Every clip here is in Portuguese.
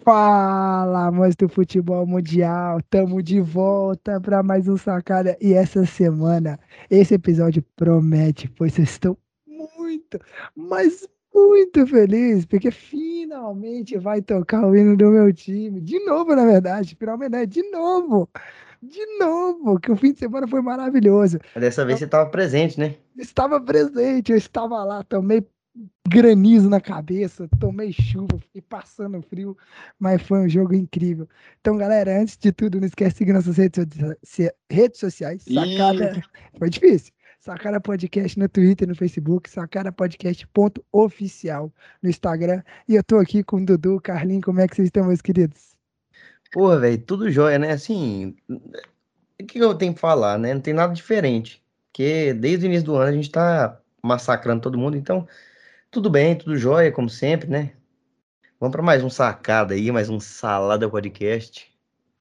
Fala, amantes do futebol mundial, tamo de volta para mais um Sacada e essa semana esse episódio promete, pois eu estou muito, mas muito feliz, porque finalmente vai tocar o hino do meu time, de novo na verdade, finalmente, né? De novo, que o fim de semana foi maravilhoso. Dessa vez você estava presente, né? Estava presente, eu estava lá, tomei granizo na cabeça, tomei chuva, fiquei passando frio, mas foi um jogo incrível. Então, galera, antes de tudo, não esquece de seguir nossas redes sociais. E Sacada, foi difícil. Sacada Podcast no Twitter, no Facebook, Sacada Podcast.oficial no Instagram. E eu tô aqui com o Dudu, Carlinhos, como é que vocês estão, meus queridos? Porra, velho, tudo jóia, né? Assim, o que eu tenho que falar, né? Não tem nada diferente. Porque desde o início do ano a gente tá massacrando todo mundo, então tudo bem, tudo jóia, como sempre, né? Vamos para mais um sacada aí, mais um salada podcast.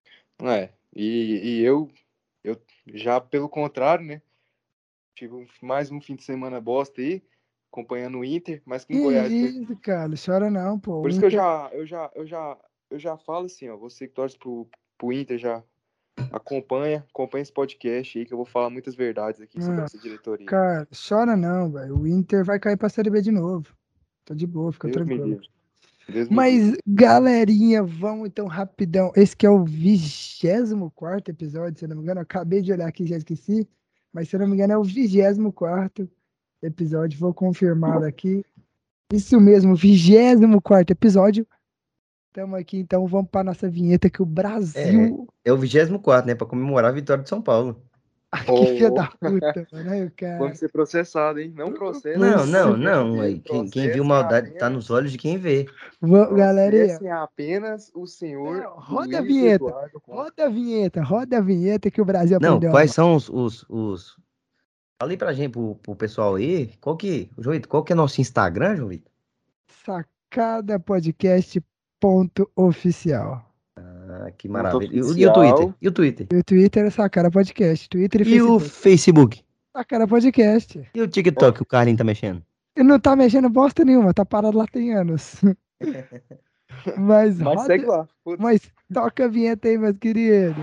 eu já pelo contrário, né? Tive mais um fim de semana bosta aí, acompanhando o Inter, mas Que com o Goiás foi. isso, cara, chora não, pô. Por O isso que Inter eu já falo assim, ó, você que torce pro Inter já acompanha esse podcast aí que eu vou falar muitas verdades aqui sobre essa diretoria. Cara, chora não, velho. O Inter vai cair pra Série B de novo. Tá de boa, fica Deus me tranquilo. livre. Deus me livre. Mas, galerinha, vamos então rapidão. Esse que é o 24º episódio, se eu não me engano. Eu acabei de olhar aqui e já esqueci. Mas, se eu não me engano, é o 24º episódio. Vou confirmar aqui. Isso mesmo, 24º episódio. Estamos aqui, então vamos para nossa vinheta que o Brasil. É o 24º, né? Para comemorar a vitória de São Paulo. Que filha da Oh, puta, mano. Aí, cara. vamos ser processados, hein? Não Não, Você- não. Aí, quem viu maldade tá nos olhos de quem vê. Galerinha. Processem apenas o senhor Não, roda a Luiz vinheta. Eduardo Costa. Roda a vinheta que o Brasil Não, aprendeu a quais amar. são os... Fala aí pra gente, pro pessoal aí, João Vitor, qual que é nosso Instagram, João Vitor? Sacadapodcast.oficial. Ah, que Ponto maravilha. E o Twitter? oficial. E o Twitter? E o Twitter é Sacada Podcast. Twitter e E o Facebook. Facebook? Sacada Podcast. E o TikTok, o Carlinho tá mexendo? E não tá mexendo bosta nenhuma, tá parado lá tem anos. Mas Mas segue roda. lá. Foda-se. Mas toca a vinheta aí, meus queridos.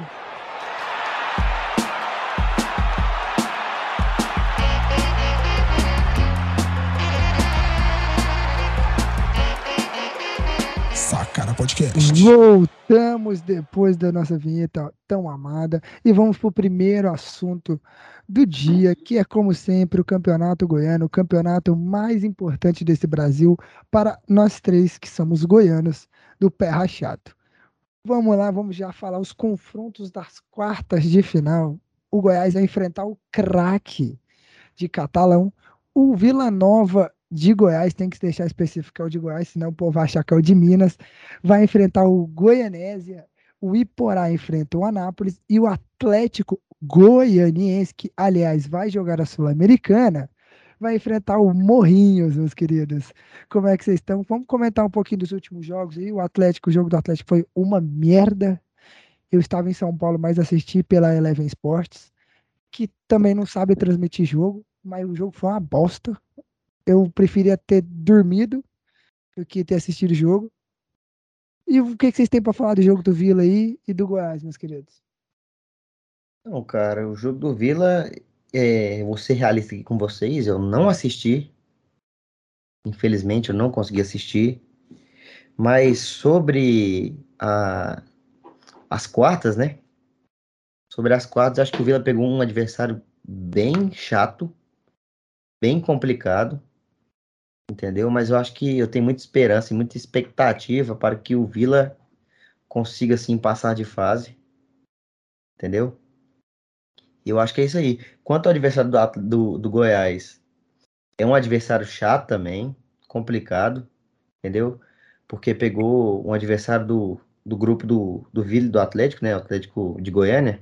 Sacada Podcast. Voltamos depois da nossa vinheta tão amada e vamos para o primeiro assunto do dia, que é, como sempre, o Campeonato Goiano, o campeonato mais importante desse Brasil para nós três que somos goianos do pé rachado. Vamos lá, vamos já falar os confrontos das quartas de final. O Goiás vai enfrentar o craque de Catalão, o Vila Nova de Goiás, tem que deixar específico que é o de Goiás, senão o povo vai achar que é o de Minas, vai enfrentar o Goianésia, o Iporá enfrenta o Anápolis e o Atlético Goianiense, que aliás vai jogar a Sul-Americana, vai enfrentar o Morrinhos, meus queridos. Como é que vocês estão? Vamos comentar um pouquinho dos últimos jogos aí. O jogo do Atlético foi uma merda. Eu estava em São Paulo, mas assisti pela Eleven Sports, que também não sabe transmitir jogo, mas o jogo foi uma bosta. Eu preferia ter dormido do que ter assistido o jogo. E o que vocês têm para falar do jogo do Vila aí e do Goiás, meus queridos? Não, cara, o jogo do Vila, vou ser realista aqui com vocês, eu não assisti. Infelizmente, eu não consegui assistir. Mas sobre as quartas, né? Sobre as quartas, acho que o Vila pegou um adversário bem chato, bem complicado, entendeu? Mas eu acho que eu tenho muita esperança e muita expectativa para que o Vila consiga, assim, passar de fase, entendeu? E eu acho que é isso aí. Quanto ao adversário do Goiás, é um adversário chato também, complicado, entendeu? Porque pegou um adversário do grupo do Vila e do Atlético, né? O Atlético de Goiânia.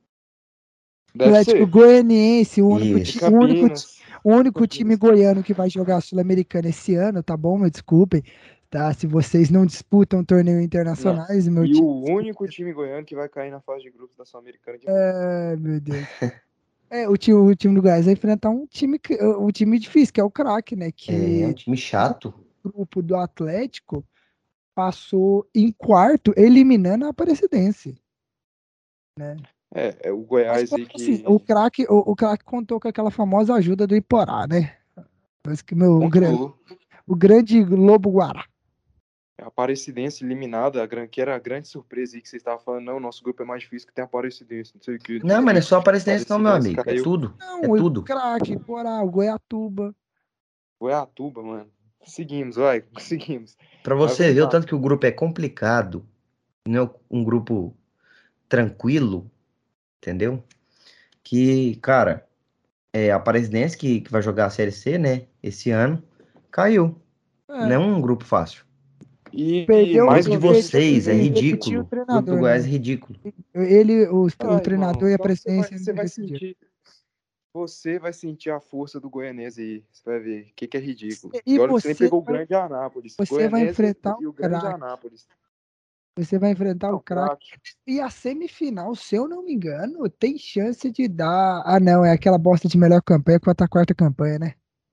Deve Atlético ser. Goianiense, o único, Isso. Campinas. o único time goiano que vai jogar a Sul-Americana esse ano, tá bom? Me desculpem, tá? Se vocês não disputam torneios Não. internacionais, meu E time. o único time goiano que vai cair na fase de grupos da Sul-Americana de novo. Ai, meu Deus. O time do Goiás vai enfrentar um time difícil, que é o Craque, né? É um Que time chato. o grupo do Atlético passou em quarto, eliminando a Aparecidense, né? É o Mas, Goiás pô, aí assim, que o craque contou com aquela famosa ajuda do Iporá, né? Parece que pontuou. o grande Lobo Guará. A Aparecidense eliminada, que era a grande surpresa aí que você estava falando, não, nosso grupo é mais difícil que tem a Aparecidense, não sei o que, não sei Não, o mas não é que. só Aparecidense não, meu Aparecidense amigo. É caiu. tudo. É Não, o tudo. craque, Iporá, o Goiatuba. Goiatuba, mano. Seguimos, vai, seguimos. Pra Mas você vamos ver o lá. tanto que o grupo é complicado, não é um grupo tranquilo, entendeu? Que, cara, a Aparecidense que vai jogar a Série C, né, esse ano, caiu. Não É, é um grupo fácil. E O perdeu, mais grupo de uma vez vocês é ele também. repetiu o ridículo. O grupo do treinador, Goiás é né? ridículo. O Ah, irmão, treinador e a então presidência você vai decidiram. sentir. Você vai sentir a força do Goianese aí. Você vai ver o que é ridículo. E E olha que você nem pegou o grande Anápolis. você vai Goianese enfrentar o e o grande craque. Anápolis. Você vai enfrentar o Não, craque. craque. E a semifinal, se eu não me engano, tem chance de dar. Ah, não, é aquela bosta de melhor campanha contra a quarta campanha, né?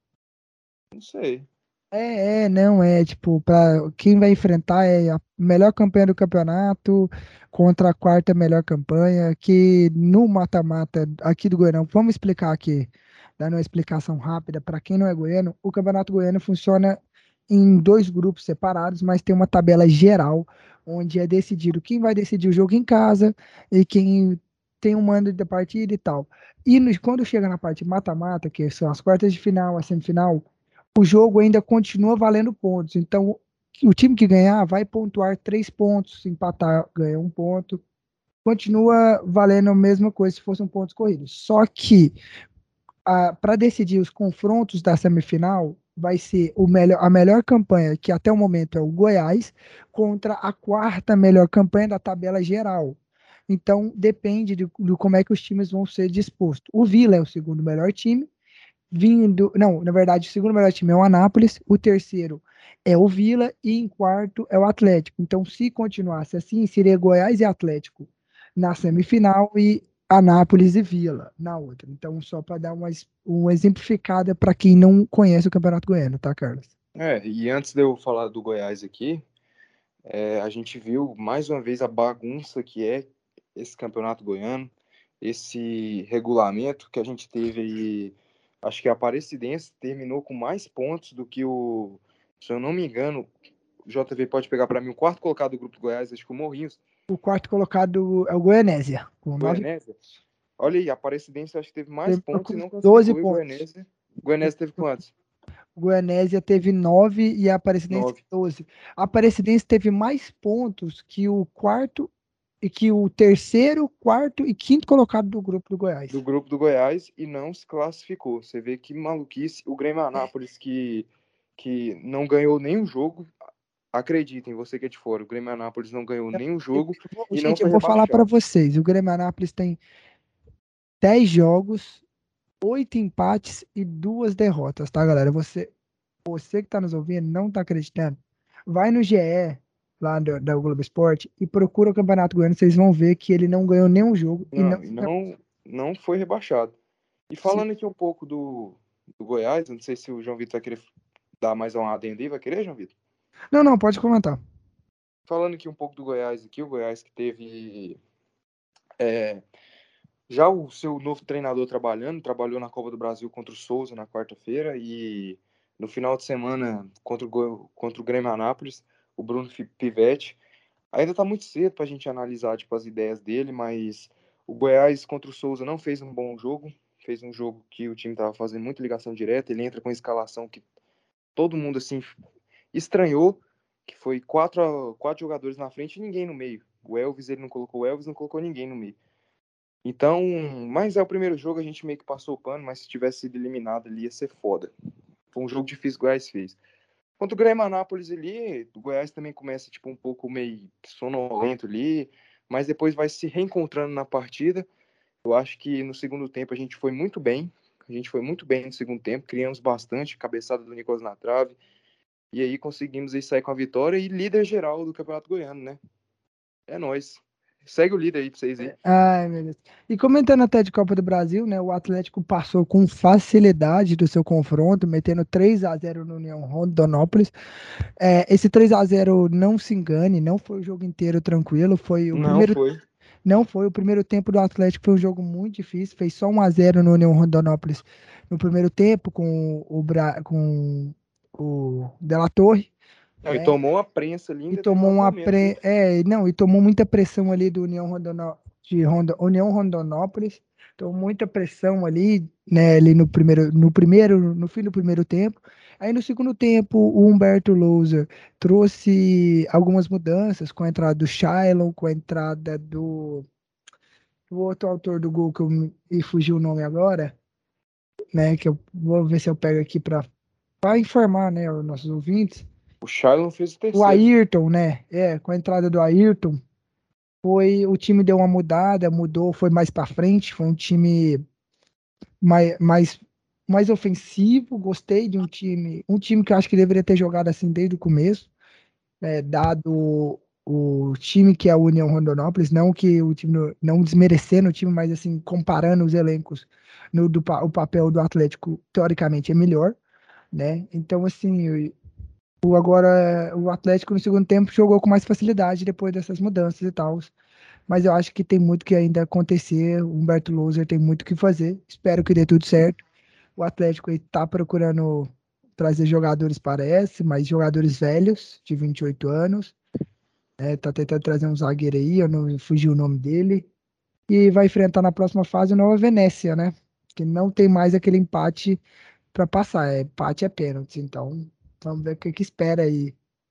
Não sei. Não, é tipo, para quem vai enfrentar é a melhor campanha do campeonato contra a quarta melhor campanha, que no mata-mata aqui do Goianão, vamos explicar aqui, dando uma explicação rápida, para quem não é goiano, o Campeonato Goiano funciona em dois grupos separados, mas tem uma tabela geral, onde é decidido quem vai decidir o jogo em casa e quem tem um mando da partida e tal. Quando chega na parte mata-mata, que são as quartas de final, a semifinal, o jogo ainda continua valendo pontos. Então, o time que ganhar vai pontuar 3 pontos, se empatar, ganha 1 ponto. Continua valendo a mesma coisa se fossem pontos corridos. Só que, para decidir os confrontos da semifinal, vai ser a melhor campanha, que até o momento é o Goiás, contra a quarta melhor campanha da tabela geral. Então, depende de como é que os times vão ser dispostos. O Vila é o segundo melhor time, vindo. Não, na verdade, o segundo melhor time é o Anápolis, o terceiro é o Vila e em quarto é o Atlético. Então, se continuasse assim, seria Goiás e Atlético na semifinal e Anápolis e Vila na outra. Então, só para dar uma exemplificada para quem não conhece o Campeonato Goiano, tá, Carlos? E antes de eu falar do Goiás aqui, a gente viu mais uma vez a bagunça que é esse campeonato goiano, esse regulamento que a gente teve aí. Acho que a Aparecidense terminou com mais pontos do que se eu não me engano, o JV pode pegar para mim o quarto colocado do grupo do Goiás, acho que o Morrinhos, O quarto colocado é o Goianésia, com 9 Goianésia. Olha aí, a Aparecidense acho que teve mais terminou pontos e com não 12 classificou. E o pontos. Goianésia, teve quantos? O Goianésia teve 9 e a Aparecidense 9. 12. A Aparecidense teve mais pontos que o quarto e que o terceiro, quarto e quinto colocado do grupo do Do Goiás. grupo do Goiás e não se classificou. Você vê que maluquice. O Grêmio Anápolis que não ganhou nenhum jogo. Acreditem, você que é de fora, o Grêmio Anápolis não ganhou nenhum jogo e não Gente, eu foi vou falar para rebaixado. vocês. O Grêmio Anápolis tem 10 jogos, 8 empates e 2 derrotas, tá, galera? Você que tá nos ouvindo, não tá acreditando, vai no GE, lá da Globo Esporte, e procura o Campeonato Goiano, vocês vão ver que ele não ganhou nenhum jogo e não. Não foi rebaixado. E falando aqui um pouco do Goiás, não sei se o João Vitor vai querer dar mais uma adenda aí, vai querer, João Vitor? Não, não, pode comentar. Falando aqui um pouco do Goiás aqui, o Goiás que teve já o seu novo treinador trabalhou na Copa do Brasil contra o Souza na quarta-feira e no final de semana contra o Grêmio Anápolis, o Bruno Pivetti. Ainda tá muito cedo para a gente analisar tipo, as ideias dele, mas o Goiás contra o Souza não fez um bom jogo, fez um jogo que o time estava fazendo muita ligação direta, ele entra com a escalação que todo mundo assim estranhou, que foi quatro jogadores na frente e ninguém no meio. O Elvis, ele não colocou o Elvis, não colocou ninguém no meio. Então, mas é o primeiro jogo, a gente meio que passou o pano, mas se tivesse sido eliminado ali ia ser foda. Foi um jogo difícil que o Goiás fez. Contra o Grêmio Anápolis ali, o Goiás também começa tipo um pouco meio sonolento ali, mas depois vai se reencontrando na partida. Eu acho que no segundo tempo a gente foi muito bem. A gente foi muito bem no segundo tempo, criamos bastante, cabeçada do Nicolas na trave. E aí conseguimos aí sair com a vitória e líder geral do Campeonato Goiano, né? É nóis. Segue o líder aí pra vocês aí. Ai, meu Deus. E comentando até de Copa do Brasil, né? O Atlético passou com facilidade do seu confronto, metendo 3-0 no União Rondonópolis. Esse 3-0, não se engane, não foi o jogo inteiro tranquilo. Foi o Não primeiro. foi. Não foi. O primeiro tempo do Atlético foi um jogo muito difícil. Fez só 1-0 no União Rondonópolis no primeiro tempo, com o De La Torre, Não, e né? tomou uma prensa ali em E tomou determinado momento, viu? não, e tomou muita pressão ali do União Rondonópolis. Tomou muita pressão ali, né, ali no fim do primeiro tempo. Aí no segundo tempo, o Humberto Louser trouxe algumas mudanças com a entrada do Shailon, com a entrada do outro autor do gol e fugiu o nome agora, né, que eu vou ver se eu pego aqui para informar, né, os nossos ouvintes. O Shailon fez o O terceiro. Ayrton, né? Com a entrada do Ayrton, o time deu uma mudada, mudou, foi mais para frente, foi um time mais, mais, mais ofensivo. Gostei de um time que eu acho que deveria ter jogado assim desde o começo, dado o time que é o União Rondonópolis, não que o time não desmerecendo o time, mas assim comparando os elencos o papel do Atlético teoricamente é melhor, né? Então assim, agora o Atlético no segundo tempo jogou com mais facilidade depois dessas mudanças e tal. Mas eu acho que tem muito que ainda acontecer. O Humberto Louser tem muito o que fazer. Espero que dê tudo certo. O Atlético está procurando trazer jogadores, parece, mas jogadores velhos, de 28 anos. Tá tentando trazer um zagueiro aí, eu não fugi o nome dele. E vai enfrentar na próxima fase o Nova Venécia, né? Que não tem mais aquele empate para passar. Empate é pênalti. Então, vamos ver o que espera aí.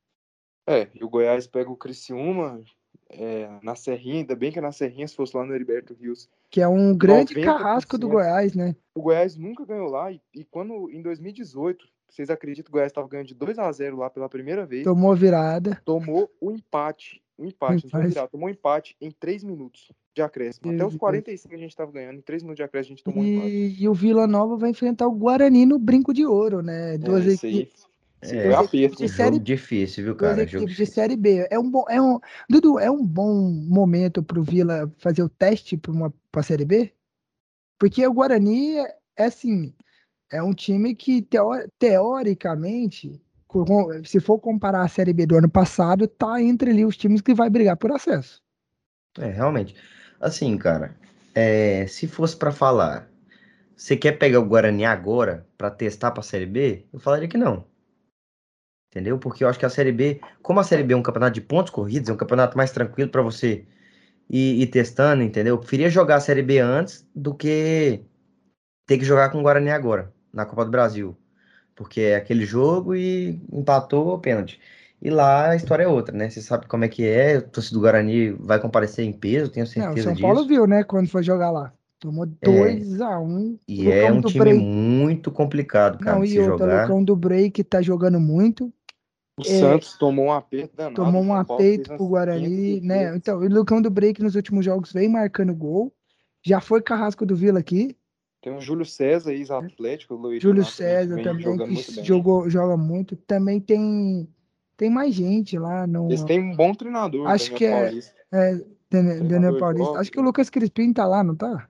E o Goiás pega o Criciúma na Serrinha, ainda bem que é na Serrinha, se fosse lá no Heriberto Rios. Que é um grande 90%. carrasco do Goiás, né? O Goiás nunca ganhou lá, e quando em 2018, vocês acreditam que o Goiás estava ganhando de 2-0 lá pela primeira vez, Tomou virada. tomou o empate, não foi virado, tomou um empate em 3 minutos de acréscimo. Até os 45 a gente estava ganhando, em 3 minutos de acréscimo a gente tomou um empate. E o Vila Nova vai enfrentar o Guarani no Brinco de Ouro, né? Isso aí foi Duas aperto. equipes de série, Jogo difícil, viu, duas cara? Jogo equipes de difícil. série B. Dudu, é um bom momento para o Vila fazer o teste para a série B? Porque o Guarani assim, é um time que teoricamente, se for comparar a série B do ano passado, tá entre ali os times que vai brigar por acesso. Realmente. Assim, cara, se fosse pra falar, você quer pegar o Guarani agora pra testar pra Série B? Eu falaria que não. Entendeu? Porque eu acho que a Série B, como a Série B é um campeonato de pontos corridos, é um campeonato mais tranquilo pra você ir testando, entendeu? Eu preferia jogar a Série B antes do que ter que jogar com o Guarani agora, na Copa do Brasil. Porque é aquele jogo e empatou pênalti. E lá a história é outra, né? Você sabe como é que é, o torcedor do Guarani vai comparecer em peso, tenho Não, o certeza São Paulo disso. viu, né, quando foi jogar lá. Tomou 2-1. O E é Lucão um do time Break. muito complicado, cara, Não, de e se outra, o jogar. Lucão do Break tá jogando muito. O Santos tomou um aperto danado, Tomou o um São Paulo fez apeito umas pro 500 Guarani, né? defesas. Então, o Lucão do Break nos últimos jogos vem marcando gol. Já foi carrasco do Vila aqui. Tem o Júlio César, ex-atlético, o loirinho Júlio lá também, que César vem também, jogando que muito bem. joga muito. Também tem mais gente lá. Eles No, têm um bom treinador, acho Daniel que Paulista. Daniel Treinador Paulista. Acho que o jovem. Lucas Crispim tá lá, não tá?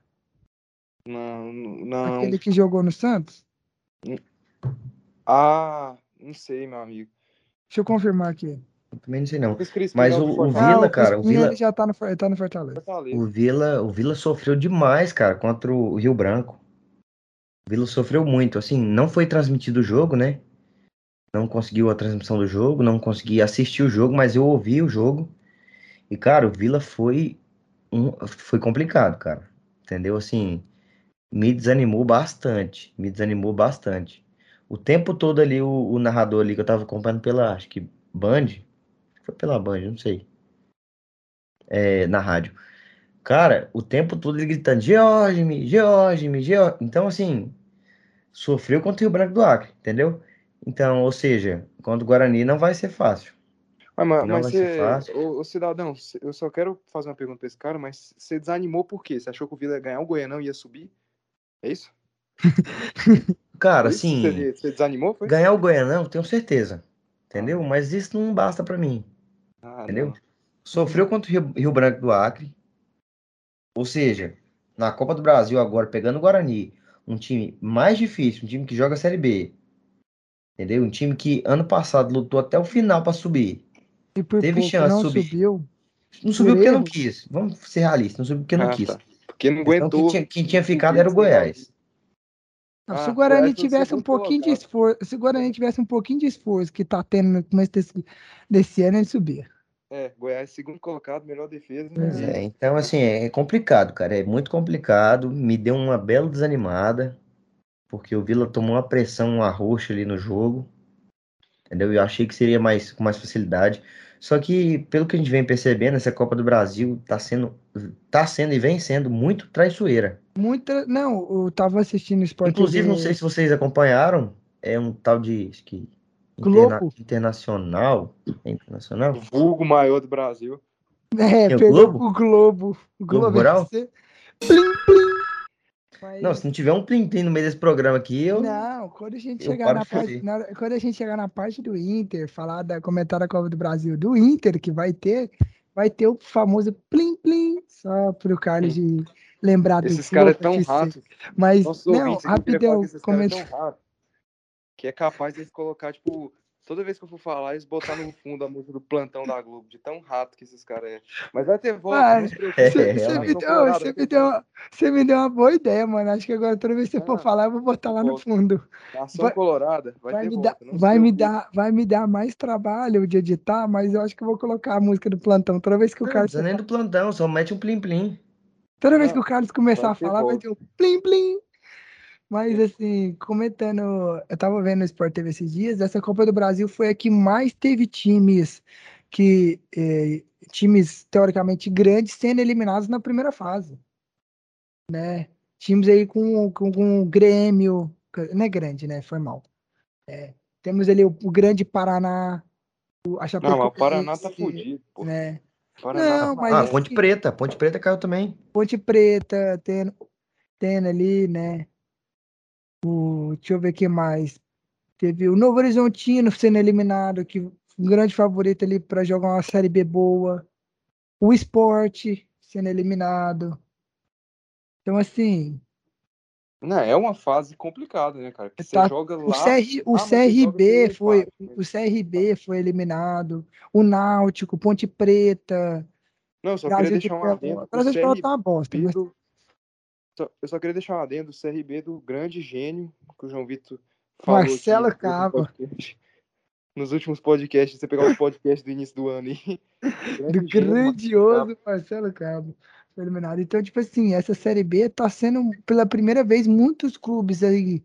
Não. Aquele que jogou no Santos? Não sei, meu amigo. Deixa eu confirmar aqui. Eu também não sei não. Lucas Crispim é Mas o do o Ah, Vila, o Fortaleza. cara, Crispim, ele já tá no Fortaleza. o Fortaleza. Vila, o Vila sofreu demais, cara, contra o Rio Branco. O Vila sofreu muito, assim, não foi transmitido o jogo, né? Não conseguiu a transmissão do jogo, não consegui assistir o jogo, mas eu ouvi o jogo. E, cara, o Vila foi complicado, cara. Entendeu? Assim, me desanimou bastante. Me desanimou bastante. O tempo todo ali, o narrador ali que eu tava acompanhando pela, acho que Band, foi pela Band, não sei, na rádio. Cara, o tempo todo ele gritando, George-me, George-me, George. Então, assim, sofreu contra o Rio Branco do Acre, entendeu? Então, ou seja, contra o Guarani não vai ser fácil. Não Mas vai ser você, fácil. ô cidadão, eu só quero fazer uma pergunta pra esse cara, mas você desanimou por quê? Você achou que o Vila ia ganhar o Goianão e ia subir? É isso? Cara, Foi isso? assim, Você desanimou, foi? ganhar o Goianão, tenho certeza. Ah, Entendeu? Mas isso não basta pra mim. Entendeu? não. Sofreu contra o Rio Branco do Acre. Ou seja, na Copa do Brasil agora, pegando o Guarani, um time mais difícil, um time que joga a Série B, entendeu? Um time que ano passado lutou até o final para subir. E por Teve pouco chance de não subir. subiu Não por subiu porque não erros. quis. Vamos ser realistas, não subiu porque não Ah, quis. tá. Porque não Então, aguentou. quem tinha ficado subir era o sem Goiás. Não, se o O Goiás Guarani foi o tivesse um segundo pouquinho de colocado. esforço, se o Guarani tivesse um pouquinho de esforço que tá tendo no começo desse ano, ele subia. Goiás segundo colocado, melhor defesa. Pois E Então, assim, é complicado, cara. É muito complicado. Me deu uma bela desanimada, porque o Vila tomou uma pressão, uma roxa ali no jogo. Entendeu? Eu achei que seria com mais facilidade. Só que, pelo que a gente vem percebendo, essa Copa do Brasil tá sendo e vem sendo muito traiçoeira. Muita. Não, eu tava assistindo o Sport Inclusive, não sei TV se vocês acompanharam, é um tal de, acho que, Globo. internacional. É internacional? vulgo maior do Brasil. É o Perdeu Globo? pro Globo. O Globo Globo Rural? FC. Plim, plim. Não, Mas se não tiver um plim-plim no meio desse programa aqui, não, quando a gente eu chegar paro na de parte, fazer. quando a gente chegar na parte do Inter, comentar da Copa do Brasil do Inter, que vai ter o famoso plim plim, só pro Carlos de lembrar do Esses caras Globo é tão FC. rato. Mas, Nossos não, ouvintes aqui queria falar que rapidão, esses caras é comenta. tão rato que é capaz de eles colocar, tipo, toda vez que eu for falar, eles botar no fundo a música do plantão da Globo, de tão rato que esses caras é. Mas vai ter volta, não Mano, se preocupe. Realmente. Nação Colorada vai ter volta. você me deu uma boa ideia, mano. Acho que agora toda vez que você for Ah, falar, eu vou botar lá no volta. fundo. Nação Vai, Colorada vai ter volta, não se preocupe. vai me dar mais trabalho de editar, mas eu acho que eu vou colocar a música do plantão. Não, não precisa nem do plantão, só mete um plim-plim. Toda vez que Não, o Carlos começar vai a ter falar, vai ter volta. um plim plim. Mas assim, comentando, eu tava vendo o Sport TV esses dias, essa Copa do Brasil foi a que mais teve que times teoricamente grandes sendo eliminados na primeira fase, né? Times aí com o Grêmio, não é grande, né? Foi mal. Temos ali o grande Paraná, a Não, mas o Paraná tá Chapecoense, fudido, pô. né? O Paraná tá Não, uma mas Ah, bosta. Ponte assim, Preta. Ponte Preta caiu também. Ponte Preta tendo ali, né? Deixa eu ver o que mais. Teve o Novo Horizontino sendo eliminado, que um grande favorito ali para jogar uma Série B boa. O Sport sendo eliminado. Então, assim, Não, é uma fase complicada, né, cara? Que você tá, joga lá, O mas você joga com um empate. O CRB foi eliminado. O Náutico, Ponte Preta, Não, eu só queria Brasil de deixar um Pelotas. adendo do Brasil de Pelotas tá uma bosta, CRB mas do. Eu só queria deixar um adendo do CRB do grande gênio que o João Vitor falou aqui Marcelo Cabo, nos últimos podcasts, você pegar os podcasts do início do ano aí. do Grande gênio, Marcelo Cabo. grandioso Marcelo Cabo, foi eliminado. Então, tipo assim, essa Série B tá sendo, pela primeira vez, muitos clubes aí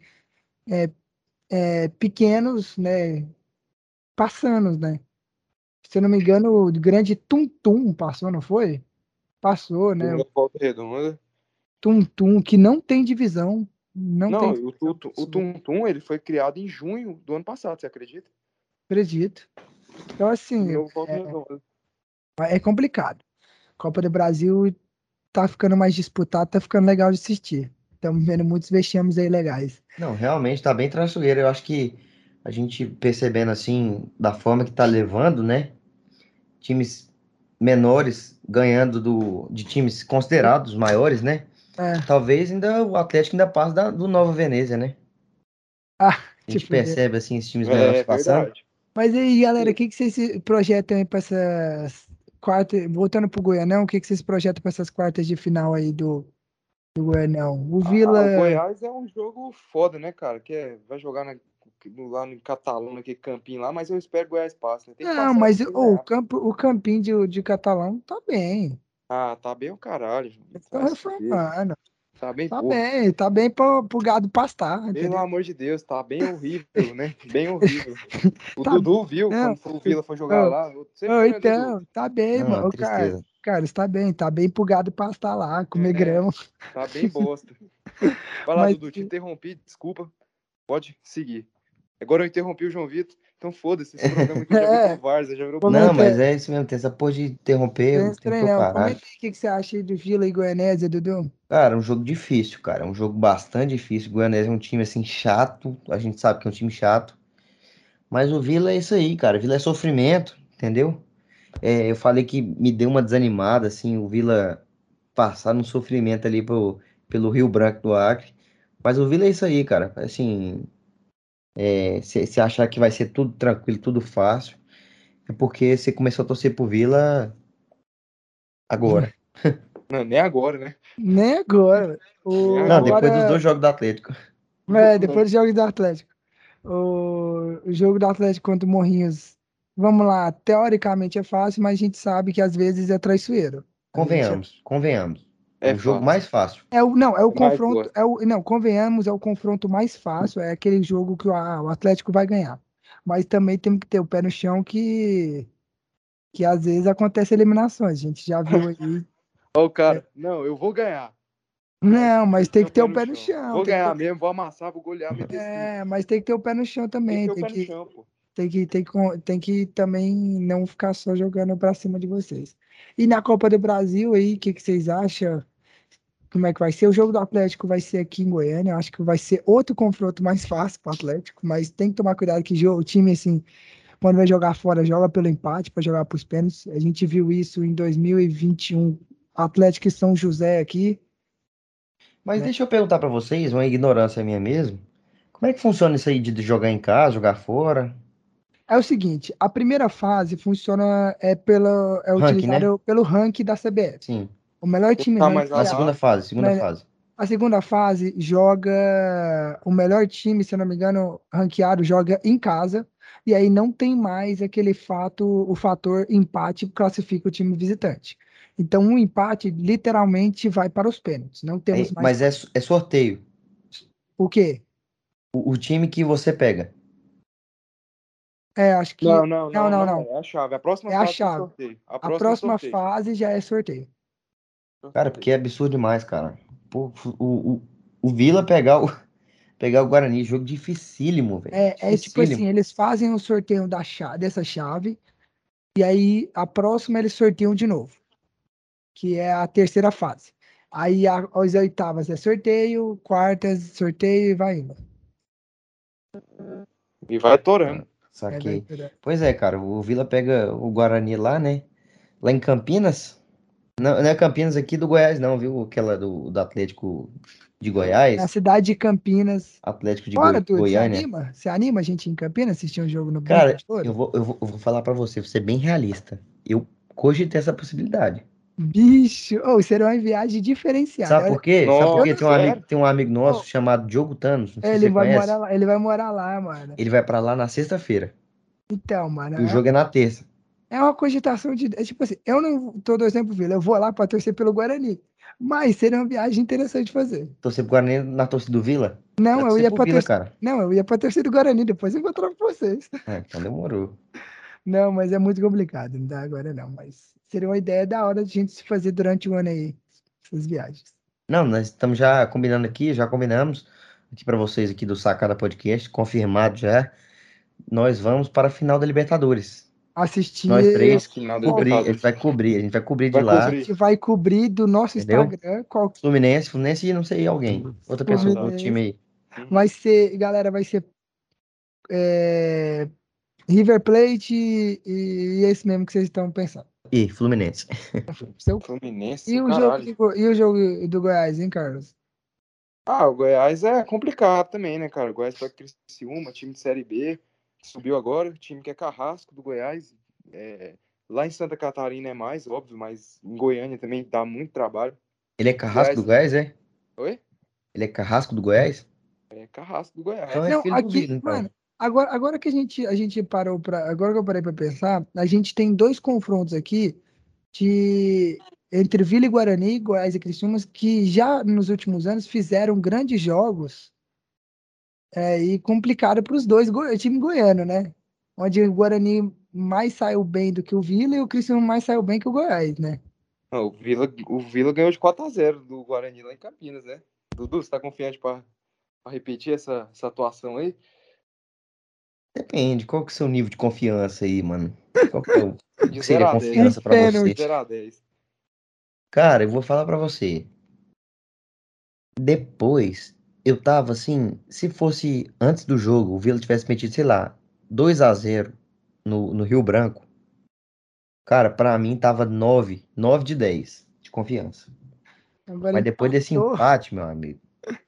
pequenos, né, passando, né? Se eu não me engano, o grande Tum Tum passou, não foi? Passou, né? Ganhou O a Volta Redonda. Tum Tum, que não tem divisão, não tem Não, divisão, o passou, Tum Tum, ele foi criado em junho do ano passado, você acredita? acredito. Então, De assim, novo, Volta Redonda. é complicado. Copa do Brasil tá ficando mais disputado, tá ficando legal de assistir. Estamos vendo muitos vexames aí legais. Não, realmente tá bem traiçoeiro. Eu acho que a gente percebendo assim, da forma que tá levando, né? Times menores ganhando de times considerados maiores, né? É, Talvez ainda o Atlético ainda passe do Nova Venezia, né? ah, A te gente fuder. percebe assim esses times menores É passando. verdade. Mas aí, galera, o que que vocês projetam aí para essas quartas, voltando pro Goianão, o que que vocês projetam para essas quartas de final aí do Goianão? O O Vila, Goiás é um jogo foda, né, cara? Vai jogar lá no Catalão, naquele campinho lá, mas eu espero que o Goiás passe, né? Tem que não, passar mas pra ganhar. o campinho de Catalão tá bem. Ah, tá bem o caralho, João. Estão Vai se fuder. reformando. Tá bem pouco. Tá bem pro gado pastar, Pelo entendeu? amor de Deus, tá bem horrível, né? Bem horrível. O Tá, Dudu viu não, quando o Vila foi jogar lá. Você viu, né, Dudu? então, tá bem, Não, mano. tristeza. Cara, tá bem pro gado pastar lá, comer É, grama. tá bem bosta. Vai lá, Mas, Dudu, te interrompi, desculpa. Pode seguir. Agora eu interrompi o João Vitor. Então foda-se, esse programa aqui já virou é, várzea, já virou Não, bosta. mas comenta, é isso mesmo, tem essa porra de interromper, tem que eu não, parar. comenta aí o que você acha aí do Vila e Goianésia, Dudu. Cara, um jogo difícil, cara. Um jogo bastante difícil. O Goianese é um time assim chato. A gente sabe que é um time chato. Mas o Vila é isso aí, cara. O Vila é sofrimento, entendeu? eu falei que me deu uma desanimada, assim, o Vila passar no sofrimento ali pelo Rio Branco do Acre. Mas o Vila é isso aí, cara. Assim, se achar que vai ser tudo tranquilo, tudo fácil, é porque você começou a torcer pro Vila agora. Não, nem agora, né? Nem agora. Nem Não, agora. depois dos Agora, dois jogos do Atlético. depois dos jogos do Atlético. O jogo do Atlético contra o Morrinhos, vamos lá, teoricamente é fácil, mas a gente sabe que às vezes é traiçoeiro. A gente Convenhamos. É É o jogo fácil. mais fácil. não, é o É mais confronto, gosto. não, convenhamos, é o confronto mais fácil, é aquele jogo que o Atlético vai ganhar. Mas também temos que ter o pé no chão que às vezes acontece eliminações. A gente já viu aí. Ó, o É, cara, não, eu vou ganhar. Mas não, mas tem tem que o ter pé o no pé no chão. chão, Vou tem que ganhar ter, mesmo, vou amassar, vou golear, meter 5. mas tem que ter o pé no chão Tem que também, ter o pé no chão, pô. tem que também não ficar só jogando pra cima de vocês. E na Copa do Brasil aí, o que que vocês acham? Como é que vai ser? O jogo do Atlético vai ser aqui em Goiânia. Eu acho que vai ser outro confronto mais fácil para o Atlético, mas tem que tomar cuidado que o time, assim, quando vai jogar fora, joga pelo empate para jogar para os pênaltis. A gente viu isso em 2021, Atlético e São José aqui, Mas né? deixa eu perguntar pra vocês, uma ignorância minha mesmo. Como é que funciona isso aí de jogar em casa, jogar fora? É o seguinte, a primeira fase funciona é Ranking, né? utilizado pelo ranking da CBF. Sim. O melhor Quem time tá mais Na segunda ranqueado, abaixo, fase, segunda né? fase. A segunda fase joga o melhor time, se eu não me engano, ranqueado, joga em casa, e aí não tem mais aquele o fator empate que classifica o time visitante. Então, um empate literalmente vai para os pênaltis. Não temos mais. Mas é sorteio. O quê? O time que você pega. Acho que. não, não, Não, não, não, não não. é a chave. A próxima É a fase que é chave. sorteio. A A próxima é próxima sorteio. fase já é sorteio. Cara, Sorteio. porque é absurdo demais, cara. Pô, o Vila pegar o Guarani, jogo dificílimo, velho. É tipo assim, Dificílimo. eles fazem o sorteio dessa chave, e aí a próxima eles sorteiam de novo, que é a terceira fase. Aí as oitavas é sorteio, quartas sorteio e vai indo. E vai Ah, torando. É saquei. doideira. Pois é, cara, o Vila pega o Guarani lá, né? Lá em Campinas. Não, não é Campinas aqui do Goiás, não, viu? Aquela do Atlético de Na Goiás. cidade de Campinas. Atlético de Bora, tudo, você Goiânia. anima? Você anima a gente ir em Campinas assistir um jogo no Brinco Cara, de Ouro? eu vou falar pra você, vou ser bem realista. Eu cogitei essa possibilidade. Bicho, será uma viagem diferenciada. Sabe por quê? Sabe por Eu Nossa, quê? não, sério? Tem um amigo nosso oh, chamado Diogo Thanos, não sei se ele você vai morar conhece. lá, ele vai morar lá, mano. Ele vai pra lá na sexta-feira. Então, mano, E o jogo é na terça. é uma cogitação de. É tipo assim, eu não tô do exemplo Vila, eu vou lá pra torcer pelo Guarani. Mas seria uma viagem interessante de fazer. Torcer pro Guarani na torcida do Vila? Não, Quero eu torcer ia pro pra Vila, torcer. cara. Não, eu ia pra torcer do Guarani, depois eu encontrava com vocês. Ah, então demorou. Não, mas é muito complicado, não dá agora não. Mas seria uma ideia da hora de a gente se fazer durante o ano aí, essas viagens. Não, nós estamos já combinando aqui, já combinamos aqui pra vocês aqui do Sacada Podcast, confirmado já. Nós vamos para a final da Libertadores. Nós Assistir. três Final da cobrir, Libertadores. a gente vai cobrir de Vai A lá, gente cobrir. vai cobrir do nosso entendeu? Instagram qual Fluminense e não sei alguém. Outra pessoa do Exato. time Fluminense. aí. Uhum. Vai ser, galera, vai ser é, River Plate e esse mesmo que vocês estão pensando. Ih, Fluminense. Seu Fluminense, E o o jogo caralho. e o jogo do Goiás, hein, Carlos? Ah, o Goiás é complicado também, né, cara? O Goiás pega o Criciúma, time de Série B, que subiu agora, time que é carrasco do Goiás. É, lá em Santa Catarina é mais, óbvio, mas em Goiânia também dá muito trabalho. Ele é O carrasco do Goiás. Goiás, é? Oi? Ele é carrasco do Goiás? É carrasco do Então é Goiás. Não, filho do aqui, Vila, então. mano, agora que a gente parou para, agora que eu parei para pensar, a gente tem dois confrontos aqui de entre Vila e Guarani, Goiás e Criciúma, que já nos últimos anos fizeram grandes jogos e complicaram para os dois time goiano, né? Onde o Guarani mais saiu bem do que o Vila e o Criciúma mais saiu bem que o Goiás, né? Não, o Vila ganhou de 4-0 do Guarani lá em Campinas, né? Dudu, você tá confiante pra repetir essa atuação aí? Depende, qual que é o seu nível de confiança aí, mano? Qual que é o De que zero seria a 10. Um confiança pra De você? pênalti. 0-10. Cara, eu vou falar pra você. Depois, eu tava assim, se fosse antes do jogo, o Vila tivesse metido, sei lá, 2-0 no Rio Branco, Cara, pra mim tava 9 de 10 de confiança. Agora Mas depois desse empatou. empate, meu amigo,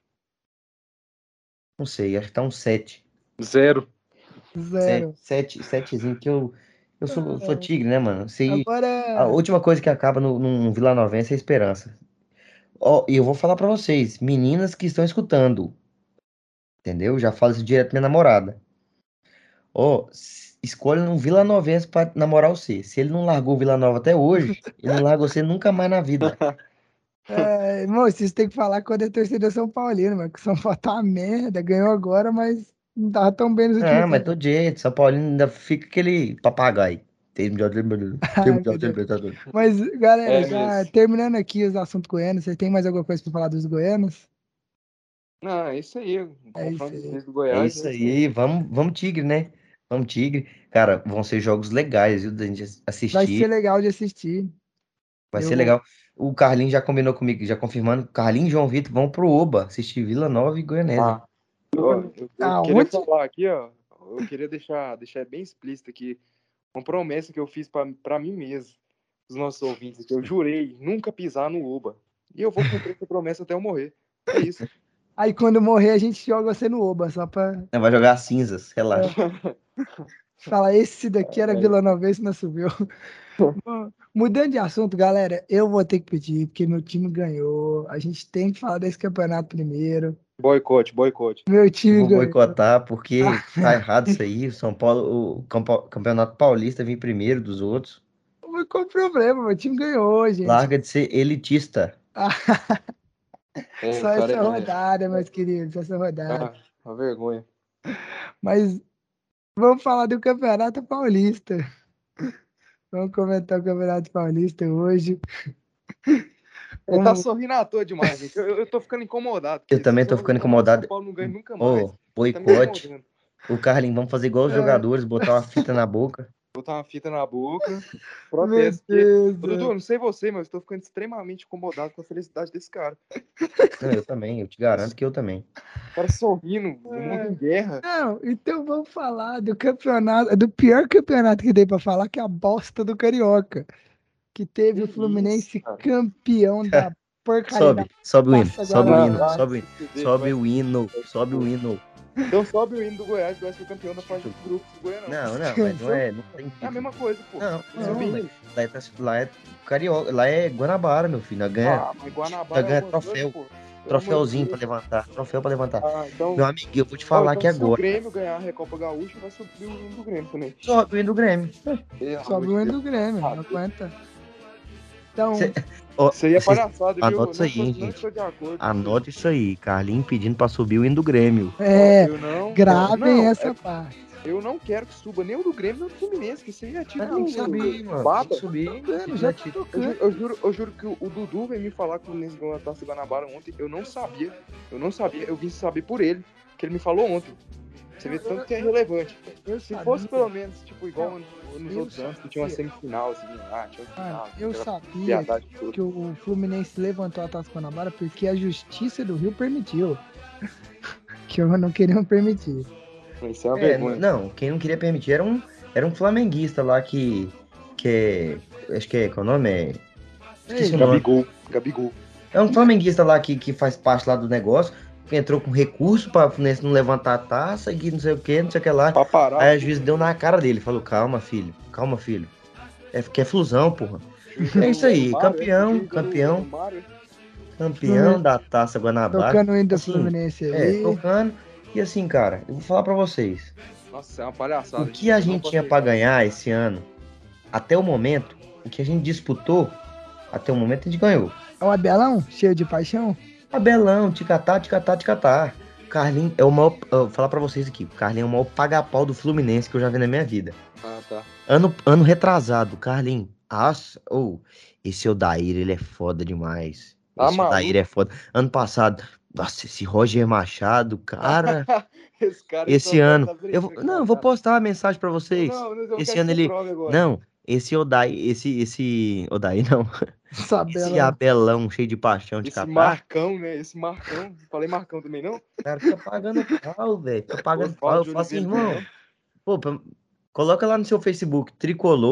não sei, acho que tá um 7. Zero. 0. Setezinho, que eu sou tigre, né, mano? A Agora. última coisa que acaba num Vila Novense é a esperança. Ó, e eu vou falar pra vocês, meninas que estão escutando, entendeu? Já falo isso direto pra minha namorada. Ó, escolha um Vila Novense pra namorar você. Se ele não largou o Vila Nova até hoje, ele não larga você nunca mais na vida. Irmão, vocês têm que falar quando é torcedor São Paulino, mano. Que São Paulo tá uma merda, ganhou agora, mas não tava tão bem nos Ah, últimos mas anos. todo jeito, São Paulino ainda fica aquele papagaio. Termo de termo Ai, de meu Deus. Libertadores. Mas, galera, É já mesmo. terminando aqui os assuntos goianos, vocês têm mais alguma coisa pra falar dos goianos? Não, é isso aí. O É isso confronto aí. difícil do É Goiás, isso é isso aí. aí, vamos Tigre, né? Vamos Tigre. Cara, vão ser jogos legais, viu, da gente Vai ser assistir. legal de assistir. Vai ser Eu... legal. O Carlinhos já combinou comigo, já confirmando. Carlinhos e João Vitor vão pro Oba assistir Vila Nova e Goianésia. Ah, ó, eu queria Aonde? falar aqui, ó. Eu queria deixar bem explícito aqui uma promessa que eu fiz pra mim mesmo, os nossos ouvintes, que eu jurei nunca pisar no Uba. E eu vou cumprir essa promessa até eu morrer. É isso. Aí quando morrer a gente joga você no Oba, só pra Vai jogar cinzas, relaxa. falar, esse daqui era É. Vila Nova, esse não subiu. Bom, mudando de assunto, galera, eu vou ter que pedir, porque meu time ganhou. A gente tem que falar desse campeonato primeiro. Boicote, boicote. Meu Eu time vou ganhou. boicotar porque tá errado isso aí. O São Paulo, o Campeonato Paulista vem primeiro dos outros. Mas qual o problema? Meu time ganhou, gente. Larga de ser elitista. É, o Só cara essa rodada, meus queridos, essa rodada. uma vergonha. Mas vamos falar do Campeonato Paulista. Vamos comentar o Campeonato Paulista hoje. Ele tá Vamos... sorrindo à toa demais, gente. Eu tô ficando incomodado, Eu porque também tô ficando tomara que o São incomodado. Paulo não ganhe nunca mais. Ô, Tá me boicote. incomodando. O Carlinhos, vamos fazer igual os jogadores, botar uma fita na boca. Botar uma fita na boca. Meu Protesto. Deus. Ô, Dudu, eu não sei você, mas eu tô ficando extremamente incomodado com a felicidade desse cara. Não, eu também, eu te garanto que eu também. O cara sorrindo, o mundo em guerra. Não, então vamos falar do campeonato, do pior campeonato que tem pra falar, que é a bosta do Carioca. Que teve o Que Fluminense isso, cara. campeão da porcaria da Sobe o hino, Taça sobe o hino, Guanabara. sobe o hino, sobe o hino, sobe o hino. Então sobe o hino do Goiás, o Goiás foi campeão da fase de grupos do Goiás. Não, mas não é, não tem É a título. mesma coisa, pô. Não, Subir não, hino. lá é Carioca, lá é Guanabara, meu filho. Nós ganha, Ah, mas Guanabara ganha é alguma coisa, troféu, pô. Pelo troféuzinho amor pra de Deus. levantar, troféu pra levantar. Ah, então. Meu amigo, eu vou te Ó, falar então que se o agora Grêmio ganhar a Recopa Gaúcha, vai subir o hino do Grêmio também. sobe o hino do Grêmio. Pelo Sobe amor o de hino do Grêmio, Ah, não aguenta. Então, Ó, Isso aí é vocês- palhaçada, viu? Anota isso aí, hein, Não gente. estou de acordo. Anota isso aí, Carlinhos pedindo pra subir o hino do Grêmio. Eu não. gravem Não, essa parte. eu não quero que suba nem o do Grêmio nem o do Fluminense, que isso aí é tipo. Tem que subir, mano. Tem Baba. que subir. Tocando, já tá tocando. Eu juro que o Dudu veio me falar que o Fluminense ganhou a Taça Guanabara ontem. Eu não sabia. Eu vim saber por ele, que ele me falou ontem. Você vê tanto que é relevante. Eu Se sabia. fosse pelo menos, tipo, igual nos Eu outros anos, que tinha uma sabia. semifinal, assim, tinha uma Mano, final. eu aquela sabia piedade toda. que o Fluminense levantou a Taça Guanabara porque a Justiça do Rio permitiu. Que eu não queria permitir. Isso é uma vergonha. Não, quem não queria permitir era um flamenguista lá que acho que qual é o nome? Esqueci o nome. Gabigol. É um flamenguista lá que faz parte lá do negócio, que entrou com recurso pra Fluminense não levantar a taça e não sei o que lá. Pra parar. Aí a juiz deu na cara dele, falou, calma, filho. Que é flusão, porra. É isso aí, campeão da Taça Guanabara. Tocando o hino do Assim, Fluminense aí. tocando. E assim, cara, eu vou falar pra vocês. Nossa, é uma palhaçada. O que a gente tinha pra ganhar esse ano, até o momento, o que a gente disputou, até o momento a gente ganhou. É o Abelão, cheio de paixão. Abelão, ticatá, ticatá, ticatá. Carlinhos é o maior. Eu vou falar pra vocês aqui. O Carlinhos é o maior paga-pau do Fluminense que eu já vi na minha vida. Ah, tá. Ano retrasado, Carlinhos. Nossa, esse Odair, ele é foda demais. Esse Odair é foda. Ano passado, nossa, esse Roger Machado, cara. Esse ano. Eu vou postar uma mensagem pra vocês. Esse ano ele. Não, esse Odair. Esse Odair não. Esse Abelão cheio de paixão de catar. Marcão, né? Esse Marcão. Falei Marcão também, não? O cara fica pagando pau, velho. Fica pagando pau. Eu falo assim, irmão. Pô, coloca lá no seu Facebook, Tricolor.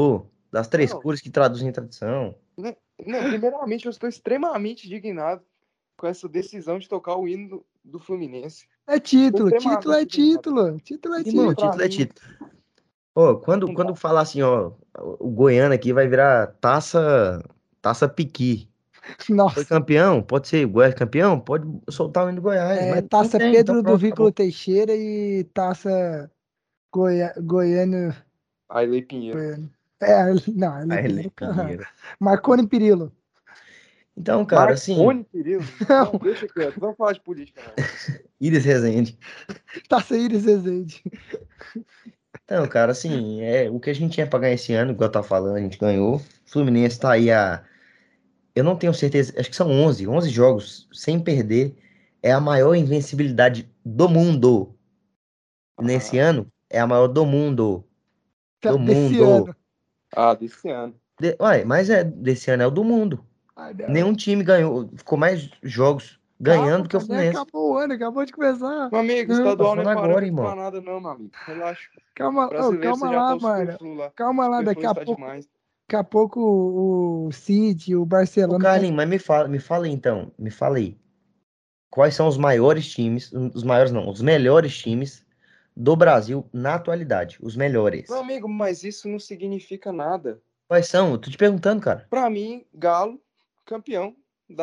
Das três Não. cores que traduzem tradição. Não, primeiramente, eu estou extremamente indignado com essa decisão de tocar o hino do Fluminense. É título, Extremamente título é indignado. título. Título é Irmão, título. pra título é mim, título. Ó, não quando dá. falar assim, ó, o Goiano aqui vai virar taça Piqui. Foi Nossa. campeão? Pode ser Goiás campeão? Pode soltar o hino do Goiás, É, mas não taça tem, então Pedro do pronto, Vínculo acabou. Teixeira e taça Goiano. Ailei Pinheiro. É, não, ele Aí ele Pinheiro. Pinheiro. Marconi Perillo. Então, cara, assim, Marconi, Cirilo. Não, Não, deixa quieto. Vamos falar de política, não. Íris Rezende. taça Iris Rezende. Então, cara, assim, o que a gente tinha pra ganhar esse ano, igual eu tava falando, a gente ganhou. O Fluminense tá aí eu não tenho certeza, acho que são 11 jogos sem perder. É a maior invencibilidade do mundo. Nesse Ah, ano, é a maior do mundo. Do Desse mundo. ano. desse ano. Ué, mas desse ano é o do mundo. Ai, não. Nenhum time ganhou, ficou mais jogos ganhando Calma, do que o cara, nem Fluminense. acabou o ano, acabou de começar. Meu amigo, Não, Tá estadual não é falando agora, parâmetro pra irmão. nada, não, meu amigo. Relaxa. calma, ô, Brasileiro, calma você já lá, tá o mano. superflu lá. Calma lá, Superflu está demais. daqui a pouco o City, o Ô, Barcelona tá. Carlinhos, mas me fala aí, então, me fala aí. Quais são os maiores times, os maiores não, os melhores times do Brasil na atualidade? Os Meu melhores. amigo, mas isso não significa nada. Quais são? Eu tô te perguntando, cara. Pra mim, Galo, campeão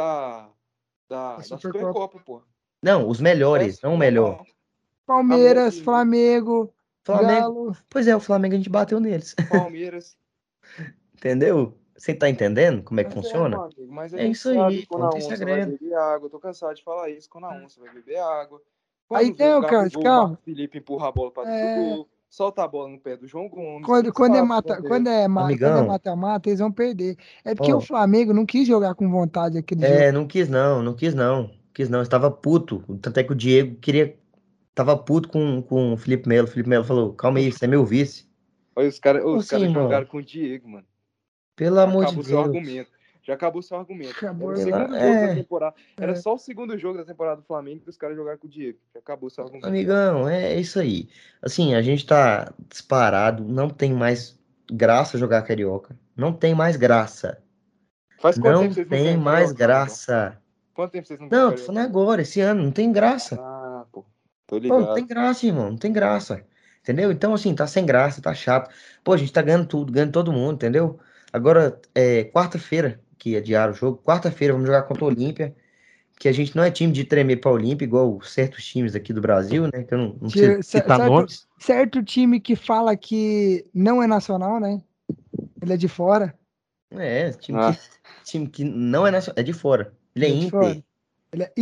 A da Supercopa. Supercopa, pô. Não, os melhores, não o melhor. Normal. Palmeiras, América, Flamengo, Flamengo. Galo. Pois é, o Flamengo a gente bateu neles. Palmeiras. Entendeu? Você tá entendendo como é que Mas meu funciona? amigo, mas a É gente isso sabe aí, que pô, quando não a tem onça vai segredo. beber água. Eu tô cansado de falar isso. Quando a onça vai beber água. Aí Quando vê o não, cara, Gabigol, o calma. Marco Felipe empurra a bola pra dentro do É, gol. Solta a bola no pé do João Gomes. A gente quando é sabe o que mata, acontece. quando é Amigão, mata-mata, eles vão perder. É porque o ó, Flamengo não quis jogar com vontade aquele jogo. não quis não, não quis não. Quis não, estava puto. Tanto é que o Diego tava puto com o Felipe Melo. O Felipe Melo falou, calma aí, você é meu vice. Olha, Como os assim, cara irmão? jogaram com o Diego, mano. Pelo Já amor de acabou seu Deus. argumento. Já acabou seu argumento. Era o Acabou. segundo jogo da temporada. Era só o segundo jogo da temporada do Flamengo que os caras jogaram com o Diego. Já acabou seu argumento. Amigão, é isso aí. Assim, a gente tá disparado, não tem mais graça jogar carioca. Não tem mais graça. Faz quanto tempo Não vocês não tem ganham mais Carioca, amigão? graça. Quanto tempo vocês não ganham Não, tô Carioca? falando agora, esse ano, não tem graça. Ah, pô. Tô Pô, não tem ligado. graça, irmão, não tem graça. Entendeu? Então, assim, tá sem graça, tá chato. Pô, a gente tá ganhando tudo, ganhando todo mundo, entendeu? Agora, quarta-feira, que adiaram o jogo, quarta-feira vamos jogar contra o Olímpia, que a gente não é time de tremer pra Olímpia, igual certos times aqui do Brasil, né? Que eu não preciso citar Certo, nomes. certo time que fala que não é nacional, né? Ele é de fora. Time que, Ah, time que não é nacional, é de fora. Ele é Ele é de fora. Inter. Ele é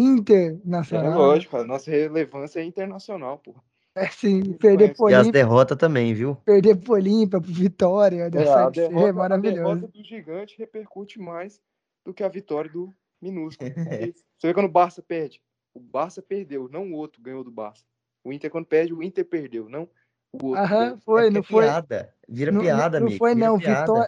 é internacional, né? lógico, a nossa relevância é internacional, pô. É assim, Ninguém conhece. E as derrotas também, viu? Perder pro Olímpia, pro Vitória, da A Série C é a derrota maravilhoso. do gigante repercute mais do que a vitória do minúsculo. É isso. Você vê quando o Barça perde. O Barça perdeu, não o outro ganhou do Barça. O Inter, quando perde, o Inter perdeu, não o outro Aham, perdeu. É foi, porque é não foi. piada. Vira Não, não, piada, não amigo. foi, Vira não. piada.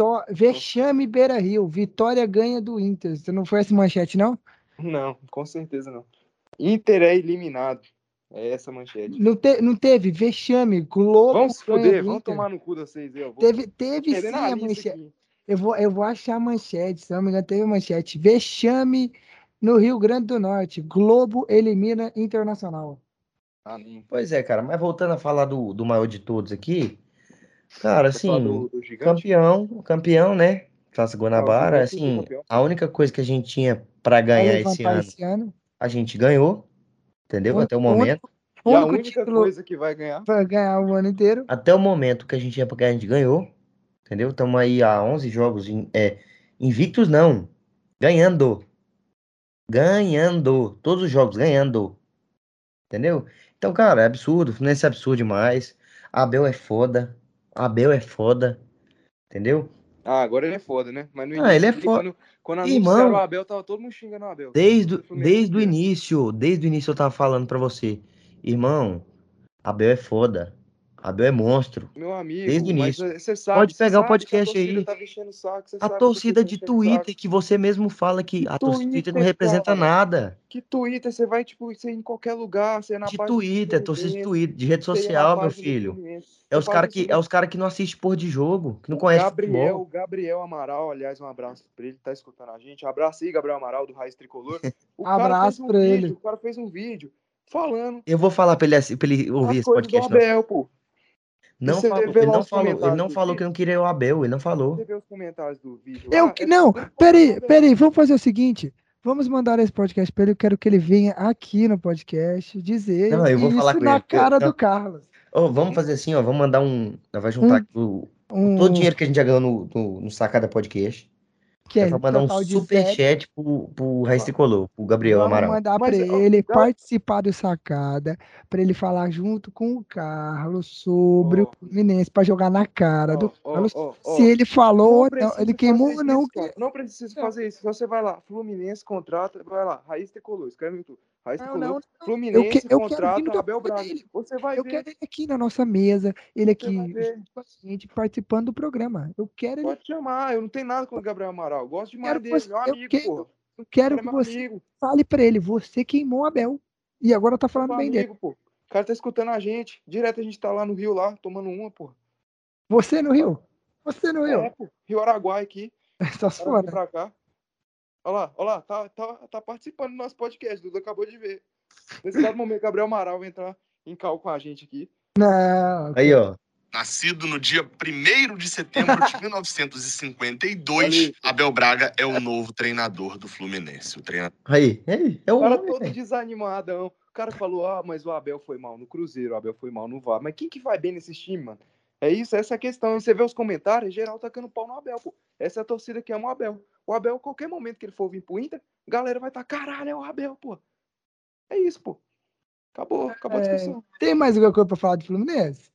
Vexame Beira-Rio. Vitória ganha do Inter. Você não foi essa manchete, não? Não, com certeza não. Inter é eliminado. É essa a manchete. Não teve vexame. Globo Vamos se ganha fuder, do vamos Inter. tomar no cu de vocês aí, eu vou Teve querer sim na a lista manchete. aqui. Eu vou achar a manchete, se não me engano, teve a manchete. Vexame no Rio Grande do Norte. Globo elimina Internacional. Ah, não. Pois é, cara. Mas voltando a falar do maior de todos aqui, cara, Você fala assim, do gigante? campeão, né? Taça Ah, o Guanabara, gigante vai ser assim, campeão. a única coisa que a gente tinha pra Vai ganhar esse levantar ano, esse ano. a gente ganhou, entendeu? O Até o o momento. único, o E a único única título coisa que vai ganhar. para ganhar o ano inteiro. Até o momento que a gente tinha pra ganhar, a gente ganhou, entendeu? Estamos aí há 11 jogos invictos, não. Ganhando. Ganhando. Todos os jogos ganhando. Entendeu? Então, cara, é absurdo. O Fluminense é absurdo demais. Abel é foda. Abel é foda. Entendeu? Ah, agora ele é foda, né? Mas no Ah, ele início é ali, foda. quando anunciaram o Irmão, Abel, tava todo mundo xingando o Abel. desde, O o- Fluminense desde o inteiro. início, desde o início eu tava falando pra você. Irmão, Abel é foda. Abel é monstro. Meu amigo, Desde o mas início. você sabe, Pode você pegar o sabe que a podcast torcida aí. tá enchendo o saco, você A sabe que a torcida torcida tá de enchendo o saco. Twitter, que você mesmo fala que Que a torcida de Twitter não Twitter, representa cara? nada. Que Twitter? Você vai, tipo, você ir em qualquer lugar, você ia na De página do Twitter, torcida de Fluminense, Twitter, de rede você ia na social, meu página do filho. Fluminense. É Você os faz caras o que, é seguinte, os cara que não assistem porra de jogo, que não o conhece Gabriel, futebol. o Gabriel Amaral, aliás, um abraço pra ele, tá escutando a gente. Um abraço aí, Gabriel Amaral, do Raiz Tricolor. O cara fez Abraço um pra vídeo, ele. o cara fez um vídeo falando Eu vou falar pra ele ouvir as esse coisas do podcast nosso. Abel, pô. E Não você falou, vê ele lá não os falou, ele comentários não do falou que vídeo, não queria o Abel, ele não você falou. vê os comentários do vídeo Eu lá, que é não, tudo falando do peraí, Abel. peraí, vamos fazer o seguinte. Vamos mandar esse podcast pra ele. Eu quero que ele venha aqui no podcast Não, dizer eu vou falar isso com na ele. cara do Não, Carlos. ô, vamos fazer assim, ó, vamos mandar um, nós vai juntar Um, aqui todo o um dinheiro que a gente já ganhou no Sacada Podcast. que Nós é vamos mandar um total de zero. superchat pro Raiz Tricolor, pro Gabriel Vamos Amaral. mandar para Mas, ó, ele galera, participar do Sacada, para ele falar junto com o Carlos sobre o ó, Fluminense, para jogar na cara do ó, ó, Carlos ó, se ó, ele falou não ou não, ele precisa queimou fazer ou não. isso, cara. Não precisa Não, fazer isso. Você vai lá, Fluminense contrata, vai lá, Raiz Tricolor, escreve no YouTube. Raiz não, Tricolor, não, não. Fluminense Eu quero vir no contrata Abel programa Braga. dele. Você vai Eu quero ver, ele aqui na nossa mesa, ele você vai aqui ver. junto com a gente, participando do programa. Eu quero ele. Pode chamar, eu não tenho nada contra o Gabriel Amaral. Eu gosto Quero demais que dele, você, meu amigo, pô. O eu quero cara é que meu você amigo, fale para ele, você queimou o Abel. E agora tá é falando meu bem dele. amigo, pô. O cara tá escutando a gente. Direto a gente tá lá no Rio, lá, tomando uma, pô. Você no Rio? Você no É, Rio? pô. Rio Araguai aqui. Só O se cara for, veio né? pra cá. Olha lá, tá participando do nosso podcast. Dudu acabou de ver. Nesse exato momento, Gabriel Amaral vai entrar em cal com a gente aqui. Não, Aí, ó. Nascido no dia 1º de setembro de Olha 1952, aí, pô. Abel Braga é o novo treinador do Fluminense. O treinador. Aí, é O o cara homem, todo velho. desanimadão. O cara falou, mas o Abel foi mal no Cruzeiro, o Abel foi mal no VAR. Mas quem que vai bem nesse time, mano? É isso, essa é a questão. E você vê os comentários, geral tacando pau no Abel, pô. Essa é a torcida que ama o Abel. O Abel, qualquer momento que ele for vir pro Inter, a galera vai estar, caralho, é o Abel, pô. É isso, pô. Acabou a discussão. Tem mais alguma coisa pra falar do Fluminense?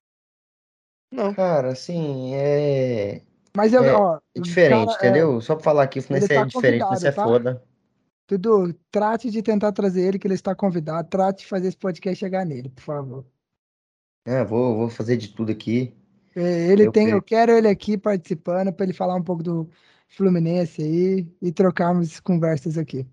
Não. Cara, assim, Mas, ó, é o diferente, cara, entendeu? Só pra falar que o ele Fluminense é tá diferente, mas convidado, é tá? foda. Tudo, trate de tentar trazer ele, que ele está convidado. Trate de fazer esse podcast chegar nele, por favor. É, vou fazer de tudo aqui. Ele Eu tem, eu creio. quero ele aqui participando para ele falar um pouco do Fluminense aí e trocarmos conversas aqui.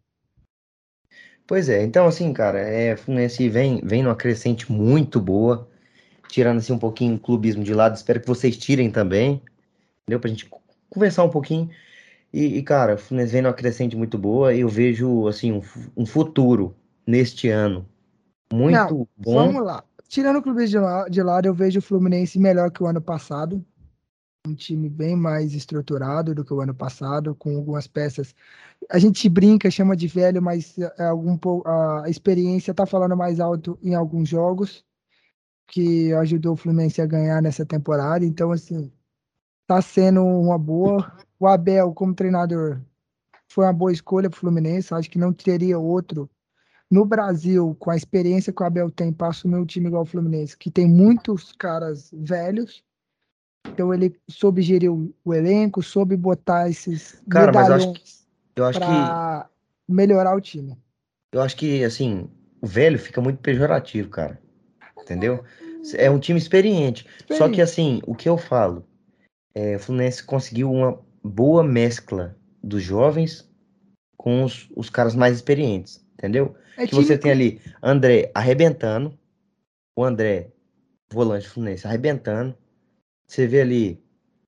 Pois é, então assim, cara, o Fluminense vem numa crescente muito boa, tirando assim um pouquinho o clubismo de lado, espero que vocês tirem também, entendeu? Pra gente conversar um pouquinho. Cara, o Fluminense vem numa crescente muito boa e eu vejo, assim, um futuro neste ano Não, muito bom. vamos lá. Tirando o clube de lado, eu vejo o Fluminense melhor que o ano passado. Um time bem mais estruturado do que o ano passado, com algumas peças. A gente brinca, chama de velho, mas a experiência está falando mais alto em alguns jogos, que ajudou o Fluminense a ganhar nessa temporada. Então, assim, tá sendo uma boa. O Abel, como treinador, foi uma boa escolha para o Fluminense. Acho que não teria outro no Brasil, com a experiência que o Abel tem para assumir um time igual o Fluminense, que tem muitos caras velhos. Então ele soube gerir o elenco, soube botar esses Cara, mas medalhões eu acho que, para melhorar o time. eu acho que, assim, o velho fica muito pejorativo, cara, entendeu? É um time experiente. Só que, Experiência. assim, o que eu falo, o Fluminense conseguiu uma boa mescla dos jovens com os caras mais experientes, entendeu? É Que você time tem ali André arrebentando, o André, volante do Fluminense, arrebentando. Você vê ali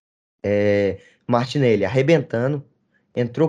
Martinelli arrebentando, entrou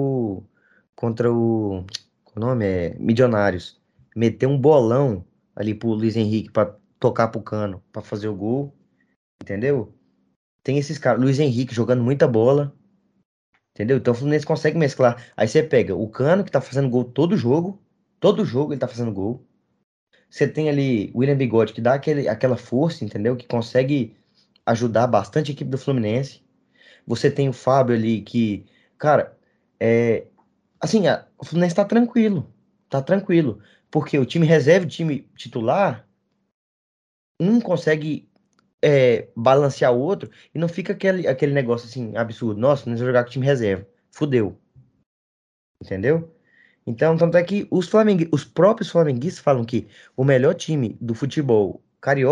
qual o nome Milionários, meteu um bolão ali pro Luiz Henrique pra tocar pro Cano, pra fazer o gol, entendeu? Tem esses caras, Luiz Henrique jogando muita bola, entendeu? Então o Fluminense consegue mesclar. Aí você pega o Cano que tá fazendo gol todo jogo ele tá fazendo gol. Você tem ali o William Bigode que dá aquela força, entendeu? Que consegue ajudar bastante a equipe do Fluminense. Você tem o Fábio ali que, cara, é, assim, o Fluminense tá tranquilo, porque o time reserva e o time titular, um consegue balancear o outro e não fica aquele negócio assim, absurdo, nossa, não jogar com o time reserva, fudeu, entendeu? Então, tanto é que os próprios flamenguistas falam que o melhor time do futebol carioca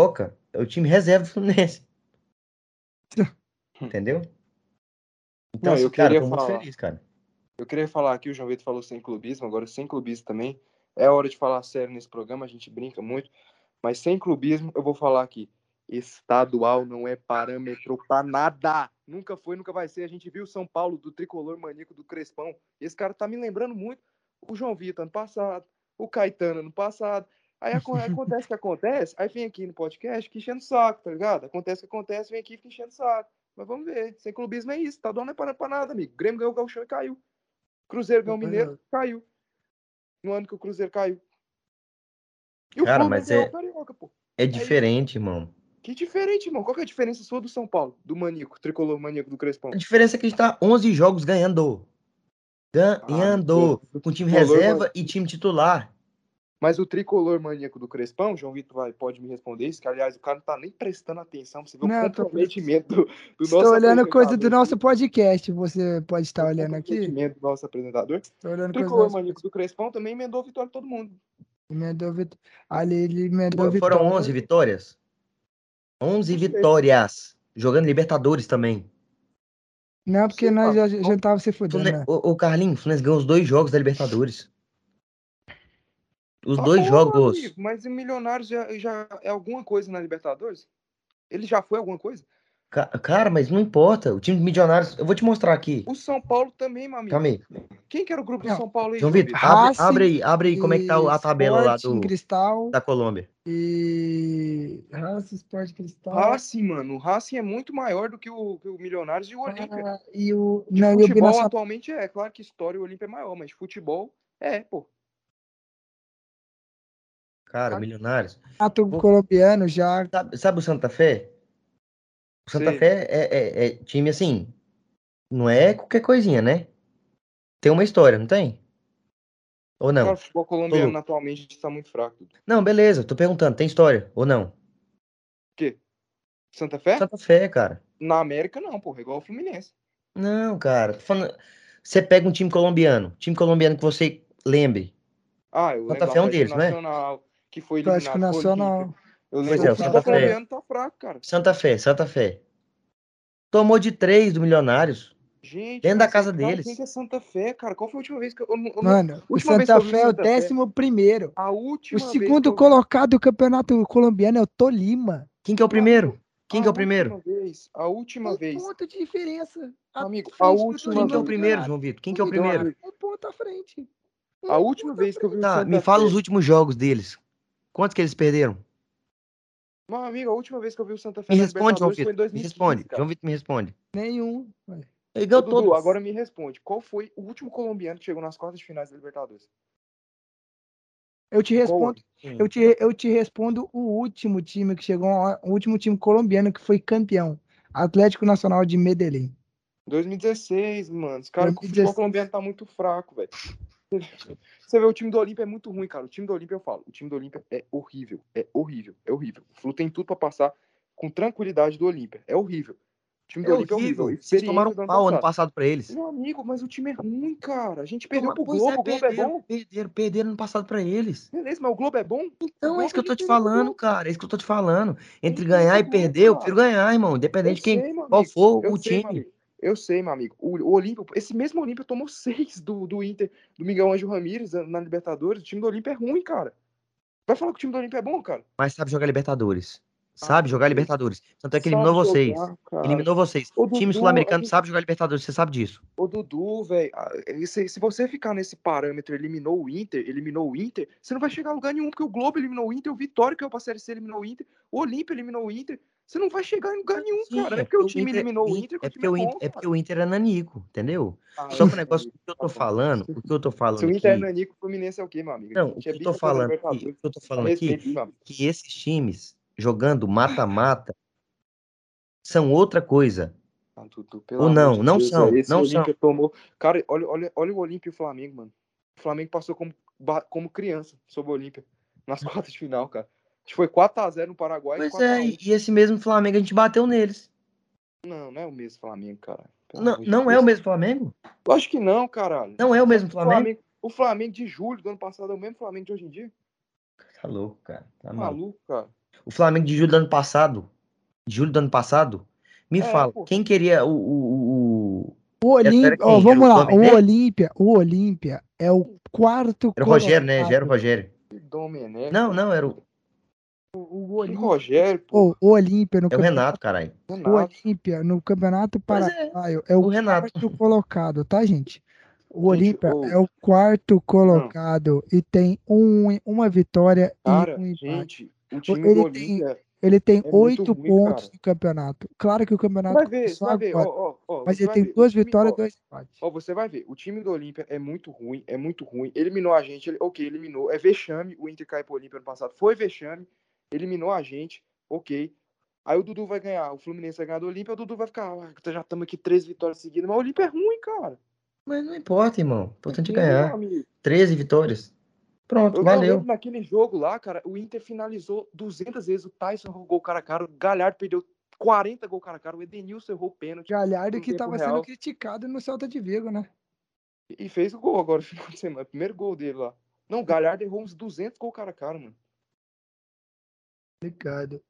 É o time reserva do Fluminense. Entendeu? Então, Não, assim, eu cara, eu queria tô muito falar. feliz, cara. Eu queria falar aqui, o João Vitor falou sem clubismo, agora sem clubismo também. É hora de falar sério nesse programa, a gente brinca muito, mas sem clubismo eu vou falar aqui. Estadual não é parâmetro pra nada. Nunca foi, nunca vai ser. A gente viu o São Paulo do tricolor maníaco do Crespão. Esse cara tá me lembrando muito o João Vitor ano passado, o Caetano ano passado. Aí acontece o que acontece, aí vem aqui no podcast que enchendo o saco, tá ligado? Acontece o que acontece, vem aqui e fica enchendo o saco. Mas vamos ver, sem clubismo é isso. Estadual não é parâmetro pra nada, amigo. O Grêmio ganhou o Gauchão e caiu. Cruzeiro ganhou o Mineiro, caiu. No ano que o Cruzeiro caiu. E o Cara, Fluminense mas ganhou o é Carioca, pô. diferente, irmão. Que diferente, irmão. Qual que é a diferença sua do São Paulo? Do maníaco, tricolor maníaco do A Crespão? diferença é que a gente tá 11 jogos ganhando. Ah, mas Ganhando. Com time reserva e time titular. Mas o tricolor maníaco do Crespão, João Vitor pode me responder isso, que aliás o cara não tá nem prestando atenção pra você ver o Não, comprometimento do estou nosso olhando coisa apresentador do nosso aqui. podcast. Você pode estar O olhando aqui? comprometimento do nosso apresentador. Estou olhando O coisa do tricolor nosso maníaco do Crespão também emendou a vitória de todo mundo. emendou ali ele emendou Foram 11 vitória. vitórias. 11 Não sei. vitórias. Jogando Libertadores também. Não, Não porque sei, nós mano. já tava se fudendo, né? O Carlinhos, o Fluminense ganhou os 2 jogos da Libertadores. Os Tá 2 bom, meu jogos. amigo, mas o Milionários já é alguma coisa na Libertadores? Ele já foi alguma coisa? Cara, mas não importa. O time de Milionários. Eu vou te mostrar aqui. O São Paulo também, meu amigo. Calma aí. Quem que era o grupo do Não, São Paulo aí, João João Vitor, Vitor? abre aí como é que tá e a tabela lá Sporting Cristal da Colômbia. e Racing Sport Cristal Racing, mano. O Racing é muito maior do que o Milionários e o Olímpia. e o De não, e o futebol, Binacional atualmente é. Claro que história o Olímpia é maior, mas de futebol pô. Cara, Milionários. Pô, colombiano já. sabe o Santa Fé? O Santa Sei. Fé é time assim. Não é qualquer coisinha, né? Tem uma história, não tem? Ou Cara, o não? futebol Tô colombiano louco. atualmente está muito fraco. Dudu. O Não, beleza. Tô perguntando, tem história ou não? quê? Santa Fé? Santa Fé, cara. Na América, não, porra. Igual o Fluminense. Não, cara. Tô falando... Você pega um time colombiano que você lembre. Ah, eu Santa lembro do Fé é um Atlético deles, não é? Nacional, que foi Atlético eliminado pro Olímpia. Nacional Eu Pois lembro. foi é, O o pra Santa futebol Fé. colombiano tá fraco, cara. Santa Fé. Tomou de 3 do Milionários. Gente, Dentro da mas casa cara, quem que deles. é Santa Fé, cara? Qual foi a última vez que Mano, o última vez que Santa eu vi o Fé é o Santa Fé? 11º. A O última vez que segundo eu vi colocado do campeonato colombiano é o Tolima. Quem que é o meu amigo, primeiro? Quem que é o primeiro? a última Um vez, ponto de diferença à amigo, a frente do última Quem que é Tolima o no vez, primeiro, campeonato. João Vitor? Quem O que é o meu Milionário, primeiro? amigo, um ponto à frente. a Um última ponto à vez que eu vi o frente. Tá, me Santa fala os Fé, últimos jogos deles. Quantos que eles perderam? meu amigo, a última vez que eu vi o Santa Fé Me na responde, João Libertadores foi Vitor. em Me 2015, responde. cara. João Vitor, me responde. Nenhum. Ele Ô, ganhou Dudu, todas. agora me responde, qual foi o último colombiano que chegou nas quartas de finais da Libertadores? Eu te Qual respondo, ano? Sim. eu te respondo o último time que chegou, o último time colombiano que foi campeão. Atlético Nacional de Medellín. 2016, mano. Os caras, o futebol 2016. colombiano tá muito fraco, velho. Você vê, o time do Olímpia é muito ruim, cara. O time do Olímpia, eu falo, o time do Olímpia é horrível. É horrível, é horrível. O Flu tem tudo pra passar com tranquilidade do Olímpia. É horrível. O time É do Olímpia é horrível. A horrível. Vocês tomaram experiência do ano pau ano passado. passado pra eles. Meu amigo, mas o time é ruim, cara. A gente perdeu pro Pois é, Globo. O Globo é bom? perderam ano passado pra eles. Beleza, mas o Globo é bom? O Então é isso Globo que a eu tô gente te perdeu pro falando, Globo. cara. É isso que eu tô te falando. A Entre gente perdeu ganhar pro e Globo, perder, eu prefiro cara. ganhar, irmão. Eu Independente de sei, meu qual amigo. for Eu o sei, meu time. amigo. Eu sei, meu amigo. O Olímpia, esse mesmo Olímpia tomou 6 do Inter, do Miguel Ângelo Ramírez na Libertadores. O time do Olímpia é ruim, cara. Vai falar que o time do Olímpia é bom, cara? Mas sabe jogar Libertadores. Ah, Sabe meu jogar Deus. Libertadores. Tanto é que eliminou Sabe vocês. jogar, cara. Eliminou vocês. Ô, Time Dudu, sul-americano sabe jogar Libertadores, você sabe disso. ô, Dudu, velho. Se você ficar nesse parâmetro, eliminou o Inter, você não vai chegar a lugar nenhum, porque o Globo eliminou o Inter, o Vitória, que é o pra Série C, eliminou o Inter, o Olímpia eliminou o Inter. Você não vai chegar em lugar nenhum, Sim, cara. Não é porque o time eliminou o Inter que o time é bom, é porque cara. o Inter é nanico, entendeu? Ah, Só que o meu negócio, amigo, o que eu tá tô bom. falando, o que eu tô Se falando o Inter é aqui, nanico, o Fluminense é o quê, meu amigo? A não, o gente que é eu tô bicampeão da falando aqui, o Libertadores. que eu tô A falando aqui, respeito, meu amigo. que esses times jogando mata-mata são outra coisa. Ah, Dudu, pelo Ou amor não, de Deus, velho. Esse não são. Olímpia tomou. Cara, olha o Olímpia e o Flamengo, mano. O Flamengo passou como criança sobre o Olímpia nas quartas de final, cara. Acho que foi 4x0 no Paraguai e Pois é, 4x1. e esse mesmo Flamengo a gente bateu neles. Não, não é o mesmo Flamengo, cara. Pelo Não, amor de não é o Deus. mesmo Flamengo? Lógico que não, caralho. Não é o mesmo Flamengo? O Flamengo de julho do ano passado é o mesmo Flamengo de hoje em dia? Tá louco, cara. Tá maluco. Maluco, cara. O Flamengo de julho do ano passado. De julho do ano passado. Me fala, Pô. quem queria O Era Olímpia, ó, quem? Era vamos o lá, Domenech? O Olímpia é o quarto Era o Rogério, né? Já era o colocado. Rogério. Domenech. Não, não, era o. O Que Olímpia, Rogério, pô. o Olímpia no É o campeonato, Renato, caralho. o Renato. Olímpia no Campeonato Pois é, Paraguaio é o o Renato. quarto colocado, tá, gente? O Gente, Olímpia é o quarto não. colocado e tem uma vitória e Cara, um empate. gente, o time do Ele tem, Olímpia ele tem é muito 8 ruim, pontos cara. no campeonato. Claro que o campeonato Você começou vai ver, agora, mas você ele vai tem ver. O 2 time, vitórias e 2 empates. você vai ver. O time do Olímpia é muito ruim, é muito ruim. Eliminou a gente, ok, eliminou. É vexame, o Inter cai pro Olímpia ano passado. Foi vexame, eliminou a gente, ok. Aí o Dudu vai ganhar, o Fluminense vai ganhar do Olímpia, o Dudu vai ficar, já estamos aqui 3 vitórias seguidas, mas o Olímpia é ruim, cara. Mas não importa, irmão. O importante é Meu ganhar. amigo. 13 vitórias. Pronto, Eu valeu. lembro naquele jogo lá, cara, o Inter finalizou 200 vezes, o Tyson errou gol cara a cara, o Galhardo perdeu 40 gol cara a cara, o Edenilson errou o pênalti. Galhardo no que tempo estava real. sendo criticado no Celta de Vigo, né? E fez o gol agora no final de semana. Primeiro gol dele lá. Não, o Galhardo errou uns 200 gol cara a cara, mano. Complicado.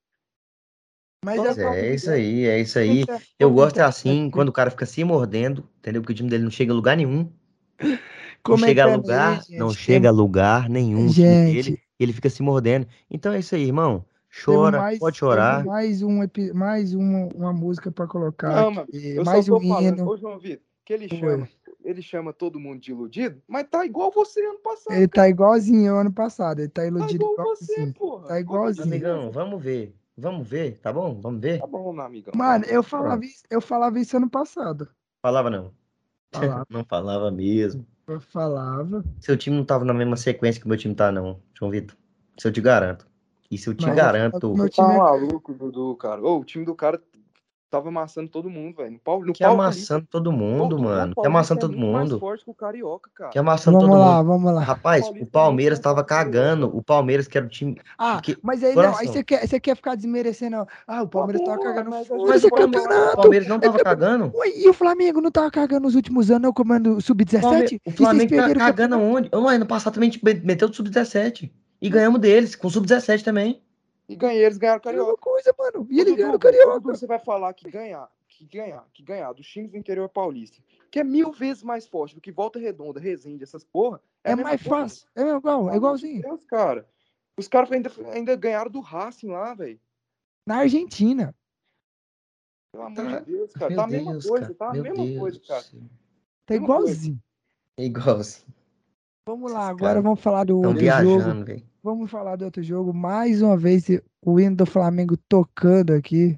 Mas Pois é, é isso aí, é isso aí. vamos Eu entrar gosto é assim, aqui. quando o cara fica se mordendo, entendeu? Porque o time dele não chega a lugar nenhum. Não chega a Comentando aí, lugar, não gente, chega a lugar nenhum o time dele, gente, e ele fica se mordendo. Então é isso aí, irmão. temos Chora, pode mais, chorar. mais uma música para colocar Não, mano, aqui, eu só mais um tô falando, hino. ô João Vitor, que Oi. ele chama todo mundo de iludido, mas tá igual você ano passado, Ele tá cara. igualzinho ao ano passado, ele tá Tá iludido igual você, igualzinho. porra. Tá Qual que é a igualzinho. Amigão, diferença? vamos ver. Vamos ver, tá bom? Vamos Tá ver? bom, meu amigão, tá Mano, bom. Pronto. eu falava isso ano passado. Falava não. Falava, Não falava mesmo. eu falava, Seu time não tava na mesma sequência que o meu time tá, não, João Vitor. Isso eu te garanto. Isso eu te mas eu falava que garanto. meu Você tá time é maluco, Dudu, cara. Ô, o time do cara tava amassando todo mundo, velho. No Que Paulista. amassando todo Ô, mundo, Dudu, o mano. Que amassando Paulista é todo muito mais mundo. forte que o Carioca, Que cara. amassando todo mundo. Vamos lá. O Rapaz, o Paulista é muito Palmeiras mais tava forte que o Carioca. cagando. O Palmeiras, que era o time. Ah, Porque, mas aí não, aí coração. você quer ficar desmerecendo. Ah, o Tá Palmeiras tava bom, cagando. mas a gente Mas Foda-se, não é pode falar que o campeonato. Palmeiras não É tava campeonato. cagando. Ué, e o Flamengo não tava cagando nos últimos anos, não, comando sub-17? O E vocês Flamengo tá perderam o cagando campeonato? aonde? Ué, ano passado também a gente meteu do Sub-17. E ganhamos deles, com Sub-17 também. e eles ganharam o Mesma Carioca. coisa, mano. E eles ganharam o Ô Dudu, Carioca. você vai falar que ganhar dos times do interior paulista, que é 1000 vezes mais forte do que Volta Redonda, Resende, essas porra, é É a mesma mais coisa. fácil. É igual, Pelo é amor de igualzinho. Deus, cara. Os caras ainda ganharam do Racing lá, velho. Na Argentina. Pelo amor Tá. de Deus, cara. Meu Tá a mesma Deus, coisa, cara. tá a Meu mesma Deus coisa, do cara. céu. Tá Mesma coisa. igualzinho. É igual assim. Vamos lá, Esses agora caras vamos falar do estão outro jogo. viajando, velho. Vamos falar do outro jogo. Mais uma vez, o hino do Flamengo tocando aqui.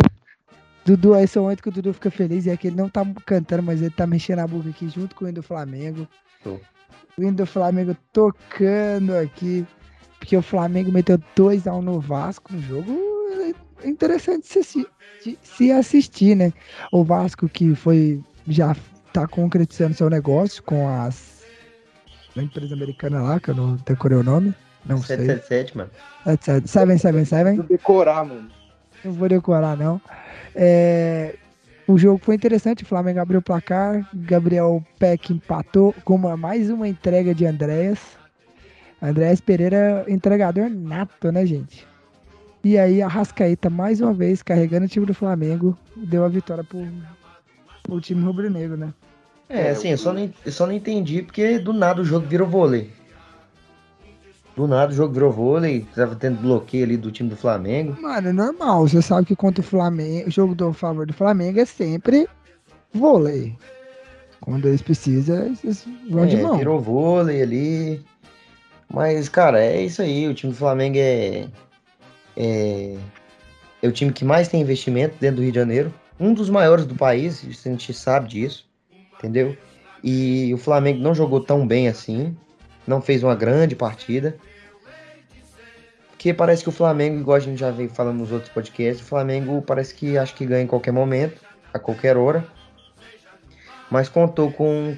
Dudu, esse é o momento que o Dudu fica feliz. É que ele não tá cantando, mas ele tá mexendo a boca aqui junto com o hino do Flamengo. Tô. O hino do Flamengo tocando aqui. Porque o Flamengo meteu 2-1 no Vasco. Um jogo interessante de se assistir, né? O Vasco que já tá concretizando seu negócio com a empresa americana lá, que eu não decorei o nome. Não sei. 777, mano. 777. Vou decorar, mano. Não vou decorar, não. O jogo foi interessante, o Flamengo abriu o placar, Gabriel Peck empatou com mais uma entrega de Andréas. Andréas Pereira, entregador nato, né, gente? E aí, a Arrascaeta, mais uma vez, carregando o time do Flamengo, deu a vitória pro time rubro-negro, né? Assim, eu só não entendi porque do nada o jogo virou vôlei. Do nada o jogo virou vôlei, tava tendo bloqueio ali do time do Flamengo. Mano, é normal, você sabe que contra o Flamengo, o jogo do favor do Flamengo é sempre vôlei. Quando eles precisam, eles vão de mão. Virou vôlei ali. Mas, cara, é isso aí. O time do Flamengo é o time que mais tem investimento dentro do Rio de Janeiro. Um dos maiores do país, a gente sabe disso, entendeu? E o Flamengo não jogou tão bem assim. Não fez uma grande partida. Porque parece que o Flamengo, igual a gente já veio falando nos outros podcasts, o Flamengo parece que acha que ganha em qualquer momento, a qualquer hora. Mas contou com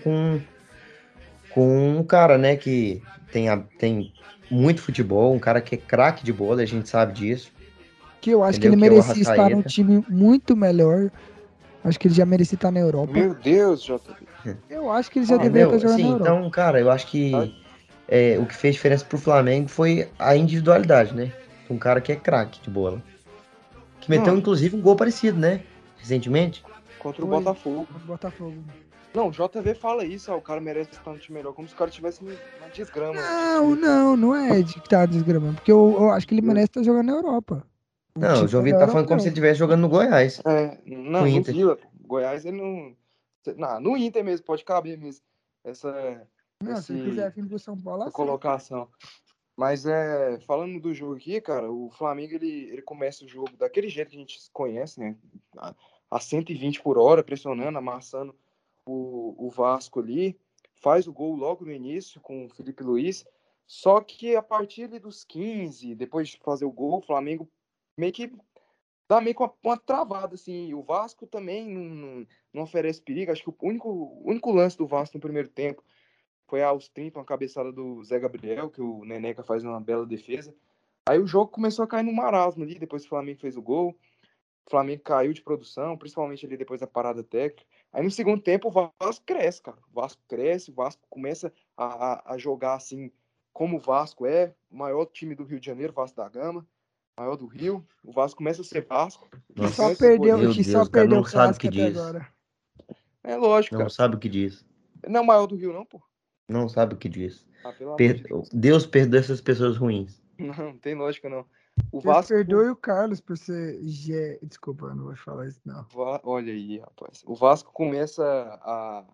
um cara, né, que tem muito futebol, um cara que é craque de bola, a gente sabe disso. Que eu acho que Entendeu? ele Que é o merecia estar num Arrascaeta. time muito melhor. Acho que ele já merecia estar na Europa. Meu Deus, JB. Eu acho que ele já deveria estar jogando na Europa. Então, cara, eu acho que o que fez diferença pro Flamengo foi a individualidade, né? Um cara que é craque de bola. Que meteu, Não. inclusive, um gol parecido, né? Recentemente. Contra o Foi. Botafogo. Contra o Botafogo. Não, o JV fala isso, o cara merece estar no time melhor, como se o cara tivesse uma desgrama. Não é de que tá desgramando, porque eu acho que ele merece estar jogando na Europa. Não, o time João é Vitor tá falando como se europeu. ele estivesse jogando no Goiás. Não, No no Inter. Vila, pô. Goiás ele não. Não, no Inter mesmo, pode caber mesmo. Essa Não, se ele quiser vir pro São Paulo, assim. colocação. Mas falando do jogo aqui, cara, o Flamengo ele começa o jogo daquele jeito que a gente conhece, né? A 120 por hora, pressionando, amassando o Vasco ali. Faz o gol logo no início com o Felipe Luiz. Só que a partir ali dos 15, depois de fazer o gol, o Flamengo meio que dá meio com uma travada, assim. O Vasco também não oferece perigo. Acho que o único lance do Vasco no primeiro tempo foi aos 30, uma cabeçada do Zé Gabriel, que o Neneca faz uma bela defesa. Aí o jogo começou a cair no marasmo ali, depois que o Flamengo fez o gol. O Flamengo caiu de produção, principalmente ali depois da parada técnica. Aí no segundo tempo o Vasco cresce, cara. O Vasco cresce, o Vasco começa a jogar assim como o Vasco é, o maior time do Rio de Janeiro, Vasco da Gama, maior do Rio. O Vasco começa a ser Vasco. Que Nossa, só Ganha perdeu, meu que só Deus, o cara perdeu não o sabe o clássico que até diz. agora. É lógico, Não cara. sabe o que diz. Não é o maior do Rio, não, pô. Não sabe o que diz. Pelo amor de Deus. Deus perdoa essas pessoas ruins. Não tem lógica, não. O Deus Vasco. perdoe o Carlos por ser. Desculpa, eu não vou falar isso, não. Olha aí, rapaz. O Vasco começa a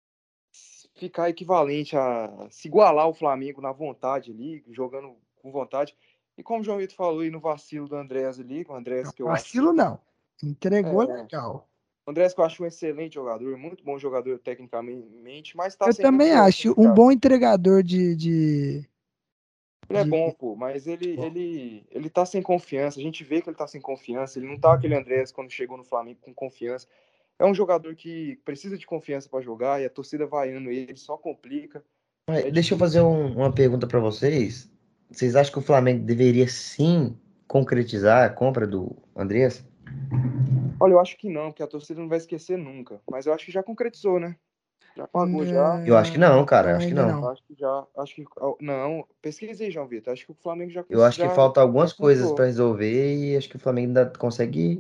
ficar equivalente a se igualar ao Flamengo na vontade ali, jogando com vontade. E como o João Vitor falou aí no vacilo do Andrés ali, o Andrés que eu acho. Vacilo não. Entregou legal. O Andrés que eu acho um excelente jogador, muito bom jogador tecnicamente, mas tá Eu sem também confiança, acho né, um cara? bom entregador de Ele é bom, pô, mas ele tá sem confiança. A gente vê que ele tá sem confiança. Ele não tá aquele Andrés quando chegou no Flamengo com confiança. É um jogador que precisa de confiança para jogar e a torcida vaiando ele só complica. Mas É deixa eu difícil. fazer uma pergunta para vocês. Vocês acham que o Flamengo deveria sim concretizar a compra do Andreas? Olha, eu acho que não, porque a torcida não vai esquecer nunca. Mas eu acho que já concretizou, né? Já pagou, já. Eu acho que não, cara. Eu acho que Ainda não. não. Acho que já. Acho que. Não, pesquisei, João Vitor. Acho que o Flamengo já, Eu acho que já, falta algumas já coisas comprou. para resolver e acho que o Flamengo ainda consegue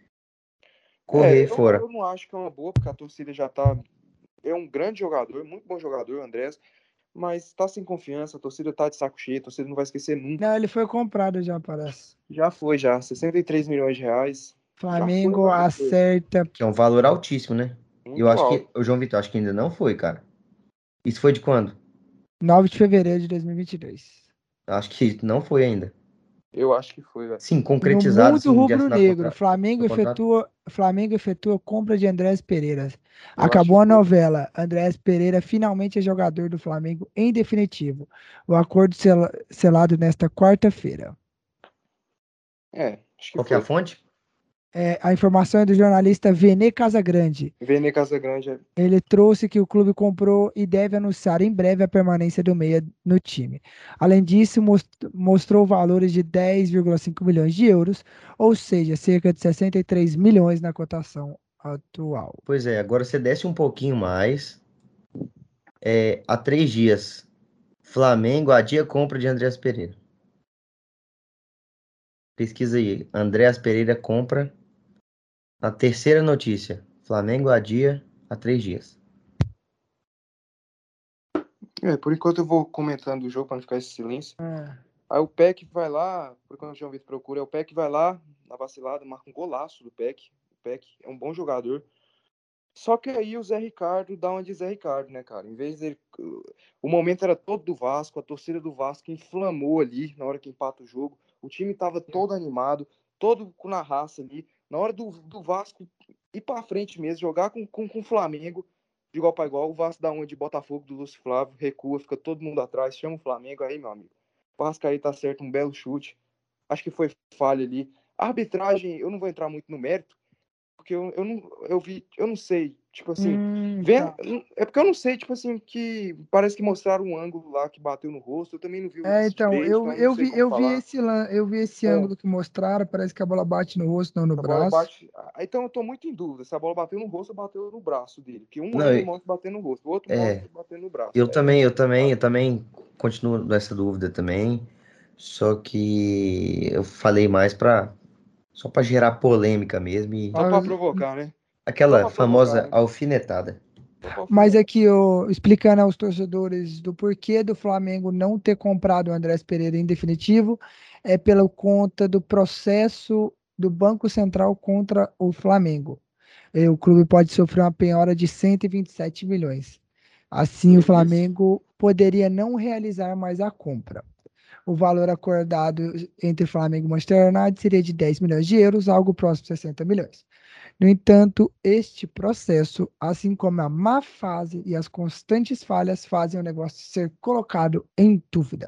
É, correr fora. eu não acho que é uma boa, porque a torcida já tá. É um grande jogador, muito bom jogador, o Andrés. Mas tá sem confiança, a torcida tá de saco cheio, a torcida não vai esquecer nunca. Não, ele foi comprado já, parece. Já foi, já. 63 milhões de reais. Já foi, Flamengo valeu por isso. acerta Que é um valor altíssimo, né? Eu Muito acho que alto. o João Vitor, acho que ainda não foi, cara. Isso foi de quando? 9 de fevereiro de 2022. Eu acho que não foi ainda. Eu acho que foi, velho. Sim, No concretizado, mundo sim, de assinar rubro-negro, o contrato. Flamengo efetua compra de Andrés Pereira. Eu acho que Acabou a foi. novela. Andrés Pereira finalmente é jogador do Flamengo em definitivo. O acordo selado nesta quarta-feira. Acho que Qual que é a foi. fonte? A informação é do jornalista Vene Casagrande. Vene Casagrande. Ele trouxe que o clube comprou e deve anunciar em breve a permanência do meia no time. Além disso, mostrou valores de 10,5 milhões de euros, ou seja, cerca de 63 milhões na cotação atual. Pois é, agora você desce um pouquinho mais. Há 3 dias, Flamengo adia compra de Andreas Pereira. Pesquisa aí. Andreas Pereira compra. A terceira notícia. Flamengo adia há 3 dias. Por enquanto eu vou comentando o jogo para não ficar esse silêncio. Ah, Aí o Peck vai lá, por enquanto o João Vitor procura, o Peck vai lá, na vacilada, marca um golaço do Peck. O Peck é um bom jogador. Só que aí o Zé Ricardo dá uma de Zé Ricardo, né, cara? Em vez dele. O momento era todo do Vasco, a torcida do Vasco inflamou ali na hora que empata o jogo. O time tava todo animado, todo na raça ali. Na hora do Vasco ir pra frente mesmo, jogar com o Flamengo, de igual para igual, o Vasco dá uma de Botafogo do Lúcio Flávio, recua, fica todo mundo atrás, chama o Flamengo, aí, meu amigo. O Vasco aí tá certo, um belo chute. Acho que foi falha ali. A arbitragem, eu não vou entrar muito no mérito, porque eu não sei, tipo assim, tá. é porque eu não sei, tipo assim, que parece que mostraram um ângulo lá que bateu no rosto, eu também não vi o lance Então, direito, então eu não sei como falar. eu vi esse É, ângulo que mostraram, parece que a bola bate no rosto, não no a bola braço. bate, então eu tô muito em dúvida se a bola bateu no rosto ou bateu no braço dele, porque um Não, ângulo mostra batendo no rosto, o outro é, mostra batendo no braço. eu também continuo nessa dúvida também. Só que eu falei mais só pra gerar polêmica mesmo e Só pra Mas provocar, né? Só aquela pra provocar, famosa né? alfinetada. Só pra mas alfinetar. aqui, explicando aos torcedores do porquê do Flamengo não ter comprado o Andrés Pereira em definitivo, é pela conta do processo do Banco Central contra o Flamengo. O clube pode sofrer uma penhora de 127 milhões. Assim, Que o isso? Flamengo poderia não realizar mais a compra. O valor acordado entre Flamengo e Manchester United seria de 10 milhões de euros, algo próximo de 60 milhões. No entanto, este processo, assim como a má fase e as constantes falhas, fazem o negócio ser colocado em dúvida.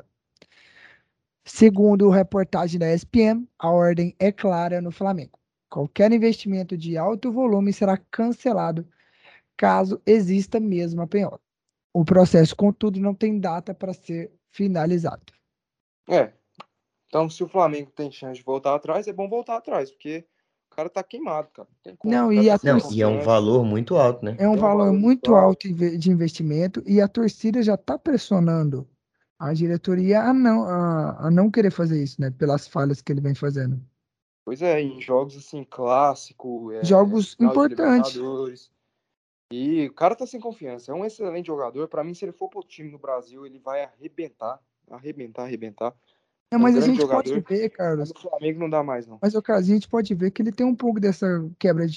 Segundo reportagem da ESPN, a ordem é clara no Flamengo. Qualquer investimento de alto volume será cancelado caso exista mesmo a penhora. O processo, contudo, não tem data para ser finalizado. É. Então, se o Flamengo tem chance de voltar atrás, é bom voltar atrás, porque o cara tá queimado, cara. Não tem como. O Não, cara e tá a sem Não, e é um confiança. valor muito alto, né? é um É um valor valor muito muito alto. alto de investimento e a torcida já está pressionando a diretoria a não querer fazer isso, né? Pelas falhas que ele vem fazendo. Pois é, em jogos assim, clássico, Jogos final de importantes. Libertadores. E o cara tá sem confiança. É um excelente jogador. Pra mim, se ele for pro time no Brasil, ele vai arrebentar. Arrebentar, arrebentar. É, É um mas a grande gente pode jogador. ver, Mas Carlos, o Flamengo não dá mais, não. mas a gente pode ver que ele tem um pouco dessa quebra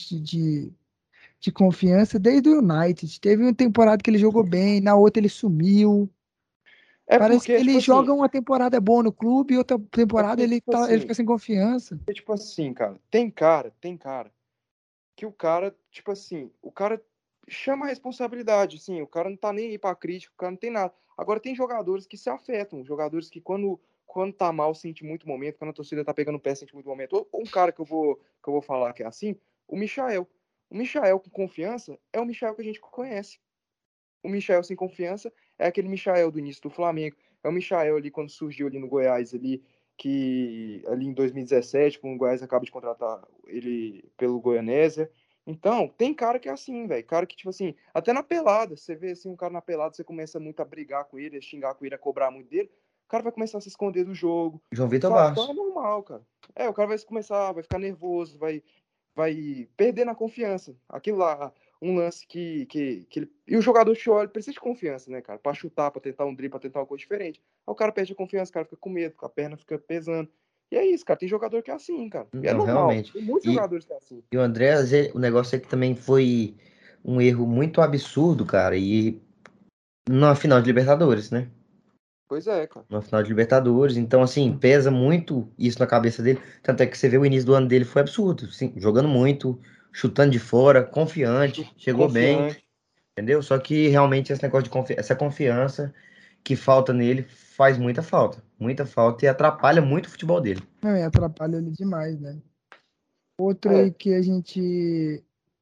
de confiança desde o United. Teve uma temporada que ele jogou bem, na outra ele sumiu. É Parece que porque, ele tipo assim, joga uma temporada boa no clube e outra é temporada porque, tipo ele assim, fica sem confiança. cara, tem cara que o cara, tipo assim, o cara chama a responsabilidade, assim, o cara não tá nem aí pra crítica, o cara não tem nada. Agora tem jogadores que se afetam, jogadores que quando tá mal sente muito momento, quando a torcida tá pegando o pé sente muito momento. Ou um cara que eu vou falar que é assim, o Michael. O Michael com confiança é o Michael que a gente conhece. O Michael sem confiança é aquele Michael do início do Flamengo. É o Michael ali quando surgiu ali no Goiás ali, que ali em 2017, quando o Goiás acaba de contratar ele pelo Goianésia. Então, tem cara que é assim, velho. Cara que, tipo assim, até na pelada, você vê assim, um cara na pelada, você começa muito a brigar com ele, a xingar com ele, a cobrar muito dele, o cara vai começar a se esconder do jogo, João Vitor sabe? Então é Barros. normal, cara. O cara vai ficar nervoso, vai perder na confiança. Aquilo lá, um lance que ele. E o jogador te olha, precisa de confiança, né, cara? Pra chutar, pra tentar um drible, pra tentar uma coisa diferente. Aí o cara perde a confiança, o cara fica com medo, a perna fica pesando. E é isso, cara. Tem jogador que é assim, cara. E é Não, normal. realmente. Tem muitos E, jogadores que é assim. e o André, o negócio é que também foi um erro muito absurdo, cara. E na final de Libertadores, né? Pois é, cara. Na final de Libertadores. Então, assim, pesa muito isso na cabeça dele. Tanto é que você vê o início do ano dele foi absurdo. Assim, jogando muito, chutando de fora, confiante, chegou bem, Confiante. entendeu? Só que realmente esse negócio de essa confiança que falta nele faz muita falta e atrapalha muito o futebol dele. Não, e atrapalha ele demais, né? Outro aí É. que a gente.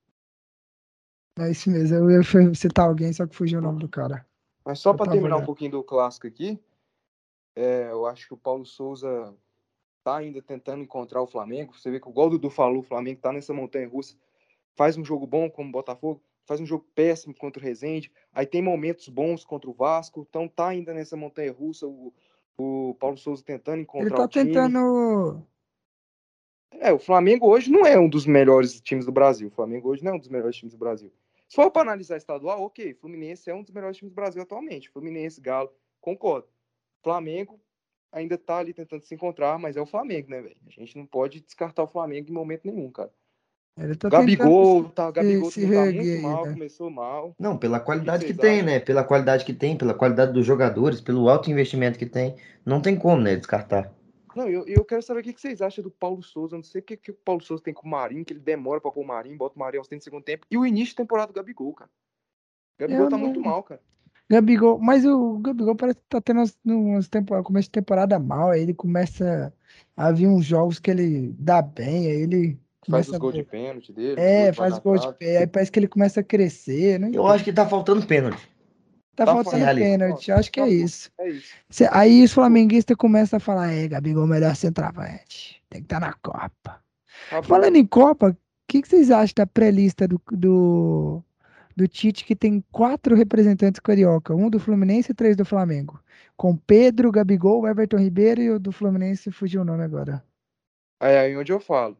É isso mesmo, eu ia citar alguém, só que fugiu o nome do cara. Mas só Eu pra tava terminar um olhando. pouquinho do clássico aqui, eu acho que o Paulo Souza tá ainda tentando encontrar o Flamengo. Você vê que o gol do Dudu falou, o Flamengo tá nessa montanha russa. Faz um jogo bom como o Botafogo, faz um jogo péssimo contra o Resende, aí tem momentos bons contra o Vasco, então tá ainda nessa montanha russa o Paulo Souza tentando Ele encontrar tá o time. tentando. O Flamengo hoje não é um dos melhores times do Brasil. O Flamengo hoje não é um dos melhores times do Brasil. Se for para analisar estadual, ok, Fluminense é um dos melhores times do Brasil atualmente. Fluminense, Galo, concordo. Flamengo ainda tá ali tentando se encontrar, mas é o Flamengo, né, velho? A gente não pode descartar o Flamengo em momento nenhum, cara. Ele tá tentando Gabigol se também tá reerguer muito aí, mal, né? começou mal. Não, pela O que que qualidade que vocês tem, acham? né? Pela qualidade que tem, pela qualidade dos jogadores, pelo alto investimento que tem, não tem como, né, descartar. Não, eu quero saber o que que vocês acham do Paulo Souza. Eu não sei o que o Paulo Souza tem com o Marinho, que ele demora pra pôr o Marinho, bota o Marinho aos 30 segundos tempo. E o início de temporada do Gabigol, cara. O Gabigol Eu tá muito não. mal, cara. Gabigol, mas o Gabigol parece que tá tendo umas temporadas, começo de temporada mal, aí ele começa a vir uns jogos que ele dá bem, aí ele Faz começa os a. gols de pênalti dele, os gols que vai Faz na gol de trave. pé, aí parece que ele começa a crescer, não Eu acho entendo. que tá faltando pênalti. Tá Tá Ser faltando faltando. realista. Pronto. pênalti, acho que é Acabou. isso. É isso. Aí os flamenguistas começam a falar, Gabigol, melhor centroavante, tem que estar na Copa. Acabou. Falando em Copa, o que vocês acham da pré-lista do Tite que tem 4 representantes carioca, um do Fluminense e 3 do Flamengo. Com Pedro, Gabigol, Everton Ribeiro e o do Fluminense fugiu o nome agora. Aí onde eu falo.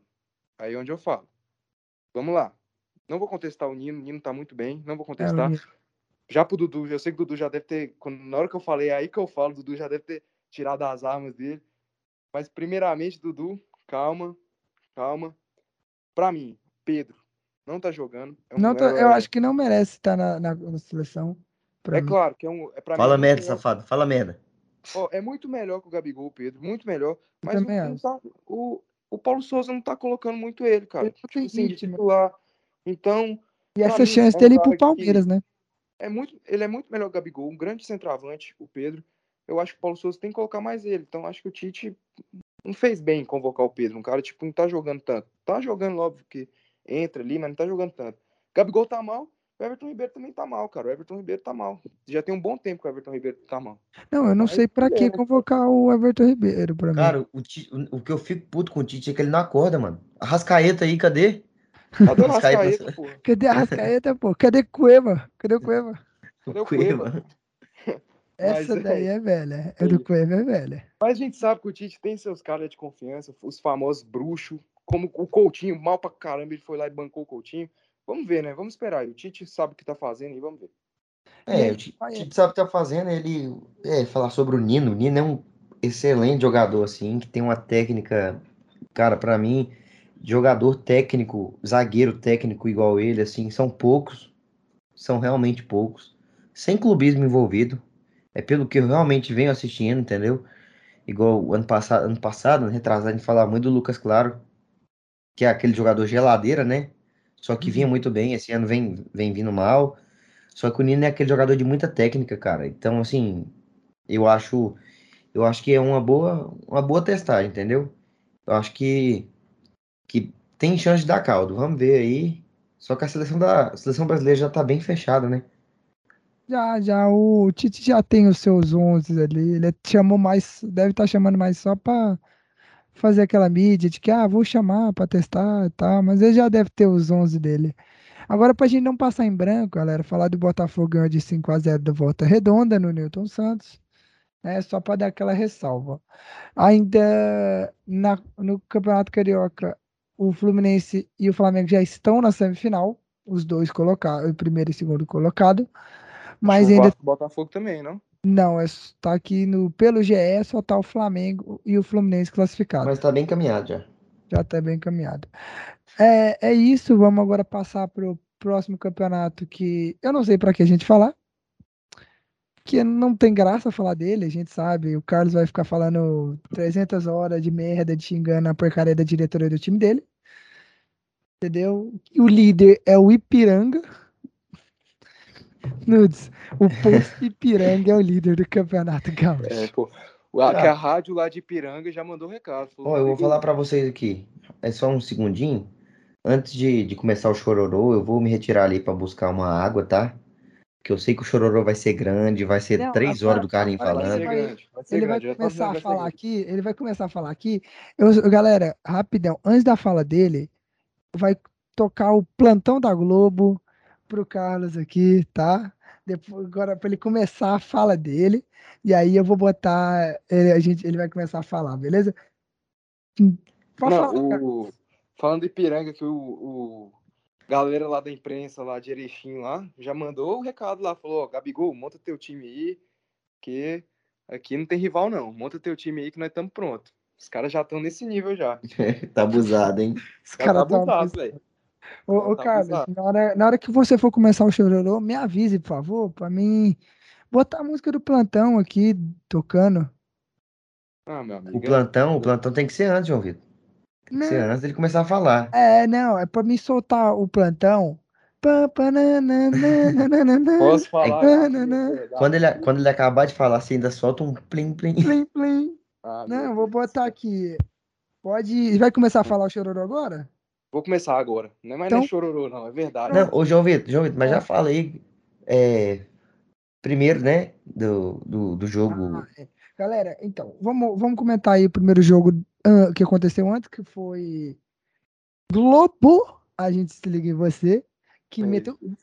Vamos lá. Não vou contestar o Nino tá muito bem, não vou É, contestar. Já pro Dudu, eu sei que o Dudu já deve ter, na hora que eu falei, é aí que eu falo, o Dudu já deve ter tirado as armas dele. Mas primeiramente, Dudu, calma. Pra mim, Pedro não tá jogando. eu acho que não merece estar na seleção, pra É mim. claro que pra mim Fala é muito merda, melhor. safado. Fala merda. É muito melhor que o Gabigol, Pedro, muito melhor. Eu Mas também acho. o Paulo Souza não tá colocando muito ele, cara. Ele não tem Tipo assim, de ritmo. titular. Então, E pra essa mim, chance é um dele ir pro cara Palmeiras, que né? ele é muito melhor que o Gabigol, um grande centroavante, o Pedro. Eu acho que o Paulo Souza tem que colocar mais ele. Então, acho que o Tite não fez bem em convocar o Pedro. Um cara, tipo, não tá jogando tanto. Tá jogando, óbvio, que entra ali, mas não tá jogando tanto. Gabigol tá mal, o Everton Ribeiro também tá mal, cara. O Everton Ribeiro tá mal. Já tem um bom tempo que o Everton Ribeiro tá mal. Não, eu não sei pra que convocar o Everton Ribeiro, pra mim. Cara, o que eu fico puto com o Tite é que ele não acorda, mano. Arrascaeta aí, cadê? Cadê o Arrascaeta, Rascaeta, porra? Cadê a Arrascaeta, pô? Cadê Cueva? Cadê o Cueva? Cadê o Cueva? Cueva. Mas Essa daí é velha. é A do isso. Cueva é velha. Mas a gente sabe que o Tite tem seus caras de confiança, os famosos bruxos, como o Coutinho, mal pra caramba, ele foi lá e bancou o Coutinho. Vamos ver, né? Vamos esperar. O Tite sabe o que tá fazendo e vamos ver. E O aí, Tite sabe o que tá fazendo, falar sobre o Nino. O Nino é um excelente jogador, assim, que tem uma técnica, cara, pra mim, jogador técnico, zagueiro técnico igual ele, assim, são realmente poucos, sem clubismo envolvido, é pelo que eu realmente venho assistindo, entendeu? Igual o ano passado, retrasado, a gente falava muito do Lucas Claro, que é aquele jogador geladeira, né? Só que vinha muito bem, esse ano vem vindo mal. Só que o Nino é aquele jogador de muita técnica, cara. Então, assim, eu acho, eu acho que é uma boa testagem, entendeu? Eu acho que tem chance de dar caldo. Vamos ver aí. Só que a seleção brasileira já tá bem fechada, né? já o Tite já tem os seus 11 ali. Ele chamou mais, deve estar chamando mais só pra fazer aquela mídia de que, vou chamar pra testar e tal. Mas ele já deve ter os 11 dele. Agora, pra gente não passar em branco, galera, falar do Botafogo ganhou de 5-0 da Volta Redonda no Newton Santos. Só para dar aquela ressalva. Ainda no Campeonato Carioca, o Fluminense e o Flamengo já estão na semifinal, os dois colocados, o primeiro e segundo colocado, Acho que mas o ainda Vasco e o Botafogo também, não? não, está aqui pelo GE, só tá o Flamengo e o Fluminense classificado. Mas tá bem encaminhado já. Já está bem encaminhado. É isso, vamos agora passar para o próximo campeonato que eu não sei para que a gente falar, que não tem graça falar dele, a gente sabe. O Carlos vai ficar falando 300 horas de merda, de xingando a porcaria da diretoria do time dele, entendeu? O líder é o Ipiranga. Nudes, o Poço Ipiranga é o líder do Campeonato Gaúcho. Pô. Que a rádio lá de Ipiranga já mandou recado. Falou, Eu vou falar pra vocês aqui. É só um segundinho. Antes de começar o chororô, eu vou me retirar ali pra buscar uma água, tá? Porque eu sei que o chororô vai ser grande, vai ser Não, 3 horas do Carlinhos agora vai ser falando. grande. Vai ser ele vai grande. Já tá começar dizendo a que vai ser falar grande. aqui, ele vai começar a falar aqui. Galera, rapidão, antes da fala dele, vai tocar o plantão da Globo pro Carlos aqui, tá? Depois, agora para ele começar a fala dele, e aí eu vou botar, ele vai começar a falar, beleza? Pode Não, falar, cara. falando de Ipiranga, que o galera lá da imprensa, lá de Erechim, lá, já mandou o recado lá. Falou, ó, Gabigol, monta teu time aí, que aqui não tem rival, não. Monta teu time aí que nós estamos prontos. Os caras já estão nesse nível já. Tá abusado, hein? Os Já tá caras estão. abusado, velho. Já Ô, tá Carlos, abusado. na hora que você for começar o chororô, me avise, por favor, pra mim botar a música do plantão aqui, tocando. Ah, meu O amigo. plantão tem que ser antes, João Vitor. Tem que ser Não, antes dele começar a falar. não, é pra mim soltar o plantão. Pá, pá, nananana, Posso Aí, falar a nanana, vinheta quando ele acabar de falar, você ainda solta um plim plim. plim, plim. Ah, meu Não, vou Deus do botar céu. aqui. Pode. Vai começar a falar o chororô agora? Vou começar agora. Não é mais nem Então, chororô, não. É verdade. Não, pronto. ô João Vitor, mas já Ah, fala aí. Primeiro, né? Do jogo. galera, então, vamos comentar aí o primeiro jogo que aconteceu antes, que foi Globo. A gente se liga em você, que É meteu isso.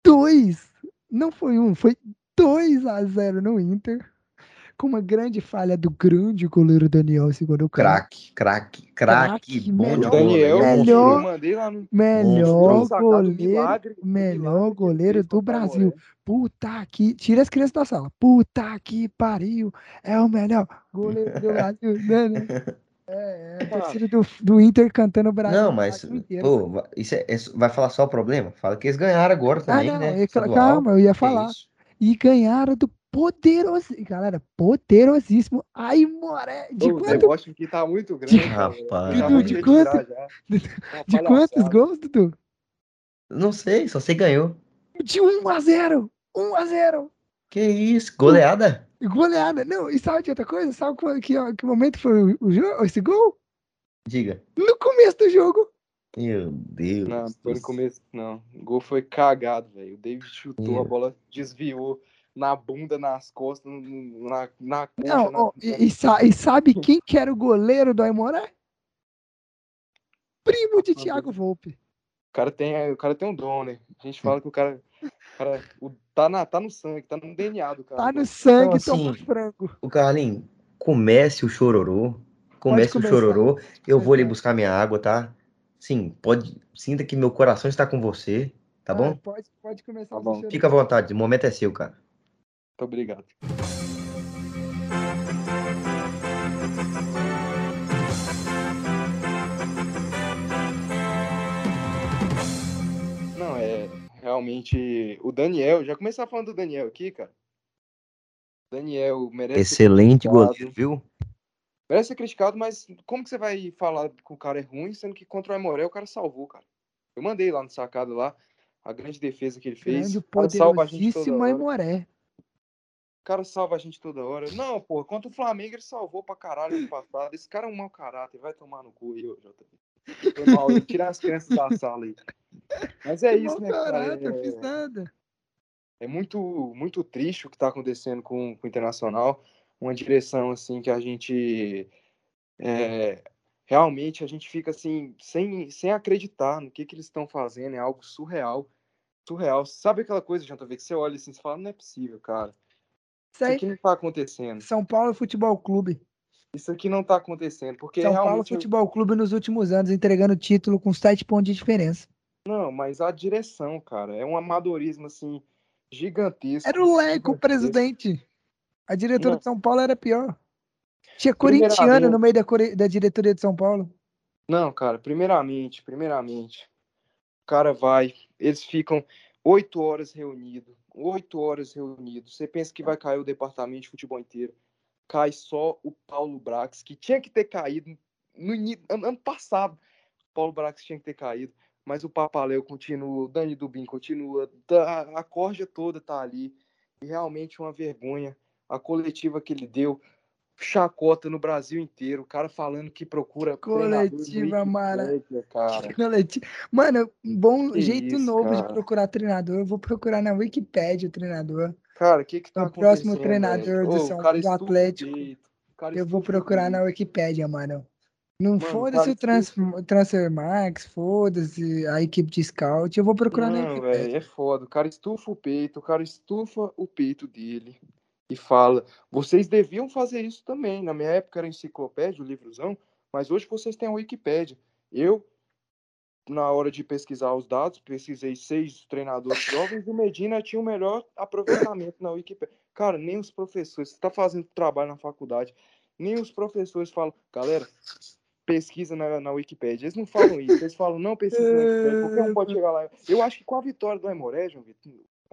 2, não foi 1, foi 2-0 no Inter, com uma grande falha do grande goleiro Daniel, segundo o cara. Craque, bom O de bola. Ele é Daniel, eu monstruoso. mandei lá no Melhor Monstruoso. sacado goleiro, o melhor milagre que ele goleiro fez do contra o Brasil. Aimoré. Puta que, tira as crianças da sala. Puta que pariu, é o melhor goleiro do Brasil. Né? É a Cara, torcida do Inter cantando o Não, Brasil, mas, inteiro. pô, vai falar só o problema? Fala que eles ganharam agora Ah, também, não, né? calma, Estadual. eu ia Que falar. isso? E ganharam do poderoso, galera, poderosíssimo Aimoré. De o quanto? deboche aqui tá muito De, grande, galera. Eu já Dudu, vou me de Rapaz. quanto? retirar já. Tá uma De quantos palhaçada. gols, Dudu? Não sei, só sei ganhou. De 1-0. 1-0. Que isso? Goleada? Goleada. Não, e sabe de outra coisa? Sabe que momento foi esse gol? Diga. No começo do jogo. Meu Não, Deus foi do no céu. começo, não. O gol foi cagado, velho. O David chutou, a Meu. bola desviou na bunda, nas costas, na concha, Não, ó, e sabe quem que era o goleiro do Aimoré? Primo de Thiago Volpe. O cara tem um dom, né? A gente fala que tá no sangue, tá no DNA do cara. Tá no Então, sangue tomar assim, frango. o Carlinhos, comece o chororô. Pode Comece o começar. chororô. Eu vou ali buscar minha água, tá? Sim, pode. Sinta que meu coração está com você, tá bom? Pode começar Tá o seu bom, muito Fica à chororô. vontade, o momento é seu, cara. obrigado. Não, realmente o Daniel, já começar falando do Daniel aqui, cara. Daniel merece ser Excelente criticado. goleiro, viu? Merece ser criticado, mas como que você vai falar que o cara é ruim, sendo que contra o Aimoré o cara salvou, cara? Eu mandei lá no sacado lá a grande defesa que ele fez. Grande, O cara salva a gente toda poderosíssimo hora. Aimoré. O cara salva a gente toda hora. Não, pô, contra o Flamengo ele salvou pra caralho ano passado. Esse cara é um mau caráter, vai tomar no cu aí, ô JB. Foi mal, eu tirar as crianças da sala aí. Mas é Que isso, mau né, cara? caráter, fiz nada. É muito, muito triste o que tá acontecendo com o Internacional. Uma direção, assim, que a gente realmente a gente fica assim, sem acreditar no que eles estão fazendo, é algo surreal. Surreal. Sabe aquela coisa, JV, que você olha assim e fala, não é possível, cara. Isso Isso aí, aqui não tá acontecendo. São Paulo Futebol Clube. Isso aqui não tá acontecendo, porque São Paulo realmente Futebol Clube nos últimos anos entregando título com 7 pontos de diferença. não, mas a direção, cara, é um amadorismo assim Era gigantesco, o Leco o gigantesco. presidente. A diretoria Não, de São Paulo era pior. Tinha corintiano no primeiramente, meio da diretoria de São Paulo. não, cara, primeiramente, o cara vai, eles ficam 8 horas reunidos, 8 horas reunidos. Você pensa que vai cair o departamento de futebol inteiro. Cai só o Paulo Brax, que tinha que ter caído no ano passado. O Paulo Brax tinha que ter caído, mas o Papaléu continua, o Dani Dubin continua, a corja toda tá ali. E realmente uma vergonha. A coletiva que ele deu, chacota no Brasil inteiro. O cara falando que procura treinador no Coletiva mara. Wikipédia, cara. Mano, um bom Que jeito isso, novo de cara. procurar treinador. Eu vou procurar na Wikipédia o treinador. Cara, o que O tá próximo acontecendo, velho? treinador Ô, o cara do estufa o Atlético. peito. O cara Eu vou estufa o procurar na peito. Wikipédia, mano. Não Mano, o foda-se cara o estufa. Transfermarkt, foda-se a equipe de scout. Eu vou procurar na Não, velho, Wikipédia. é foda. O cara estufa o peito, o cara estufa o peito dele e fala: vocês deviam fazer isso também. Na minha época era enciclopédia, o livrozão, mas hoje vocês têm a Wikipédia. Eu, na hora de pesquisar os dados, pesquisei 6 treinadores jovens e o Medina tinha o melhor aproveitamento na Wikipédia. Cara, nem os professores, você está fazendo trabalho na faculdade, nem os professores falam, galera, pesquisa na Wikipédia. Eles não falam isso, eles falam, não pesquisa na Wikipédia, qualquer um pode chegar lá. Eu acho que com a vitória do Aimoré, João Vitor,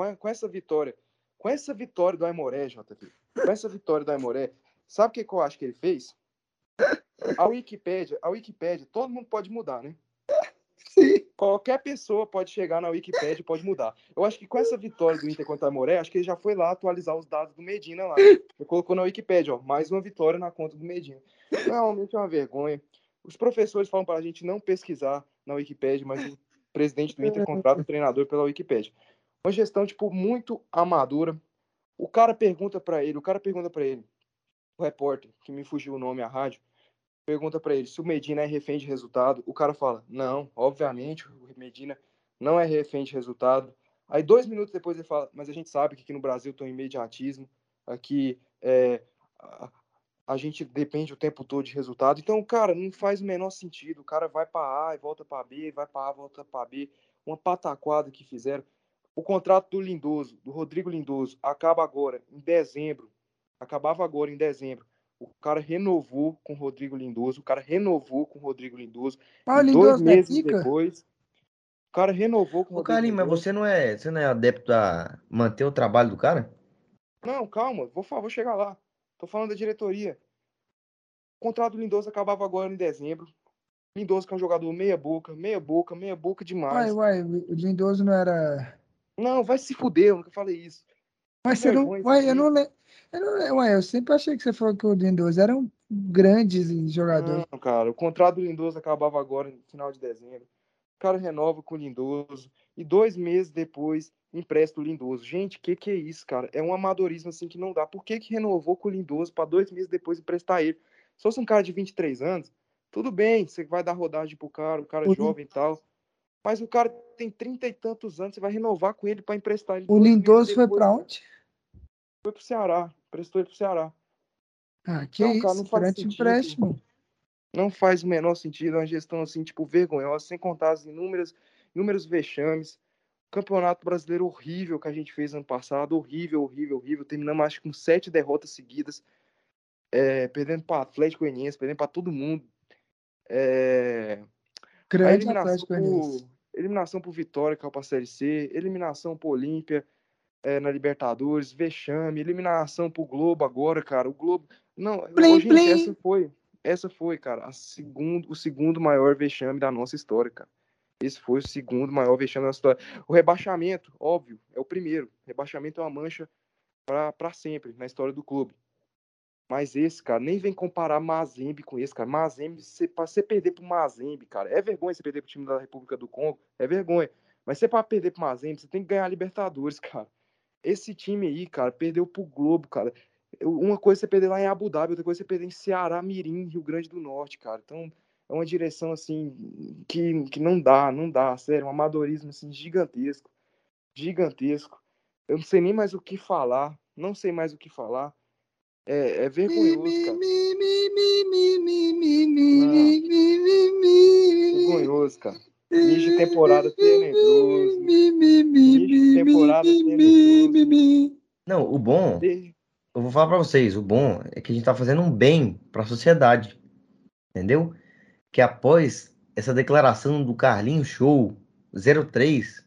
com essa vitória do Aimoré, JP, com essa vitória do Aimoré, sabe o que eu acho que ele fez? A Wikipédia, todo mundo pode mudar, né? Sim. Qualquer pessoa pode chegar na Wikipédia e pode mudar. Eu acho que com essa vitória do Inter contra o Aimoré, acho que ele já foi lá atualizar os dados do Medina lá. Ele colocou na Wikipédia, ó, mais uma vitória na conta do Medina. Realmente é uma vergonha. Os professores falam para a gente não pesquisar na Wikipédia, mas o presidente do Inter contrata o treinador pela Wikipédia. Uma gestão, tipo, muito amadora. O cara pergunta para ele, o repórter, que me fugiu o nome, a rádio, pergunta para ele se o Medina é refém de resultado. O cara fala, não, obviamente, o Medina não é refém de resultado. Aí 2 minutos depois ele fala, mas a gente sabe que aqui no Brasil tem um imediatismo, aqui a gente depende o tempo todo de resultado. Então, cara, não faz o menor sentido. O cara vai para A e volta para B, vai para A, volta para B. Uma pataquada que fizeram. O contrato do Lindoso, do Rodrigo Lindoso, acaba agora, em dezembro. Acabava agora em dezembro. O cara renovou com o Rodrigo Lindoso. O cara renovou com o Rodrigo Lindoso. Mas E o dois Lindoso não é meses pica? depois, o cara renovou com o Ô, Rodrigo Carlinhos, mas Lindoso. você não é adepto a manter o trabalho do cara? Não, calma, vou chegar lá. Tô falando da diretoria. O contrato do Lindoso acabava agora em dezembro. Lindoso que é um jogador meia boca, meia boca, meia boca demais. O Lindoso não era. Não, vai se fuder, eu nunca falei isso. Mas você não. Vergonha isso Uai, eu aqui. não lembro. Eu sempre achei que você falou que o Lindoso era um grande jogador. Não, cara, o contrato do Lindoso acabava agora no final de dezembro. O cara renova com o Lindoso e 2 meses depois empresta o Lindoso. Gente, que é isso, cara? É um amadorismo assim que não dá. Por que renovou com o Lindoso para 2 meses depois emprestar ele? Se fosse um cara de 23 anos, tudo bem, você vai dar rodagem pro cara, o cara é O, jovem e tal. Mas o cara tem 30 e tantos anos, você vai renovar com ele para emprestar ele o 2 meses Lindoso foi depois. pra onde? Foi pro Ceará, prestou ele pro Ceará. Ah, que Não, cara, não isso, faz grande sentido. empréstimo. Não faz o menor sentido. É uma gestão assim, tipo, vergonhosa, sem contar as inúmeros vexames. Campeonato brasileiro horrível que a gente fez ano passado. Horrível, horrível, horrível. Terminamos, acho que, com 7 derrotas seguidas. Perdendo para Atlético Goianiense, perdendo para todo mundo. A Grande Atlético Goianiense. eliminação por Vitória, que é para a Série C. Eliminação por Olímpia. Na Libertadores, vexame, eliminação pro Globo agora, cara. O Globo. Não, Plim, gente, plim. essa foi, cara, o segundo maior vexame da nossa história, cara. Esse foi o segundo maior vexame da nossa história. O rebaixamento, óbvio, é o primeiro. O rebaixamento é uma mancha para sempre na história do clube. Mas esse, cara, nem vem comparar Mazembe com esse, cara. Mazembe, pra você perder pro Mazembe, cara, é vergonha você perder pro time da República do Congo, é vergonha. Mas você para perder pro Mazembe, você tem que ganhar a Libertadores, cara. Esse time aí, cara, perdeu pro Globo, cara. Uma coisa é você perder lá em Abu Dhabi, outra coisa é você perder em Ceará, Mirim, Rio Grande do Norte, cara. Então, é uma direção, assim, que não dá, sério, um amadorismo, assim, gigantesco, gigantesco. Eu não sei nem mais o que falar, não sei mais o que falar. É vergonhoso, cara. Não, vergonhoso, cara. Início de temporada tenebroso. Início de temporada tenebroso. Não, o bom, eu vou falar pra vocês, o bom é que a gente tá fazendo um bem pra sociedade, entendeu? Que após essa declaração do Carlinhos Show 03,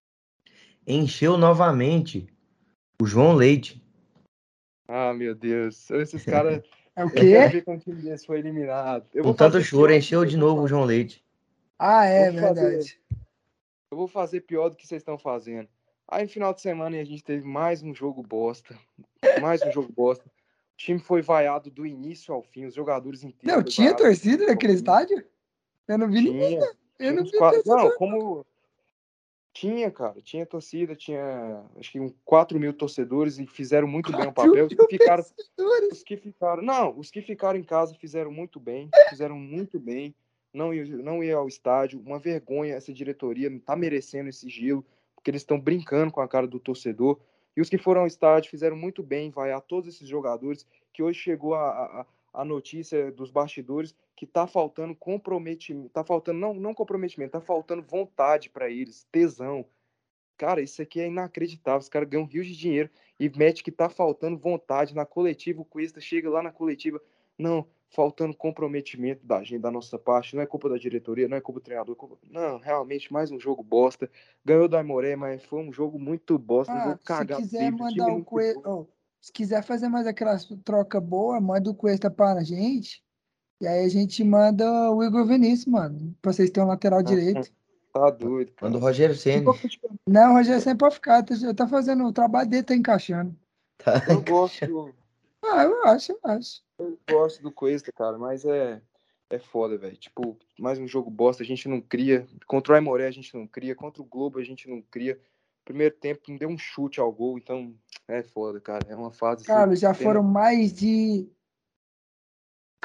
encheu novamente o João Leite. Ah, meu Deus. Esses caras. É o Eu quero quê? ver como o time desse foi eliminado. Eu Com vou tanto fazer choro, pior do que encheu vocês de estão novo o João fazendo. Leite. Ah, Eu é vou fazer, verdade. eu vou fazer pior do que vocês estão fazendo. Aí, no final de semana, a gente teve mais um jogo bosta. Mais um jogo bosta. O time foi vaiado do início ao fim. Os jogadores inteiros Não, foi tinha vaiado do torcida início ao naquele fim. estádio? Eu não vi ninguém. Tinha. Eu Tinha não uns vi quatro. Não, torcedor. como. Tinha, cara. Tinha torcida. Tinha, acho que 4 mil torcedores e fizeram muito bem o 4 papel. mil torcedores. Os que ficaram, não, os que ficaram em casa fizeram muito bem, fizeram muito bem. Não ia ao estádio, uma vergonha essa diretoria, não tá merecendo esse gelo, porque eles estão brincando com a cara do torcedor. E os que foram ao estádio fizeram muito bem, vaiar todos esses jogadores, que hoje chegou a notícia dos bastidores que tá faltando comprometimento, tá faltando, não comprometimento, tá faltando vontade para eles, tesão. Cara, isso aqui é inacreditável. Os caras ganham rios de dinheiro e mete que tá faltando vontade na coletiva. O Cuesta chega lá na coletiva, não, faltando comprometimento da gente, da nossa parte. Não é culpa da diretoria, não é culpa do treinador. Não, realmente, mais um jogo bosta. Ganhou da Aimoré, mas foi um jogo muito bosta, um Ah, jogo se cagado. quiser O mandar time o não Cuesta. criou. Se quiser fazer mais aquelas troca boa, manda o Cuesta para a gente. E aí a gente manda o Igor Vinícius, mano. Pra vocês terem um lateral Ah, direito. tá doido, Manda o cara. Rogério Ceni. Não, o Rogério sempre pode ficar. Tá fazendo o trabalho dele, tá encaixando. Tá Eu encaixando. gosto, Ah, eu acho. gosto do Cuesta, cara, mas é foda, velho. Tipo, mais um jogo bosta, a gente não cria. Contra o Aimoré a gente não cria, contra o Globo a gente não cria. Primeiro tempo não deu um chute ao gol, então é foda, cara. É uma fase assim, Cara, já foram mais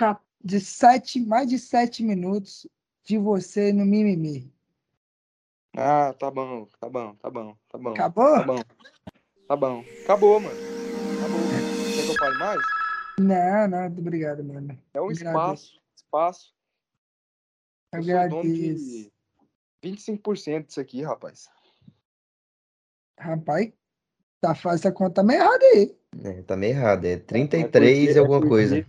mais de 7 minutos de você no mimimi. Ah, tá bom, tá bom, tá bom, tá bom. Acabou? Tá bom, tá bom. Acabou, mano. Acabou. Quer que eu fale mais? Não, não, obrigado, mano. É um Agradeço. espaço. Eu sou dono Agradeço. de 25% disso aqui, rapaz. Rapaz, tá fácil a conta tá meio errada aí. Tá meio errado. É É 33 e alguma coisa.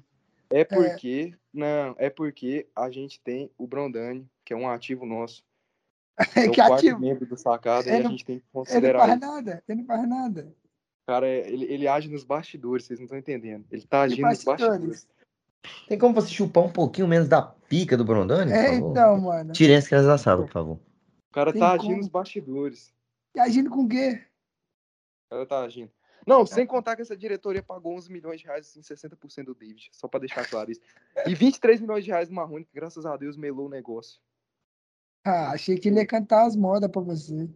É porque a gente tem o Brondani, que é um ativo nosso. É É o que quarto ativo. membro do Sacada e Ele a não, gente tem que ele não considerar faz ele. nada. Ele não faz nada. Cara, ele age nos bastidores, vocês não estão entendendo. Ele tá Que agindo nos bastidores. bastidores. Tem como você chupar um pouquinho menos da pica do Brondani, por É, favor? então, mano. Tirem as crianças da sala, por favor. O cara Tem tá agindo nos como. bastidores. E agindo com o quê? O cara tá agindo. Não, sem contar que essa diretoria pagou 11 milhões de reais em 60% do David, só pra deixar claro isso. E 23 milhões de reais no Marrone, que graças a Deus melou o negócio. Ah, achei que ele ia cantar as modas pra você.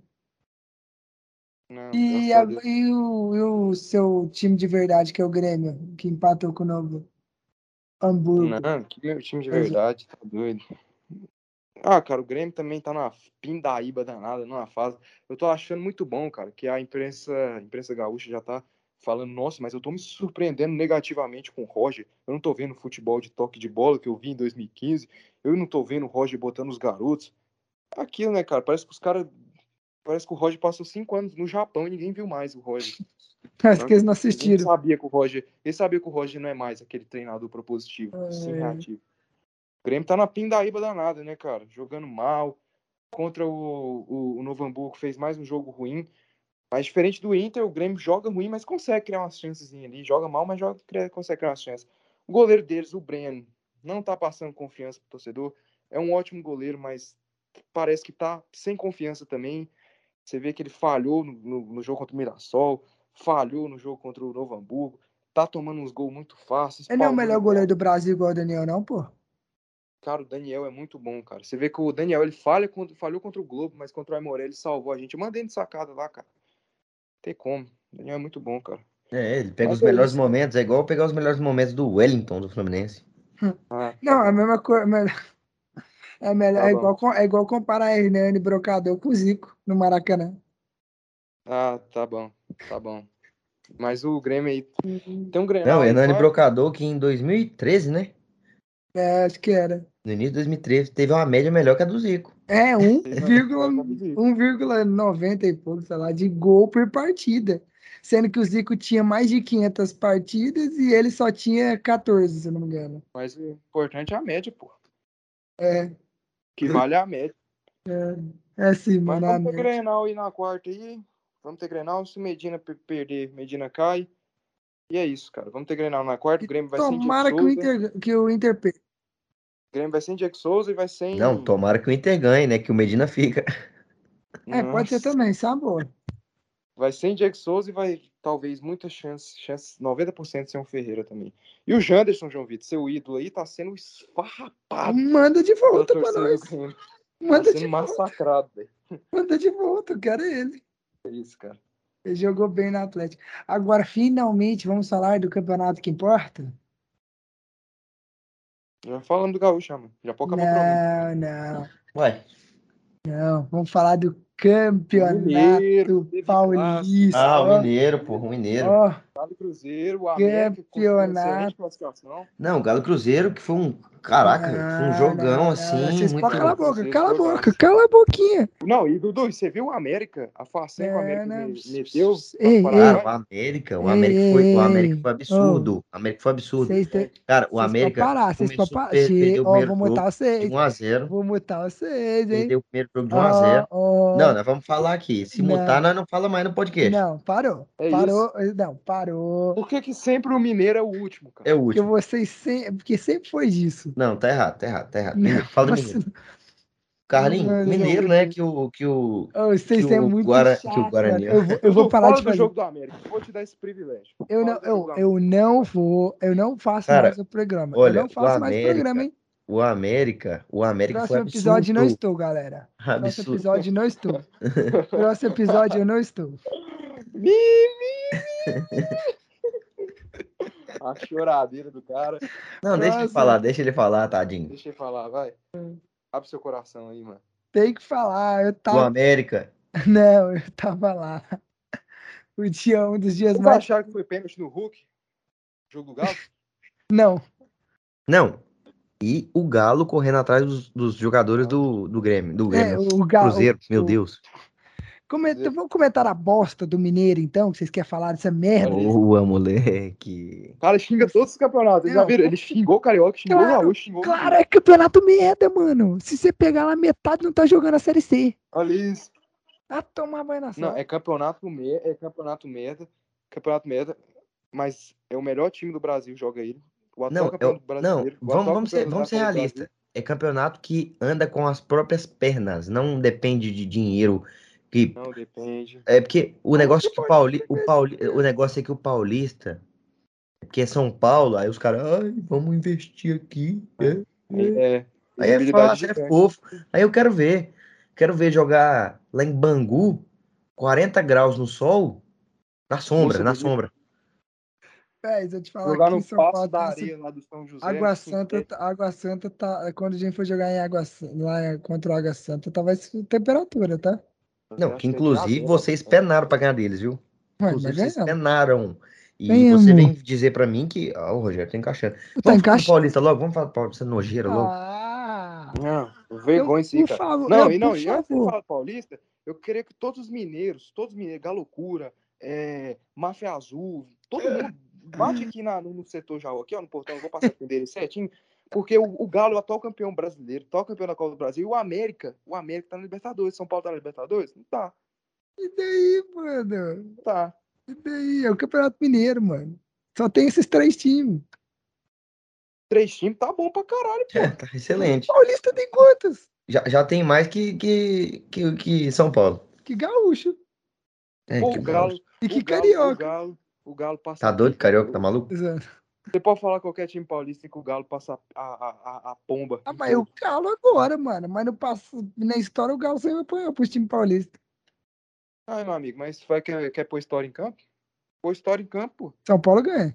Não, E, graças a Deus. o seu time de verdade, que é o Grêmio, que empatou com o Novo Hamburgo. Não, que meu time de Mas, verdade, tá doido. Ah, cara, o Grêmio também tá na pindaíba danada, numa fase. Eu tô achando muito bom, cara, que a imprensa gaúcha já tá falando, nossa, mas eu tô me surpreendendo negativamente com o Roger. Eu não tô vendo futebol de toque de bola que eu vi em 2015. Eu não tô vendo o Roger botando os garotos. Aquilo, né, cara? Parece que o Roger passou 5 anos no Japão e ninguém viu mais o Roger. acho que eles não Ninguém assistiram. sabia que o Roger. Ele sabia que o Roger não é mais aquele treinador propositivo, sim reativo. O Grêmio tá na pindaíba danada, né, cara? Jogando mal. Contra o Novo Hamburgo fez mais um jogo ruim. Mas diferente do Inter, o Grêmio joga ruim, mas consegue criar umas chances ali. Joga mal, mas consegue criar umas chances. O goleiro deles, o Breno, não tá passando confiança pro torcedor. É um ótimo goleiro, mas parece que tá sem confiança também. Você vê que ele falhou no jogo contra o Mirassol, falhou no jogo contra o Novo Hamburgo, tá tomando uns gols muito fáceis, Ele não é o melhor espalmando goleiro bola. do Brasil igual o Daniel, não, pô. Cara, o Daniel é muito bom, cara. Você vê que o Daniel, ele falhou contra o Globo, mas contra o Aimoré ele salvou a gente. Eu mandei de sacada lá, cara. Não tem como. O Daniel é muito bom, cara. Ele pega Mas os é melhores isso. momentos, é igual pegar os melhores momentos do Wellington do Fluminense. Ah, tá Não, é a bom. mesma coisa. É, melhor, Tá bom. é igual comparar Hernani Brocador com o Zico no Maracanã. Ah, tá bom. Tá bom. Mas o Grêmio aí. Tem um Não, Grenal aí, Hernani quarto? Brocador, que em 2013, né? É, acho que era. No início de 2013, teve uma média melhor que a do Zico. É Teve uma melhor que a do Zico. 1,90 e pouco, sei lá, de gol por partida. Sendo que o Zico tinha mais de 500 partidas e ele só tinha 14, se eu não me engano. Mas o importante é a média, pô. É, Que vale a média. é assim, Mas mano, a vamos ter média. Grenal aí na quarta aí. Vamos ter Grenal. Se o Medina perder, Medina cai. E é isso, cara. Vamos ter Grenal na quarta. O E Grêmio vai sem Diego tomara que o Souza. Inter, que o Inter perca. O Grêmio vai sem Diego Souza e vai Não, sem. tomara que o Inter ganhe, né? Que o Medina fica. É, pode ser Nossa. também, sabe, boa. Vai sem Diego Souza e vai, talvez, muitas chances, 90% sem o Ferreira também. E o Janderson, João Vitor, seu ídolo aí, tá sendo esfarrapado Manda de pela volta pra torcida do nós. Grêmio. Tá Manda sendo de volta. massacrado, velho. Manda de volta, eu quero ele. É isso, cara. Ele jogou bem no Atlético. Agora, finalmente, vamos falar do campeonato que importa? Já falando do Gaúcho, mano. Já pode acabar pra mim. Não, não, Ué. não. Vamos falar do O Mineiro, Campeonato teve clássico, Paulista. Ah, o Galo, Mineiro, porra, o Mineiro. Ó, Galo e Cruzeiro, o América que conseguiu uma excelente campeonato. classificação. Não, o Galo Cruzeiro, que foi um. Caraca, velho, foi um Não, jogão não, não. assim, Vocês podem Galo calar e a muito. boca, Cruzeiro, cala a boca, jogaço. cala a boquinha. Não, e Dudu, você viu o América? A façanha que o Não, América não. meteu para o Ei, Cara, ei, Paraguai? O América ei. foi Ô, absurdo. O América foi absurdo. vocês Foi. Cara, o vocês podem América parar, vocês podem começou a parar. perder o Ó, primeiro vou mutar jogo de vocês. 1-0. Vou mutar vocês, hein? Perdeu o primeiro jogo de 1 a Ó, 0. Não, ó. nós vamos falar aqui. Se mutar, Não, nós não fala mais no podcast. não, parou. É isso. Parou, não, parou. Por que sempre o Mineiro é o último, cara? É o Porque último. vocês sempre. Porque sempre foi disso. Não, tá errado, tá errado, tá errado. Não, Mineiro, fala do você Mineiro. não, Carlinhos, João Mineiro, né? Vitor. Ô, Que vocês é o, muito Guara, que o chato, mano. Guarani, ó. Eu vou Dudu, parar de fala do fazer. jogo do América. Eu vou te dar esse privilégio. Eu não, Fala do jogo do eu América. não vou. Eu não faço mais Cara, o programa. Eu olha, não faço mais o programa, hein? O América foi Próximo episódio não absurdo. estou, galera. Próximo Absurdo. episódio não estou. Próximo episódio eu não estou. A choradeira do cara. Não, Próximo. deixa ele falar, tadinho. Deixa eu falar, vai. Abre seu coração aí, mano. Tem que falar, eu Do tava. América. Não, eu tava lá. Um dos dias Vocês mais. acharam que foi pênalti no Hulk? Jogo do Galo? Não, Não. E o Galo correndo atrás dos jogadores do Grêmio. Do Grêmio. o Cruzeiro, meu Deus. Vamos comentar a bosta do Mineiro, então, que vocês querem falar dessa merda. Boa, moleque. O cara xinga todos os campeonatos. Vocês já Não, viram? Ele xingou o Carioca, xingou o Gaúcho, xingou o Claro, Mineiro. é campeonato merda, mano. Se você pegar lá, metade não tá jogando a Série C. Olha isso. Ah, tomar banho na Não, sala. é campeonato merda. Campeonato merda. Mas é o melhor time do Brasil, joga ele. O atual Não, campeão do brasileiro. O atual vamos campeão ser da Copa do Brasil. realistas. É campeonato que anda com as próprias pernas, não depende de dinheiro. Que, Não, depende. é porque o Como negócio é que que pode o negócio é que o paulista, porque é São Paulo, aí os caras, ai, vamos investir aqui. Aí é visibilidade fácil, é gigante. fofo. Aí eu quero ver. Quero ver jogar lá em Bangu, 40 graus no sol, na sombra, Moça na do Rio. sombra. É, se eu te falar Jogar aqui em no São passo Paulo, da tem areia lá do São José. Água assim, Santa, Água Santa tá. Quando a gente for jogar em lá contra o Água Santa, tava essa temperatura, tá? Não, acho que que é dia inclusive zero, vocês né? penaram pra ganhar deles, viu? Ué, mas Inclusive vocês ganhamos. penaram. E você Ganhamos. vem dizer pra mim que. Ah, o Rogério tá encaixando. Tá Vamos falar do encaixado. Paulista logo? Vamos falar do Paulista nojeira logo? Ah! Não, Então, vergonha isso aí, por cara. favor, Não, por e antes de favor. falar do Paulista, eu queria que todos os mineiros, Galocura, Máfia Azul, todo mundo bate aqui no setor já, aqui ó, no portão, eu vou passar com o dele certinho, porque o Galo é o atual campeão brasileiro, atual campeão da Copa do Brasil, e o América tá na Libertadores. São Paulo tá na Libertadores? Não tá, E daí, mano? não tá. E daí? É o Campeonato Mineiro, mano. Só tem esses 3 times. 3 times tá bom pra caralho, pô. Tá excelente. Paulista tem quantos? Já tem mais que São Paulo. Que gaúcho. Pô, Que o Galo, E que carioca. o Galo passa. Tá doido, carioca? Tá maluco? Exato. Você pode falar qualquer time paulista que o Galo passa a pomba. Ah, mas o Galo agora, mano. Mas no passo, na história o Galo sempre apanhou pros times paulistas. Ai, meu amigo, mas quer pôr história em campo? Pôr história em campo. São Paulo ganha.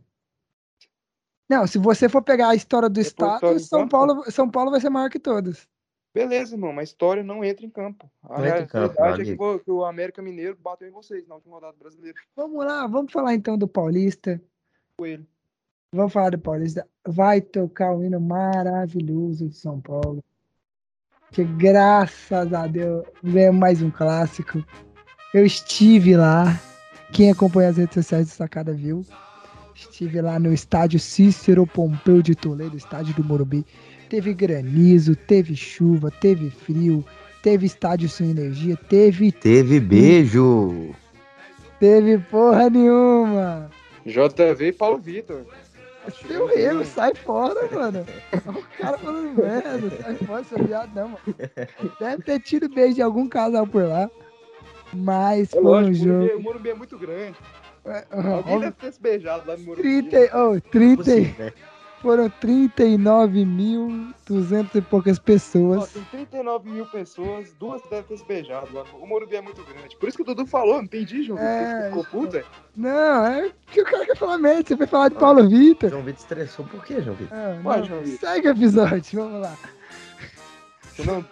Não, se você for pegar a história do estado, São Paulo vai ser maior que todos. Beleza, irmão, mas história não entra em campo. A Não entra em campo, realidade meu é que o América Mineiro bateu em vocês na última rodada brasileira. Vamos lá, vamos falar então do Paulista. Coelho. Vamos falar do Paulista. Vai tocar um hino maravilhoso de São Paulo. Que graças a Deus ganhamos mais um clássico. Eu estive lá. Quem acompanha as redes sociais do Sacada viu. Estive lá no estádio Cícero Pompeu de Toledo, estádio do Morumbi. Teve granizo, teve chuva, teve frio, teve estádio sem energia, teve beijo. Teve porra nenhuma. JV e Paulo Vitor. Seu erro, sai fora, mano. Olha o cara falando merda, sai fora, seu viado não, mano. Deve ter tido beijo de algum casal por lá. Mas foi um jogo. O Morumbi é muito grande. Alguém deve ter se beijado lá no Morumbi. Foram 39.200 e poucas pessoas. Tem 39 mil pessoas, 2 devem ter se beijado lá. O Morumbi é muito grande. Por isso que o Dudu falou, não entendi, João. Você ficou puta? Não, é que o cara quer falar merda. Você vai falar de Paulo Vitor. João Vitor estressou. Por quê, João Vitor? João Vitor. Segue o episódio, vamos lá. Não.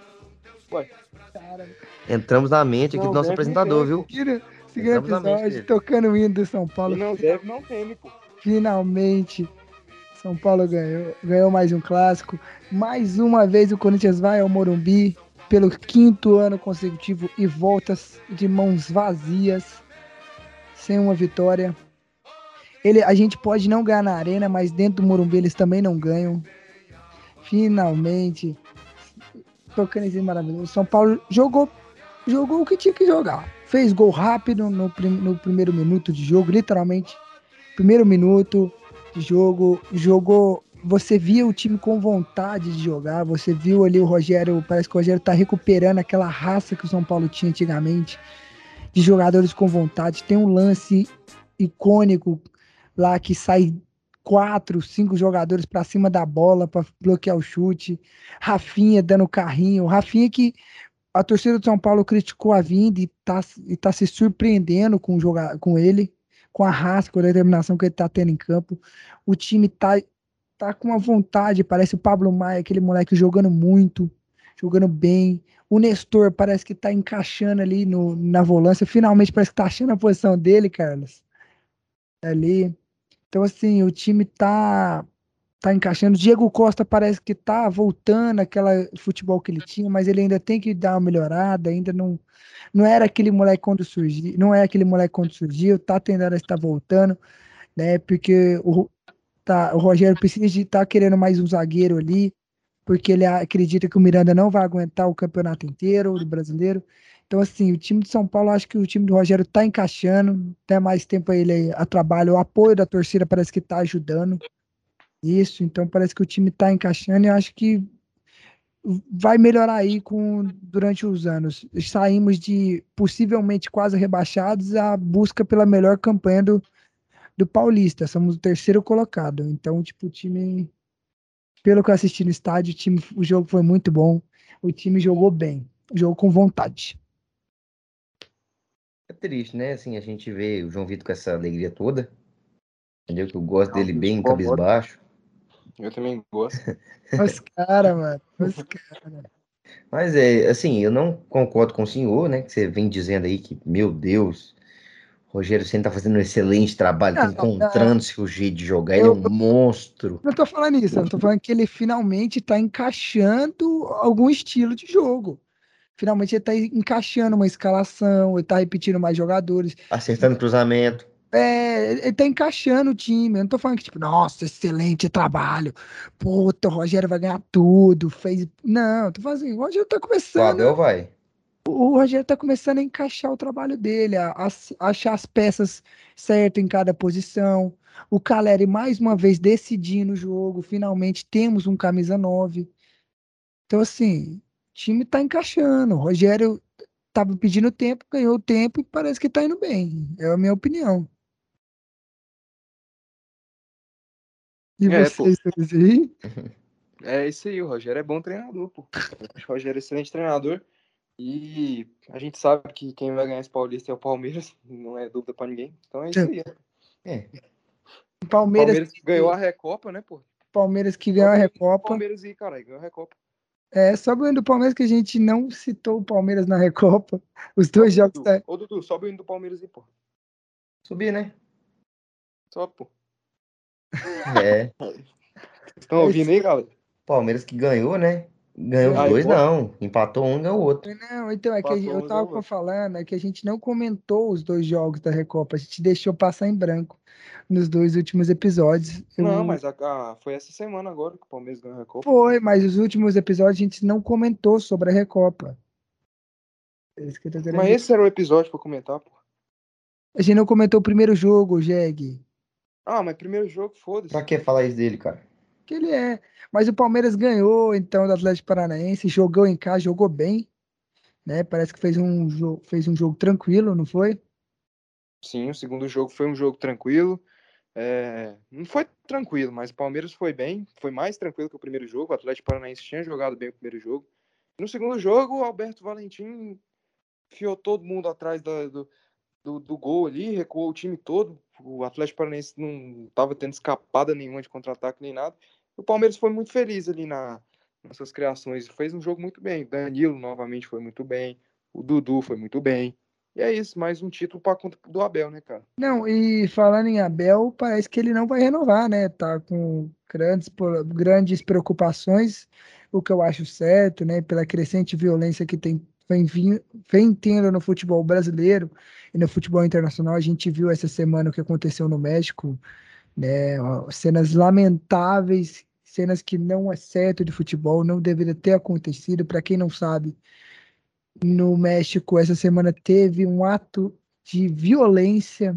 Entramos na mente aqui do nosso apresentador, viu? Seguindo o episódio, tocando o hino do São Paulo. Não deve, não teme, pô. Finalmente, São Paulo ganhou mais um clássico. Mais uma vez o Corinthians vai ao Morumbi pelo 5º ano consecutivo e volta de mãos vazias, sem uma vitória. A gente pode não ganhar na arena, mas dentro do Morumbi eles também não ganham. Finalmente, tocando esse maravilhoso. São Paulo jogou o que tinha que jogar. Fez gol rápido no primeiro minuto de jogo, literalmente. Primeiro minuto de jogo, jogou. Você via o time com vontade de jogar. Você viu ali o Rogério. Parece que o Rogério tá recuperando aquela raça que o São Paulo tinha antigamente, de jogadores com vontade. Tem um lance icônico lá que sai 4, 5 jogadores para cima da bola para bloquear o chute. Rafinha dando carrinho. Rafinha que a torcida do São Paulo criticou a vinda e tá se surpreendendo com ele, com a raça, com a determinação que ele tá tendo em campo. O time tá com uma vontade, parece o Pablo Maia, aquele moleque jogando muito. jogando bem. O Nestor parece que tá encaixando ali na volância. Finalmente parece que tá achando a posição dele, Carlos. Ali. Então, assim, o time tá encaixando. Diego Costa parece que tá voltando aquela futebol que ele tinha, mas ele ainda tem que dar uma melhorada, ainda não era aquele moleque quando surgiu, não é aquele moleque quando surgiu, tá tendendo a estar voltando, né? Porque o Rogério precisa de estar querendo mais um zagueiro ali, porque ele acredita que o Miranda não vai aguentar o campeonato inteiro do brasileiro. Então, assim, o time de São Paulo, acho que o time do Rogério tá encaixando, até mais tempo ele a trabalho, o apoio da torcida parece que tá ajudando. Isso, então parece que o time está encaixando e eu acho que vai melhorar aí durante os anos. Saímos de possivelmente quase rebaixados à busca pela melhor campanha do Paulista. Somos o terceiro colocado. Então, tipo, o time, pelo que eu assisti no estádio, o jogo foi muito bom. O time jogou bem, jogou com vontade. É triste, né? Assim, a gente vê o João Vitor com essa alegria toda, entendeu? Que eu gosto dele Isso bem incomoda. cabisbaixo. Eu também gosto. Os caras, mano, os caras. Mas é, assim, eu não concordo com o senhor, né? Que você vem dizendo aí que, meu Deus, o Rogério Ceni tá fazendo um excelente trabalho, tá Não, não, encontrando seu jeito de jogar, ele é eu, um monstro. não tô falando isso, eu tô falando que ele finalmente tá encaixando algum estilo de jogo. Finalmente ele tá encaixando uma escalação, ele tá repetindo mais jogadores. Acertando cruzamento. Ele tá encaixando o time. Eu não tô falando que, tipo, nossa, excelente trabalho. Puta, o Rogério vai ganhar tudo. Fez. Não, eu tô falando assim, o Rogério tá O começando. Abel vai. O Rogério tá começando a encaixar o trabalho dele, achar as peças certas em cada posição. O Caleri, mais uma vez, decidindo o jogo. Finalmente temos um camisa 9. Então, assim, o time tá encaixando. O Rogério tava pedindo tempo, ganhou tempo e parece que tá indo bem. É a minha opinião. E É, pô. vocês dois aí? É isso aí, o Rogério é bom treinador, pô. Eu acho que o Rogério é excelente treinador. E a gente sabe que quem vai ganhar esse Paulista é o Palmeiras, não é dúvida pra ninguém. Então é isso aí. É, O Palmeiras, Palmeiras ganhou a Recopa, né, pô? Palmeiras que Só ganhou a ganhou do Recopa. Palmeiras aí, caralho, ganhou a Recopa. É, só ganhando do Palmeiras que a gente não citou o Palmeiras na Recopa. Os dois Sobe, jogos Dudu. da. Ô, Dudu, sobe o hino do Palmeiras aí, pô. subir, né? Só, pô. É. Vocês estão É ouvindo isso. aí, galera? Palmeiras que ganhou, né? Ganhou os Aí, dois, bota. não. Empatou um, ganhou o outro. Não, então é que eu Passou uns, é o tava outro. falando, é que a gente não comentou os dois jogos da Recopa, a gente deixou passar em branco nos dois últimos episódios. Não, mas foi essa semana agora que o Palmeiras ganhou a Recopa. Foi, mas os últimos episódios a gente não comentou sobre a Recopa. É isso que eu tô querendo Mas dizer. esse era o episódio pra comentar, pô. A gente não comentou o primeiro jogo, Jeg. Ah, mas primeiro jogo, Pra foda-se. que falar isso dele, cara? Que ele é. Mas o Palmeiras ganhou, então, do Atlético Paranaense, jogou em casa, jogou bem, né? Parece que fez um jogo tranquilo, não foi? Sim, o segundo jogo foi um jogo tranquilo. Não foi tranquilo, mas o Palmeiras foi bem, foi mais tranquilo que o primeiro jogo. O Atlético Paranaense tinha jogado bem o primeiro jogo. No segundo jogo, o Alberto Valentim enfiou todo mundo atrás do gol ali, recuou o time todo. O Atlético Paranaense não estava tendo escapada nenhuma de contra-ataque nem nada. O Palmeiras foi muito feliz ali nas suas criações. Fez um jogo muito bem. O Danilo novamente foi muito bem. O Dudu foi muito bem. E é isso, mais um título para conta do Abel, né, cara? Não, e falando em Abel, parece que ele não vai renovar, né? Tá com grandes preocupações, o que eu acho certo, né? Pela crescente violência que vem tendo no futebol brasileiro e no futebol internacional. A gente viu essa semana o que aconteceu no México, né? Ó, cenas lamentáveis, cenas que não é certo de futebol, não deveria ter acontecido. Para quem não sabe, no México, essa semana teve um ato de violência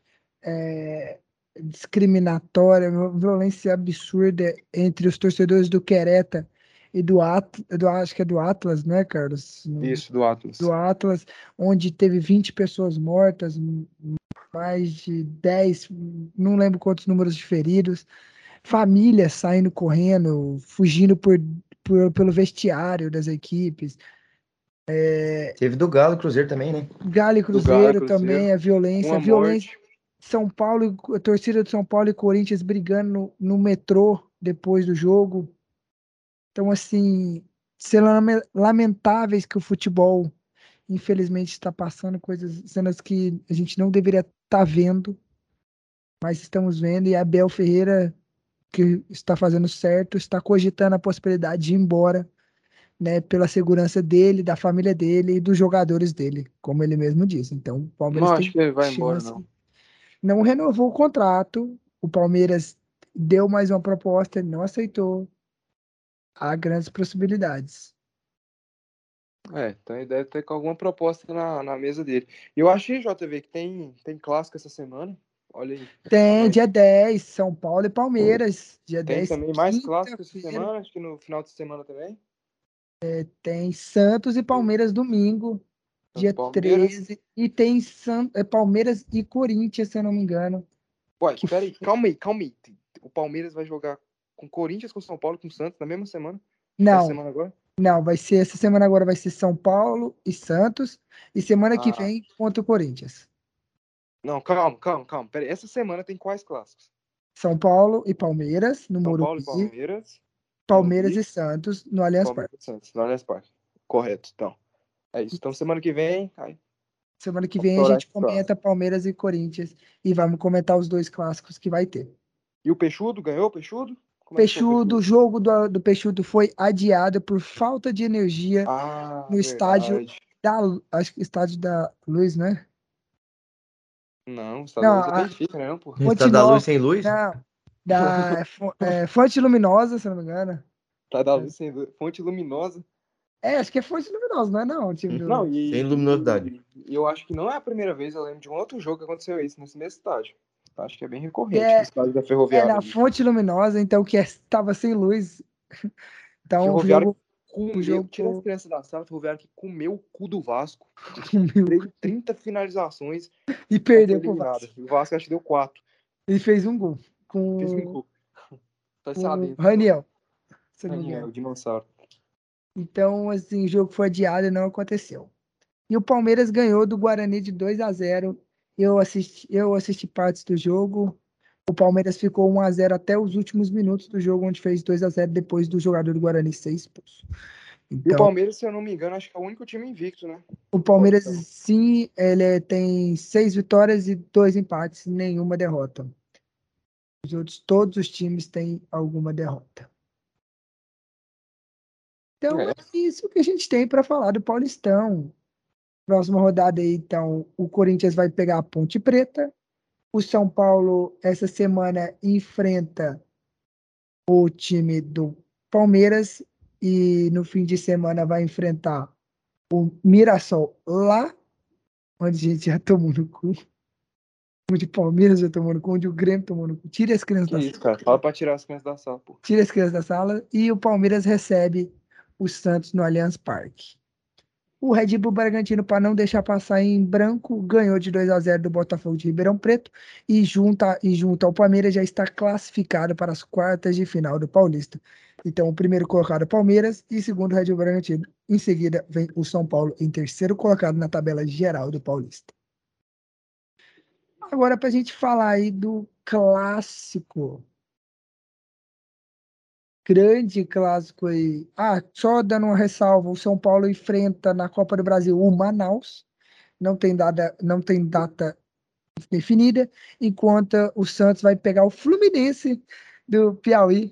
discriminatória, uma violência absurda entre os torcedores do Querétaro e acho que é do Atlas, né, Carlos? Isso, do Do Atlas. Atlas, onde teve 20 pessoas mortas, mais de 10, não lembro quantos números de feridos, famílias saindo correndo, fugindo pelo vestiário das equipes. Teve do Galo e Cruzeiro também, né? Galo e Do Galo, Cruzeiro também, Cruzeiro. a Uma violência. morte. São Paulo, a torcida de São Paulo e Corinthians brigando no metrô depois do jogo. Então, assim, lamentáveis que o futebol, infelizmente, está passando, cenas que a gente não deveria estar vendo, mas estamos vendo, e Abel Ferreira, que está fazendo certo, está cogitando a possibilidade de ir embora, né, pela segurança dele, da família dele e dos jogadores dele, como ele mesmo disse. Então, o Palmeiras Não acho tem que ele vai embora, chance. não. Não renovou o contrato, o Palmeiras deu mais uma proposta, ele não aceitou. Há grandes possibilidades. Então ele deve ter com alguma proposta na mesa dele. E eu achei, JV, que tem clássico essa semana. Olha aí. Tem dia 10, São Paulo e Palmeiras. Dia Tem 10, também mais clássico essa quinta-feira. semana, acho que no final de semana também. Tem Santos e Palmeiras domingo, dia Palmeiras. 13. E tem Palmeiras e Corinthians, se eu não me engano. Ué, peraí, calma aí. O Palmeiras vai jogar com Corinthians, com São Paulo e com Santos na mesma semana? Essa Não, semana agora? não, vai ser essa semana agora vai ser São Paulo e Santos. E semana que Ah, vem contra o Corinthians. não, calma. Peraí, essa semana tem quais clássicos? São Paulo e Palmeiras, no São Paulo e Morumbi. Palmeiras. Palmeiras Morumbi, e Santos, no Allianz Palmeiras Parque. e Santos, no Allianz Parque. Correto, então. É isso. Então, semana que vem, Semana que vamos vem a estourar gente esse clássico. comenta Palmeiras e Corinthians e vamos comentar os dois clássicos que vai ter. E o Peixudo, ganhou o Peixudo? Como é que foi o Peixudo, o Peixudo? jogo do Peixudo foi adiado por falta de energia Ah, no estádio verdade. acho que estádio da Luz, né? Não, o Estado da Não, Luz é Benfica, né, pô? Fonte Estado da luz Nova, sem luz? não, Fonte Luminosa, se eu não me engano. Estado da Luz sem luz. Fonte luminosa. Acho que é Fonte Luminosa, não é não, time Não, Sem luminosidade. e eu acho que não é a primeira vez, eu lembro de um outro jogo que aconteceu isso nesse mesmo estádio. Acho que é bem que recorrente, no estádio da Ferroviária na ali. Fonte Luminosa, então que estava sem luz. Então Ferroviária o comeu, tira as jogo crianças da sala, Ferroviária que comeu o cu do Vasco. comeu 30 finalizações, e não foi perdeu pro eliminada. Vasco. O Vasco acho que deu 4. Ele fez um gol Fez um com gol. Tá o sabendo. Raniel, se eu não me Daniel, engano. o dinossauro. Então, assim, o jogo foi adiado e não aconteceu. E o Palmeiras ganhou do Guarani de 2-0. Eu assisti partes do jogo. O Palmeiras ficou 1-0 até os últimos minutos do jogo, onde fez 2-0 depois do jogador do Guarani ser expulso. E o Então, Palmeiras, se eu não me engano, acho que é o único time invicto, né? o Do Palmeiras, Paulistão. sim, ele tem 6 vitórias e 2 empates, nenhuma derrota. Todos os times têm alguma derrota. Então, é É. isso que a gente tem para falar do Paulistão. Próxima rodada aí, então, o Corinthians vai pegar a Ponte Preta. O São Paulo, essa semana, enfrenta o time do Palmeiras. E no fim de semana vai enfrentar o Mirassol lá, onde a gente já tomou no cu. Onde o Palmeiras já tomou no cu, onde o Grêmio tomou no cu. Tira as crianças Que da isso, sala. cara. Fala pra tirar as crianças da sala, pô. Tira as crianças da sala. E o Palmeiras recebe o Santos no Allianz Parque. O Red Bull Bragantino, para não deixar passar em branco, ganhou de 2-0 do Botafogo de Ribeirão Preto e junto ao Palmeiras já está classificado para as quartas de final do Paulista. Então, o primeiro colocado é o Palmeiras e segundo o Red Bull Bragantino. Em seguida, vem o São Paulo em terceiro colocado na tabela geral do Paulista. Agora, para a gente falar aí do clássico. Grande clássico aí. Só dando uma ressalva, o São Paulo enfrenta na Copa do Brasil o Manaus. Não tem data definida, enquanto o Santos vai pegar o Fluminense do Piauí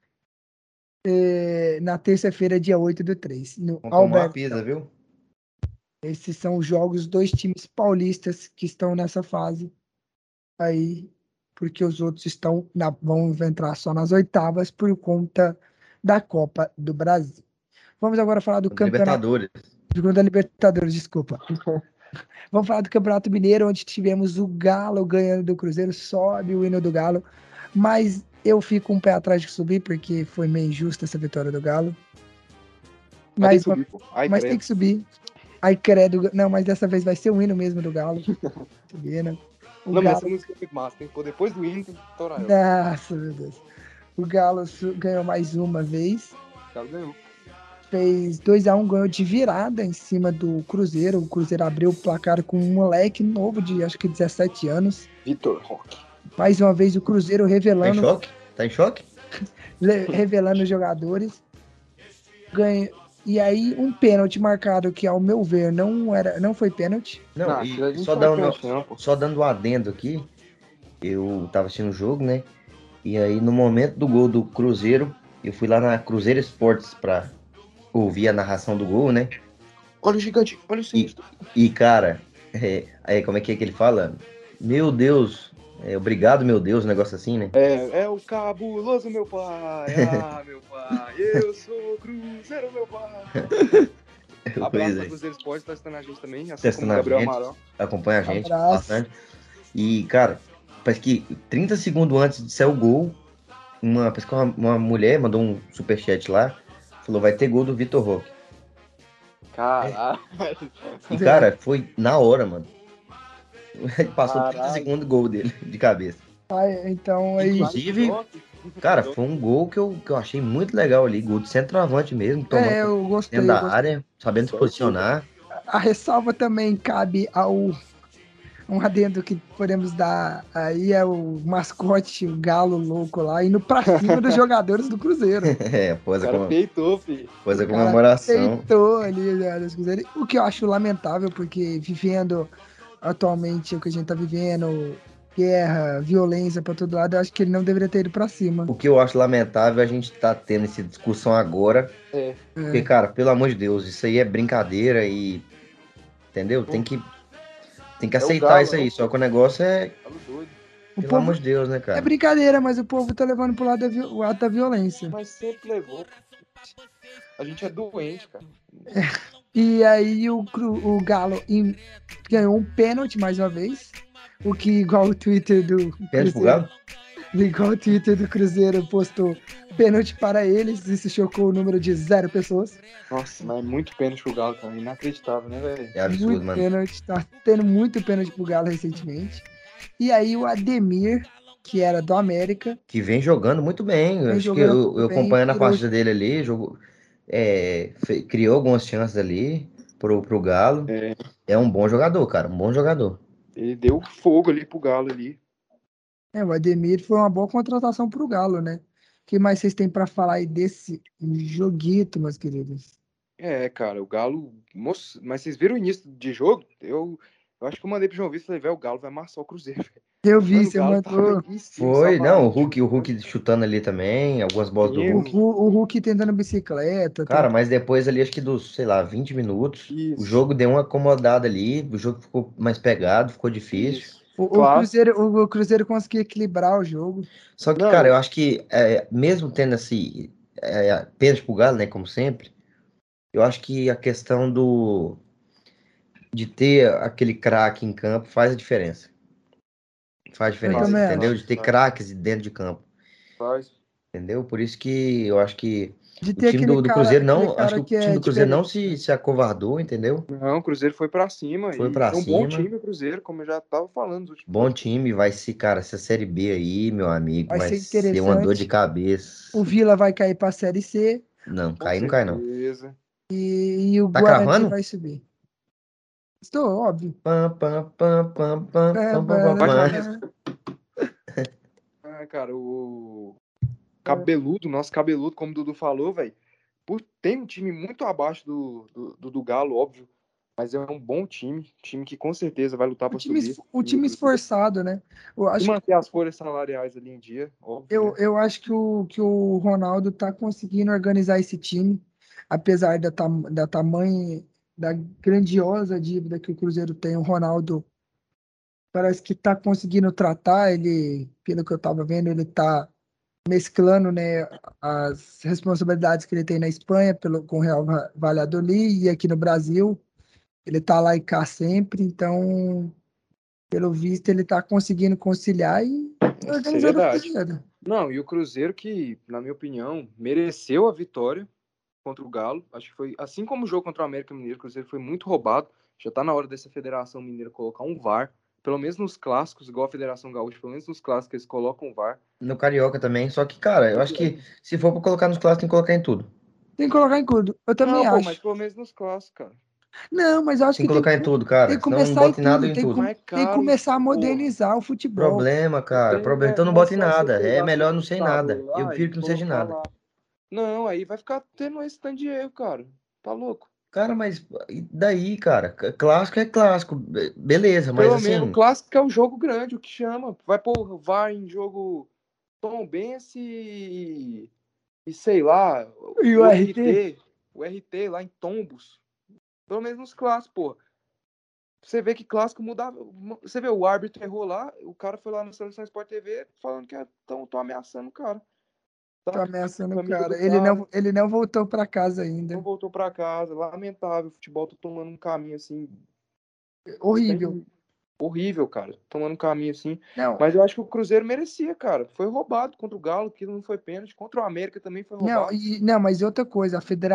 na terça-feira, dia 8/3, no Vamos tomar uma pisa, Albertão. viu? Esses são os jogos, dois times paulistas que estão nessa fase aí, porque os outros vão entrar só nas oitavas por conta da Copa do Brasil. Vamos agora falar do Da campeonato Libertadores. da Libertadores, desculpa. Vamos falar do Campeonato Mineiro, onde tivemos o Galo ganhando do Cruzeiro, sobe o hino do Galo, mas eu fico um pé atrás de subir, porque foi meio injusta essa vitória do Galo. Mas tem que Mas, subir, pô. Ai, mas tem credo. que subir. Ai, credo. Não, mas dessa vez vai ser o hino mesmo do Galo. Subir, né? O Não, mas essa Galo. música é muito massa. Tem que pôr depois do hino, tem que estourar ela. Nossa, meu Deus. O Galo ganhou mais uma vez. O cara ganhou. Fez 2-1, ganhou de virada em cima do Cruzeiro. O Cruzeiro abriu o placar com um moleque novo de acho que 17 anos. Vitor Roque. Mais uma vez o Cruzeiro Tá em revelando choque? Tá em choque? revelando os jogadores. E aí, um pênalti marcado que, ao meu ver, não foi pênalti. Não, Não, e aquilo ali só não foi dando, pênalti, não, pô. só dando um adendo aqui, eu tava assistindo o jogo, né? E aí, no momento do gol do Cruzeiro, eu fui lá na Cruzeiro Esportes pra ouvir a narração do gol, né? Olha o gigante, olha o E, sinistro. e cara, aí como é que ele fala? Meu Deus, obrigado, meu Deus, um negócio assim, né? É o cabuloso, meu pai. Ah, meu pai. Eu sou Cruzeiro, meu pai. Abraço Pois pra é, Cruzeiro Esporte, tá assistindo a gente também, assim como testando o a Gabriel gente, Amaral. acompanha a gente Abraço. bastante. E, cara, parece que 30 segundos antes de sair o gol, parece que uma mulher mandou um superchat lá, falou, vai ter gol do Vitor Roque. Caralho. E, cara, foi na hora, mano. Passou 30 Caralho. segundos o gol dele, de cabeça. Então, aí. Inclusive, cara, foi um gol que eu achei muito legal ali. Gol de centroavante mesmo, tomando Eu dentro gostei, eu da gostei. área, sabendo se posicionar. A ressalva também cabe ao um adendo que podemos dar aí é o mascote, o galo louco lá, indo pra cima dos jogadores do Cruzeiro. Após O cara peitou, filho. após O a cara comemoração. peitou ali, né, dos Cruzeiro. O que eu acho lamentável, porque vivendo atualmente o que a gente tá vivendo, guerra, violência pra todo lado, eu acho que ele não deveria ter ido pra cima. O que eu acho lamentável é a gente tá tendo essa discussão agora. É. Porque, cara, pelo amor de Deus, isso aí é brincadeira e. Entendeu? Tem que É o aceitar galo, isso é aí. o Só que o negócio é. galo doido. O Pelo amor povo de Deus, né, é cara? brincadeira, mas o povo tá levando pro lado o ato da violência. Mas sempre levou. A gente é doente, cara. E aí o Galo ganhou um pênalti mais uma vez. O que, igual o Twitter do Pênalti pro Cruzeiro, Galo? igual o Twitter do Cruzeiro postou pênalti para eles, isso chocou o número de 0 pessoas. Nossa, mas é muito pênalti pro Galo, cara. Inacreditável, né, velho? É absurdo, Muito mano. pênalti, tá tendo muito pênalti pro Galo recentemente. E aí o Ademir, que era do América, Que vem jogando muito bem. Eu vem acho que jogando eu muito bem, acompanhando a virou, partida dele ali, jogou, criou algumas chances ali pro Galo. É, É um bom jogador, cara. Um bom jogador. ele deu fogo ali pro Galo ali. o Ademir foi uma boa contratação pro Galo, né? O que mais vocês têm para falar aí desse joguito, meus queridos? É, cara, o Galo. Moça, mas vocês viram o início de jogo? Eu acho que eu mandei pro João Vitor e falei, velho, o Galo vai amassar o Cruzeiro, velho. Eu vi, Mano, o você Galo mandou tava em cima, Foi, não, Savarino o chutando, Hulk chutando ali também, algumas bolas do Keno, Hulk. o Hulk tentando bicicleta. Cara, mas depois ali, acho que dos, sei lá, 20 minutos, o Isso, jogo deu uma acomodada ali, o jogo ficou mais pegado, ficou difícil. isso. O Clássico. Cruzeiro conseguiu equilibrar o jogo. Só que, cara, Não, eu acho que, mesmo tendo esse pênalti pro Galo, né, como sempre, eu acho que a questão de ter aquele craque em campo faz a diferença. Faz Eu diferença, também entendeu? acho. De ter craques dentro de campo, faz. entendeu? Por isso que eu acho que De o ter time do Cruzeiro aquele não, acho cara que o que time é do Cruzeiro não diferente. se acovardou, entendeu? Não, o Cruzeiro foi pra cima Foi e pra tem um bom cima. time, o Cruzeiro, como eu já tava falando nos últimos Bom podcasts. time, vai ser, cara, essa Série B aí, meu amigo, Vai vai ser ser uma dor de interessante. O cabeça. Vila vai cair para a Série C Não, Com cair não cai não. certeza. e o Tá Guarani cravando? vai subir. Estou, óbvio. Pam, pam, pam, pam, pam, pam, pam, pam, Bate na pam. mesa. Ah, cara, o Cabeludo, nosso Cabeludo, como o Dudu falou, velho, tem um time muito abaixo do Galo, óbvio, mas é um bom time que com certeza vai lutar para subir. O time esforçado, né? Eu E acho, manter as folhas salariais ali em dia, óbvio, né? eu acho que o Ronaldo tá conseguindo organizar esse time, apesar da tamanha, da grandiosa dívida que o Cruzeiro tem. O Ronaldo parece que tá conseguindo tratar, ele, pelo que eu tava vendo, ele tá mesclando, né, as responsabilidades que ele tem na Espanha com o Real Valladolid e aqui no Brasil. Ele tá lá e cá sempre, então, pelo visto, ele tá conseguindo conciliar e Isso é organizando o verdade. Cruzeiro. Não, e o Cruzeiro que, na minha opinião, mereceu a vitória contra o Galo. Acho que foi, assim como o jogo contra o América Mineiro, o Cruzeiro foi muito roubado. Já tá na hora dessa Federação Mineira colocar um VAR, pelo menos nos clássicos, igual a Federação Gaúcha, pelo menos nos clássicos eles colocam um VAR. No Carioca também, só que, cara, eu acho que se for pra colocar nos clássicos, tem que colocar em tudo. Tem que colocar em tudo. Eu também Não, pô, mas acho. pelo menos nos clássicos, cara. Não, mas eu acho Tem que que colocar em tudo, tem cara, que senão não começar em bota em nada tudo. em tudo. Mas é Tem que caro, começar a porra. modernizar o futebol. Problema, cara, problema. Então não Não é bota em só você nada, é pegar seu melhor não ser em nada. computador Eu lá prefiro e que não seja em colocar nada. lá. Não, aí vai ficar tendo esse tanto de erro, cara. Tá louco? Cara, mas e daí, cara? Clássico é clássico, beleza, mas Pelo menos o assim, clássico é o jogo grande, o que chama. Vai pôr VAR em jogo Tombense e sei lá, E o o RT? RT, o RT lá em Tombos. Pelo menos nos clássicos, pô. Você vê que clássico mudava. Você vê, o árbitro errou lá, o cara foi lá na Seleção Sport TV falando que estão ameaçando o cara. Tô Saca? ameaçando o Família do cara. cara, Ele não voltou pra casa não ainda. voltou pra casa. Lamentável, o futebol tá tomando um caminho assim, Horrível. sem horrível, cara. Tomando um caminho assim. Não, Mas eu acho que o Cruzeiro merecia, cara. Foi roubado contra o Galo, que não foi pênalti. Contra o América também foi não, roubado. não, mas outra coisa,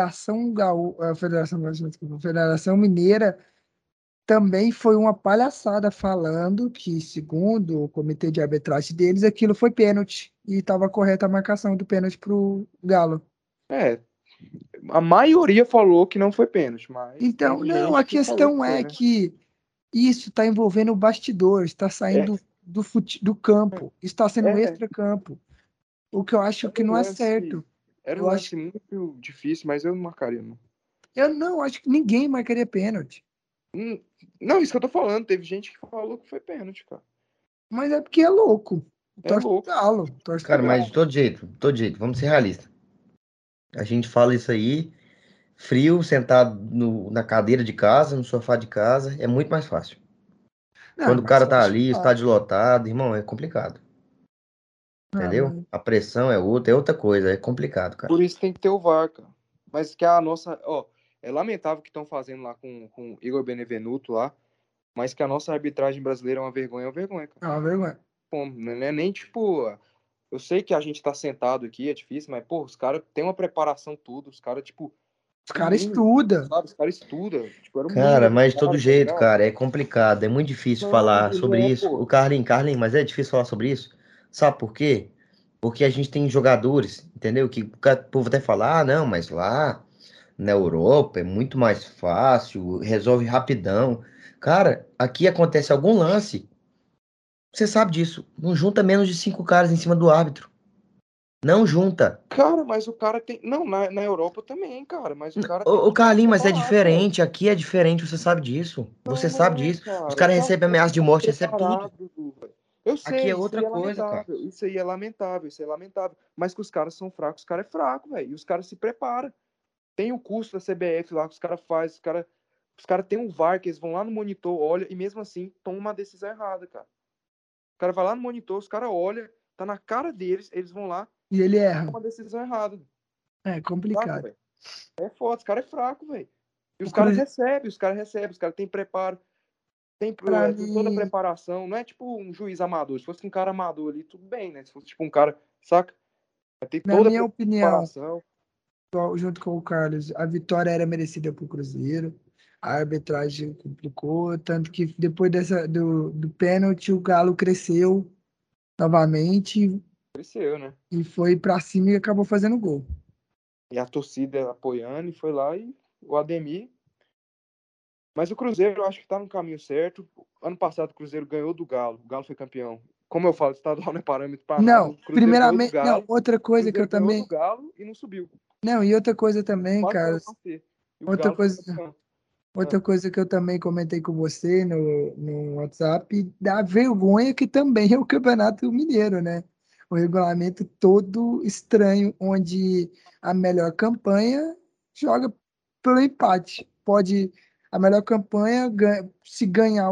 a Federação Mineira também foi uma palhaçada falando que, segundo o comitê de arbitragem deles, aquilo foi pênalti e estava correta a marcação do pênalti pro Galo. É, a maioria falou que não foi pênalti, mas Então, teve não, a gente que falou que questão foi, é né? que isso está envolvendo o bastidor, está É, saindo do campo, está sendo é, extra-campo, o que eu acho era que um não é lance, certo. era um Eu acho, lance muito difícil, mas eu não marcaria, não. eu não acho que ninguém marcaria pênalti, Não, isso que eu tô falando, teve gente que falou que foi pênalti, cara. mas é porque é louco. É Torce pro louco. Galo, torce pro cara, mas Galo. de todo jeito, vamos ser realistas. A gente fala isso aí, frio, sentado na cadeira de casa, no sofá de casa, é muito mais fácil. Não, é Quando o mais cara tá fácil. ali, o estádio lotado, irmão, é complicado, Ah, entendeu? mas A pressão é outra coisa, é complicado, cara. Por isso tem que ter o VAR, cara. Mas que a nossa, ó, é lamentável o que estão fazendo lá com o Igor Benevenuto lá, mas que a nossa arbitragem brasileira é uma vergonha, cara. é uma vergonha. Pô, não é nem tipo, eu sei que a gente tá sentado aqui, é difícil, mas, pô, os caras têm uma preparação tudo, os caras, tipo, Os o caras mínimo, estudam. sabe? Os caras estudam, tipo, era o Cara, mínimo dos mas de todo caras, tá jeito, ligado? cara, é complicado, é muito difícil Não, falar não sobre é, isso. O pô. Carlinhos, mas é difícil falar sobre isso. Sabe por quê? Porque a gente tem jogadores, entendeu? Que o povo até fala, ah, não, mas lá na Europa é muito mais fácil, resolve rapidão. Cara, aqui acontece algum lance, você sabe disso, não junta menos de 5 caras em cima do árbitro. Não junta. Cara, mas o cara tem. Não, na Europa também, cara, mas o cara tem Ô, que estar Carlinhos, mas é preparado, velho. diferente, aqui é diferente, você sabe disso. Não, Você não sabe é, disso. Os cara. caras Tá, recebem tem que ameaça de estar morte, recebem tudo. preparado, velho. Eu Aqui é sei, isso outra aí é coisa, cara. lamentável. Isso aí é lamentável, isso é lamentável. Mas que os caras são fracos, os caras é fraco, velho. E os caras se preparam. Tem o curso da CBF lá que os caras fazem, os cara têm um VAR que eles vão lá no monitor, olha, e mesmo assim tomam uma decisão errada, cara. O cara vai lá no monitor, os caras olham, tá na cara deles, eles vão lá E ele e erra. tomam uma decisão errada. É Saca, complicado. velho? É foda, os caras é fraco, velho. E O os caras Cruzeiro, recebem, os caras têm preparo, pra tem toda a mim, preparação. Não é tipo um juiz amador. Se fosse um cara amador ali, tudo bem, né? Se fosse tipo um cara, saca? Vai ter na toda a minha opinião, preparação. junto com o Carlos, a vitória era merecida pro Cruzeiro. A arbitragem complicou, tanto que depois do pênalti, o Galo cresceu novamente Cresceu, né? e foi pra cima e acabou fazendo gol. E a torcida apoiando, e foi lá e o Ademir. Mas o Cruzeiro, eu acho que tá no caminho certo. Ano passado o Cruzeiro ganhou do Galo. O Galo foi campeão. Como eu falo, estadual não é parâmetro pra nada. Não, O Cruzeiro ganhou do primeiramente, não, Galo. outra O coisa que eu Cruzeiro ganhou também, do Galo e não subiu. não, e outra coisa também, Quase cara, caiu pra C. E o outra Galo foi coisa, campeão. Ah, outra coisa que eu também comentei com você no WhatsApp, da vergonha que também é o Campeonato Mineiro, né? O regulamento todo estranho, onde a melhor campanha joga pelo empate. Pode, a melhor campanha, se ganhar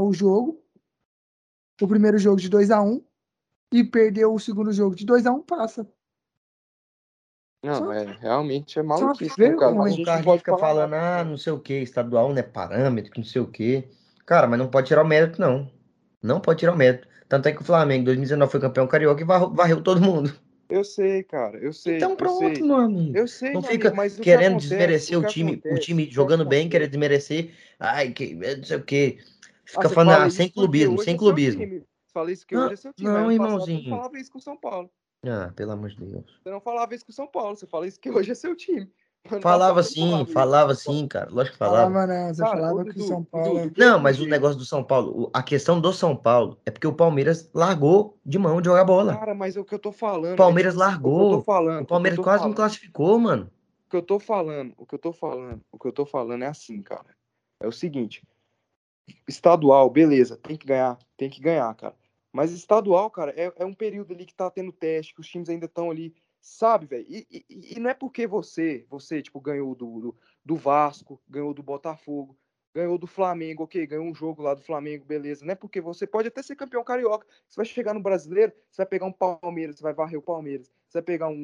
o primeiro jogo de 2-1 e perder o segundo jogo de 2-1 passa. não, Só, realmente é só maluquice, né, cara? Mas a O vergonha. gente não Carlinhos pode fica falar falando, nada. ah, não sei o que, estadual não é parâmetro, que não sei o que. Cara, mas não pode tirar o mérito, não. Não pode tirar o mérito. Tanto é que o Flamengo, em 2019, foi campeão carioca e varreu todo mundo. Eu sei, cara. Eu sei, Então eu pronto, sei. meu amigo. Eu sei, Não meu amigo, fica mas querendo desmerecer o o time que jogando bem, querer acontece. desmerecer. Ai, que não sei o quê. Ah, Fica você falando, fala ah, sem isso porque clubismo, hoje sem é seu clubismo. time. Você fala isso que Não, hoje é seu time. Mas não, ano passado você não irmãozinho. falava isso com o São Paulo. Ah, pelo amor de Deus. Você não falava isso com o São Paulo. Você fala isso que hoje é seu time. Ano passado você não falava isso com o Falava São Paulo. sim, cara. Lógico que falava. Falava não, você Cara, ô falava que o São Dudu, Dudu, Paulo. do Não, mesmo mas o jeito. negócio do São Paulo, a questão do São Paulo é porque o Palmeiras largou de mão de jogar bola. Cara, mas é o que eu tô O falando. É Palmeiras tipo assim, o que eu tô largou. O falando. O que eu Palmeiras tô quase não falando. classificou, mano. que eu tô falando é assim, cara. É o seguinte, estadual, beleza, tem que ganhar, cara. Mas estadual, cara, é um período ali que tá tendo teste, que os times ainda estão ali, sabe, velho? E não é porque você, tipo, ganhou do Vasco, ganhou do Botafogo, ganhou do Flamengo, ok, ganhou um jogo lá do Flamengo, beleza. Não é porque você pode até ser campeão carioca. Você vai chegar no brasileiro, você vai pegar um Palmeiras, você vai varrer o Palmeiras. Você vai pegar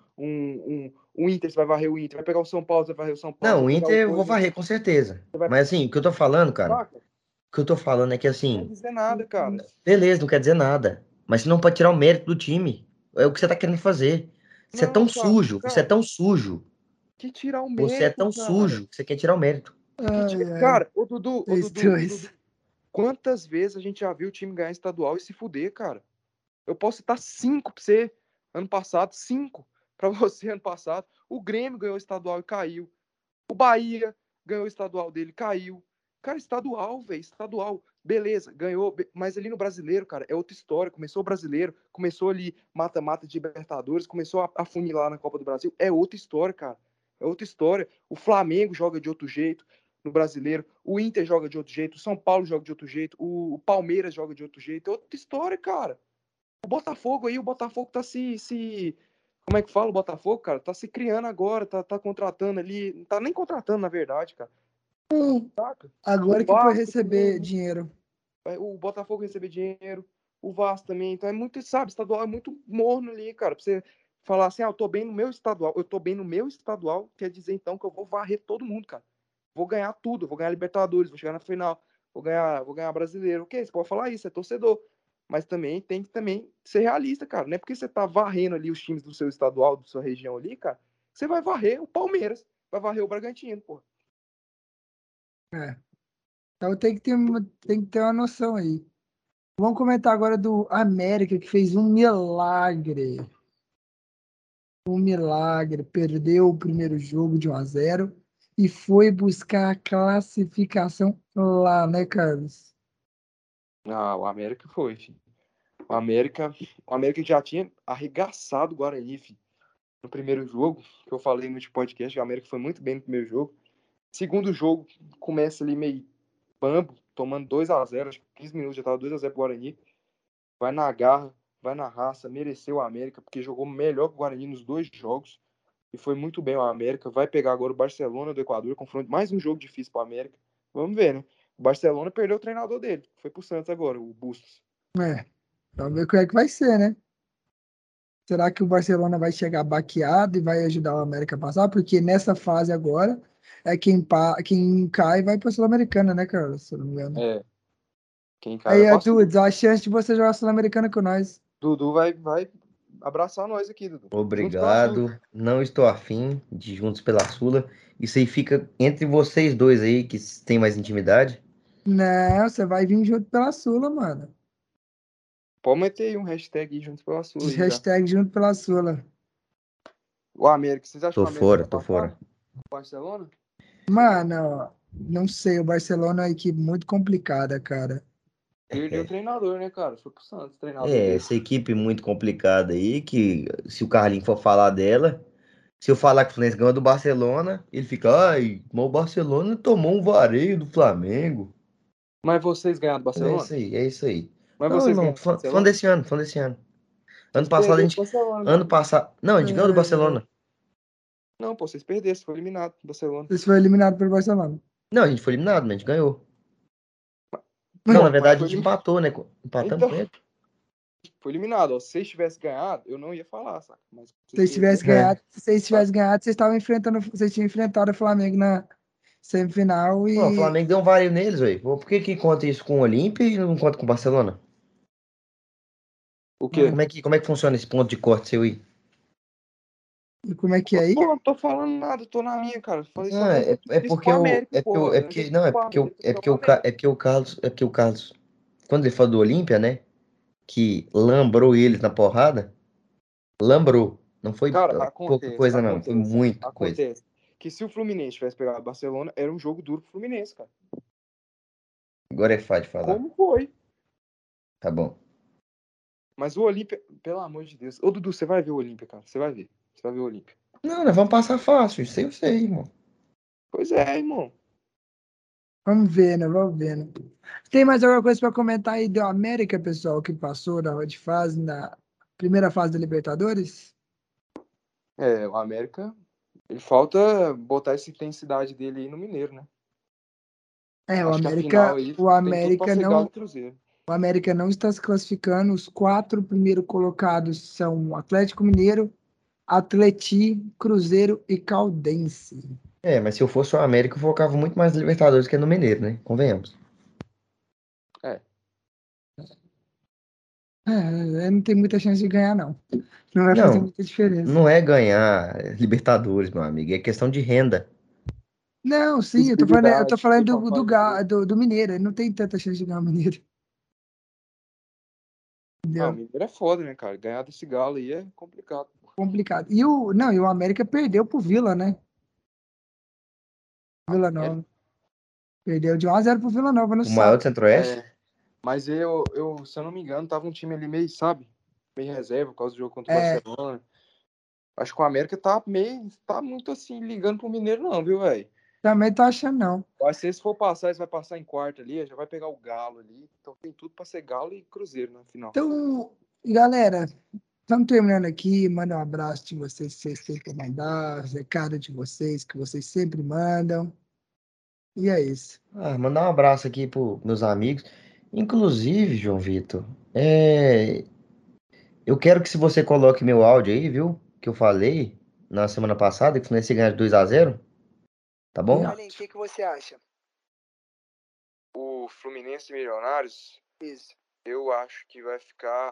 um Inter, você vai varrer o Inter. Vai pegar o São Paulo, você vai varrer o São Paulo. Não, Você o vai pegar o Inter eu vou Corinthians, varrer com certeza. você vai. Mas assim, o que eu tô falando, cara, Saca? o que eu tô falando é que Não quer assim, dizer nada, cara. beleza, não quer dizer nada. Mas você não pode tirar o mérito do time. É o que você tá querendo fazer. Você é tão Não, cara, sujo, você é cara, tão sujo, que tirar o você é mérito, tão cara. sujo que você quer tirar o mérito. Ai, ai, Cara, vocês dois. quantas vezes a gente já viu o time ganhar estadual e se fuder, cara? Eu posso citar 5 pra você ano passado, 5 pra você ano passado. O Grêmio ganhou o estadual e caiu. O Bahia ganhou o estadual dele, caiu. Cara, estadual, velho, estadual. Beleza, ganhou, mas ali no brasileiro, cara, é outra história. Começou o brasileiro, começou ali mata-mata de Libertadores, começou a funilar na Copa do Brasil. É outra história, cara. É outra história. O Flamengo joga de outro jeito no brasileiro, o Inter joga de outro jeito, o São Paulo joga de outro jeito, o Palmeiras joga de outro jeito. É outra história, cara. O Botafogo tá se como é que fala o Botafogo, cara? Tá se criando agora, tá contratando ali, não tá nem contratando, na verdade, cara. Saca? O Agora que foi Vasco receber também, dinheiro. o Botafogo receber dinheiro, o Vasco também, então é muito, sabe, estadual é muito morno ali, cara, pra você falar assim, eu tô bem no meu estadual, quer dizer então que eu vou varrer todo mundo, cara. Vou ganhar tudo, vou ganhar Libertadores, vou chegar na final, vou ganhar Brasileiro. Ok, você pode falar isso, é torcedor. Mas também tem que também ser realista, cara. Não é porque você tá varrendo ali os times do seu estadual, da sua região ali, cara, você vai varrer o Palmeiras, vai varrer o Bragantino, pô. É. Então tem que ter uma noção aí. Vamos comentar agora do América, que fez um milagre. Um milagre. Perdeu o primeiro jogo de 1-0 e foi buscar a classificação lá, né, Carlos? Ah, o América foi, filho. O América, o América já tinha arregaçado o Guarani, filho, no primeiro jogo, que eu falei no podcast, que o América foi muito bem no primeiro jogo. Segundo jogo, começa ali meio bambo, tomando 2-0, acho que 15 minutos já tava 2-0 pro Guarani. Vai na garra, vai na raça, mereceu o América, porque jogou melhor que o Guarani nos dois jogos. E foi muito bem o América. Vai pegar agora o Barcelona do Equador, confronto mais um jogo difícil para o América. Vamos ver, né? O Barcelona perdeu o treinador dele, foi pro Santos agora, o Bustos. É, vamos ver como é que vai ser, né? Será que o Barcelona vai chegar baqueado e vai ajudar o América a passar? Porque nessa fase agora é quem cai vai para a Sul-Americana, né, Carlos? Se eu não me engano. É, quem cai Aí, vai passar. Dudes, a chance de você jogar Sul-Americana com nós. Dudu vai abraçar nós aqui, Dudu. Juntos pela Sul. Obrigado. Não estou afim de Juntos pela Sula. Isso aí fica entre vocês dois aí, que têm mais intimidade. Não, você vai vir junto pela Sula, mano. Pode meter aí um hashtag aí, Juntos pela Sul aí já. Hashtag junto pela Sula. O América, vocês acham que Tô o América fora, vai tô passar? fora. O Barcelona? Mano, ó, não sei, o Barcelona é uma equipe muito complicada, cara. Perdeu o treinador, né, cara? Foi pro Santos, o treinador É, dele. essa equipe muito complicada aí, que se o Carlinhos for falar dela, se eu falar que o Fluminense ganhou do Barcelona, ele fica, ai, mas o Barcelona tomou um vareio do Flamengo. Mas vocês ganharam do É Barcelona? isso aí, é isso aí. Mas Não, vocês irmão, ganharam tô do falando Barcelona? desse ano, falando desse ano. Ano Vocês passado a perderam do gente. Barcelona, meu Ano amigo. passado. Não, a gente ganhou do É, Barcelona. Não, pô, vocês perderam, vocês foram eliminados do Barcelona. Você foi eliminado pelo Barcelona. Não, a gente foi eliminado, mas a gente ganhou. Não, na Pô, mas verdade a foi gente eliminado. empatou, né? Empatamos Então, com ele. foi eliminado. Ó. Se vocês tivessem ganhado, eu não ia falar, saca? Mas Se vocês vocês perderam, tivessem É. ganhado, se vocês tá? tivessem ganhado, vocês estavam enfrentando, vocês tinham enfrentado o Flamengo na semifinal Pô, o e Flamengo deu um vareio neles, velho. Por que que conta isso com o Olímpia e não conta com o Barcelona? O é, quê? Como é que funciona esse ponto de corte seu aí? e como é que é aí? Pô, não tô falando nada, tô na minha, cara. Falei só Não, de um jogo é difícil porque pro o. América, porra. É Eu não porque. disse Não, pro América, é pro América. é porque o Carlos. Quando ele falou do Olímpia, né? Que lambrou eles na porrada. Lambrou. Não foi Cara, pouca acontece, coisa, não. Foi acontece, muita coisa. acontece. Que se o Fluminense tivesse pegado o Barcelona, era um jogo duro pro Fluminense, cara. Agora é fácil de falar. Como foi? Tá bom. Mas o Olímpia, pelo amor de Deus. Ô, Dudu, você vai ver o Olímpia, cara. Você vai ver. Você vai ver o Olímpia. Não, nós vamos passar fácil, isso aí eu sei, irmão. Pois é, irmão. Vamos ver, né? Vamos ver, né? Tem mais alguma coisa para comentar aí do América, pessoal, que passou de fase, na primeira fase da Libertadores? O América, ele falta botar essa intensidade dele aí no Mineiro, né? O Acho que a final América, aí o tem tudo pra América ser Galo não, e Cruzeiro. o América não está se classificando. Os 4 primeiros colocados são Atlético Mineiro, Atleti, Cruzeiro e Caldense. Mas se eu fosse o América, eu focava muito mais no Libertadores que no Mineiro, né? Convenhamos. Não tem muita chance de ganhar, não. Não vai fazer Não, muita diferença. não é ganhar Libertadores, meu amigo, é questão de renda. Não, sim, eu tô falando Visibilidade, do Mineiro. Ele não tem tanta chance de ganhar o Mineiro. o Entendeu? Mineiro é foda, né, cara? Ganhar desse Galo aí é complicado. Complicado. E o América perdeu pro Vila, né? Vila Nova. Perdeu de 1-0 pro Vila Nova no O maior do sábado. Centro-Oeste? Mas se eu não me engano, tava um time ali meio, sabe? Meio reserva por causa do jogo contra o É. Barcelona. Acho que o América tá muito assim, ligando pro Mineiro, não, viu, velho? Também tô achando, não. Vai ser, se for passar, eles vai passar em quarto ali, já vai pegar o Galo ali. Então tem tudo pra ser Galo e Cruzeiro na final. Então, galera, estamos terminando aqui. Manda um abraço de vocês que vocês têm que mandar, recado de vocês que vocês sempre mandam. E é isso. Mandar um abraço aqui pros meus amigos. Inclusive, João Vitor, eu quero que se você coloque meu áudio aí, viu? Que eu falei na semana passada, que o Fluminense ganha de 2-0, tá bom? Além, o que você acha? O Fluminense e Milionários, Isso. eu acho que vai ficar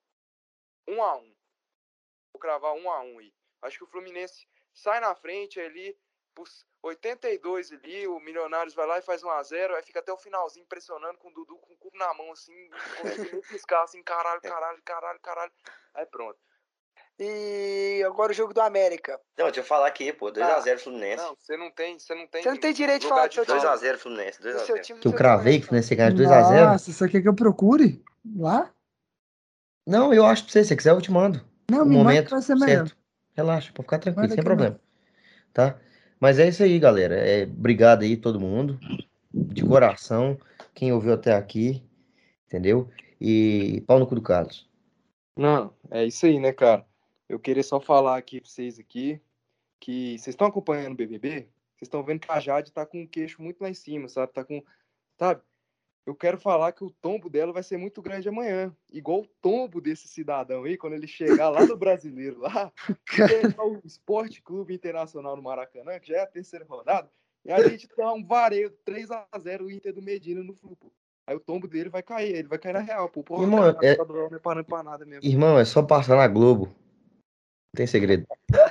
1-1. Vou cravar 1-1 aí. Acho que o Fluminense sai na frente ali, pros 82 ali, o Milionários vai lá e faz 1-0, aí fica até o finalzinho pressionando com o Dudu com o cubo na mão, assim, não consegue nem piscar, assim, caralho. Aí pronto. E agora o jogo do América. Não, deixa eu falar aqui, pô. 2-0 Fluminense. Não, você não tem Você não tem direito de falar do seu time. 2-0 Fluminense, 2-0. Que eu seu cravei time, que o Fluminense ganha de 2-0. Nossa, só quer que eu procure lá? Não, eu acho pra você. Se você quiser, eu te mando. Não, O me manda momento que vai ser melhor. certo. Relaxa, pode ficar tranquilo, Manda sem que problema. Tá? Mas é isso aí, galera. Obrigado aí, todo mundo. De coração. Quem ouviu até aqui. Entendeu? E pau no cu do Carlos. Não, é isso aí, né, cara? Eu queria só falar aqui pra vocês aqui que vocês estão acompanhando o BBB, vocês estão vendo que a Jade tá com o queixo muito lá em cima, sabe? Sabe? Eu quero falar que o tombo dela vai ser muito grande amanhã. Igual o tombo desse cidadão aí, quando ele chegar lá no Brasileiro, lá, e pegar o Esporte Clube Internacional no Maracanã, que já é a terceira rodada, e a gente dá um vareio 3-0 o Inter do Medina no Flu. Aí o tombo dele vai cair, ele vai cair na real, pô. Porra, Irmão, cara, estadual não é parando pra nada mesmo. Irmão, é só passar na Globo. Não tem segredo.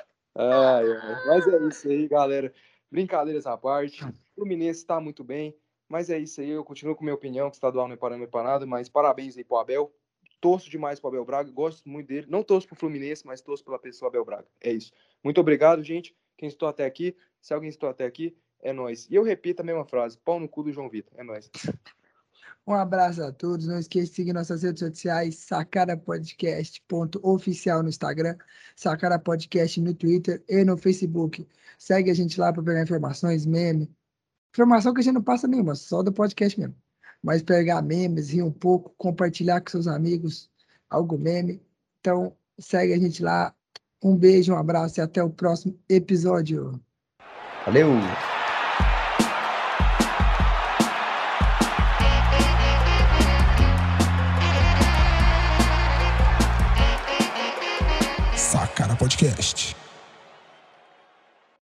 Mas é isso aí, galera. Brincadeiras à parte. O Fluminense tá muito bem. Mas é isso aí, eu continuo com minha opinião, que o estadual não é parâmetro para nada, mas parabéns aí pro Abel. Torço demais pro Abel Braga, gosto muito dele. Não torço pro Fluminense, mas torço pela pessoa Abel Braga. É isso. Muito obrigado, gente. Quem estou até aqui, se alguém estou até aqui, é nóis. E eu repito a mesma frase, pau no cu do João Vitor. É nóis. Um abraço a todos. Não esqueça de seguir nossas redes sociais, sacarapodcast.oficial no Instagram, Sacara Podcast no Twitter e no Facebook. Segue a gente lá para pegar informações, meme. Informação que a gente não passa nenhuma, só do podcast mesmo. Mas pegar memes, rir um pouco, compartilhar com seus amigos algo meme. Então, segue a gente lá. Um beijo, um abraço e até o próximo episódio. Valeu! Sacara Podcast.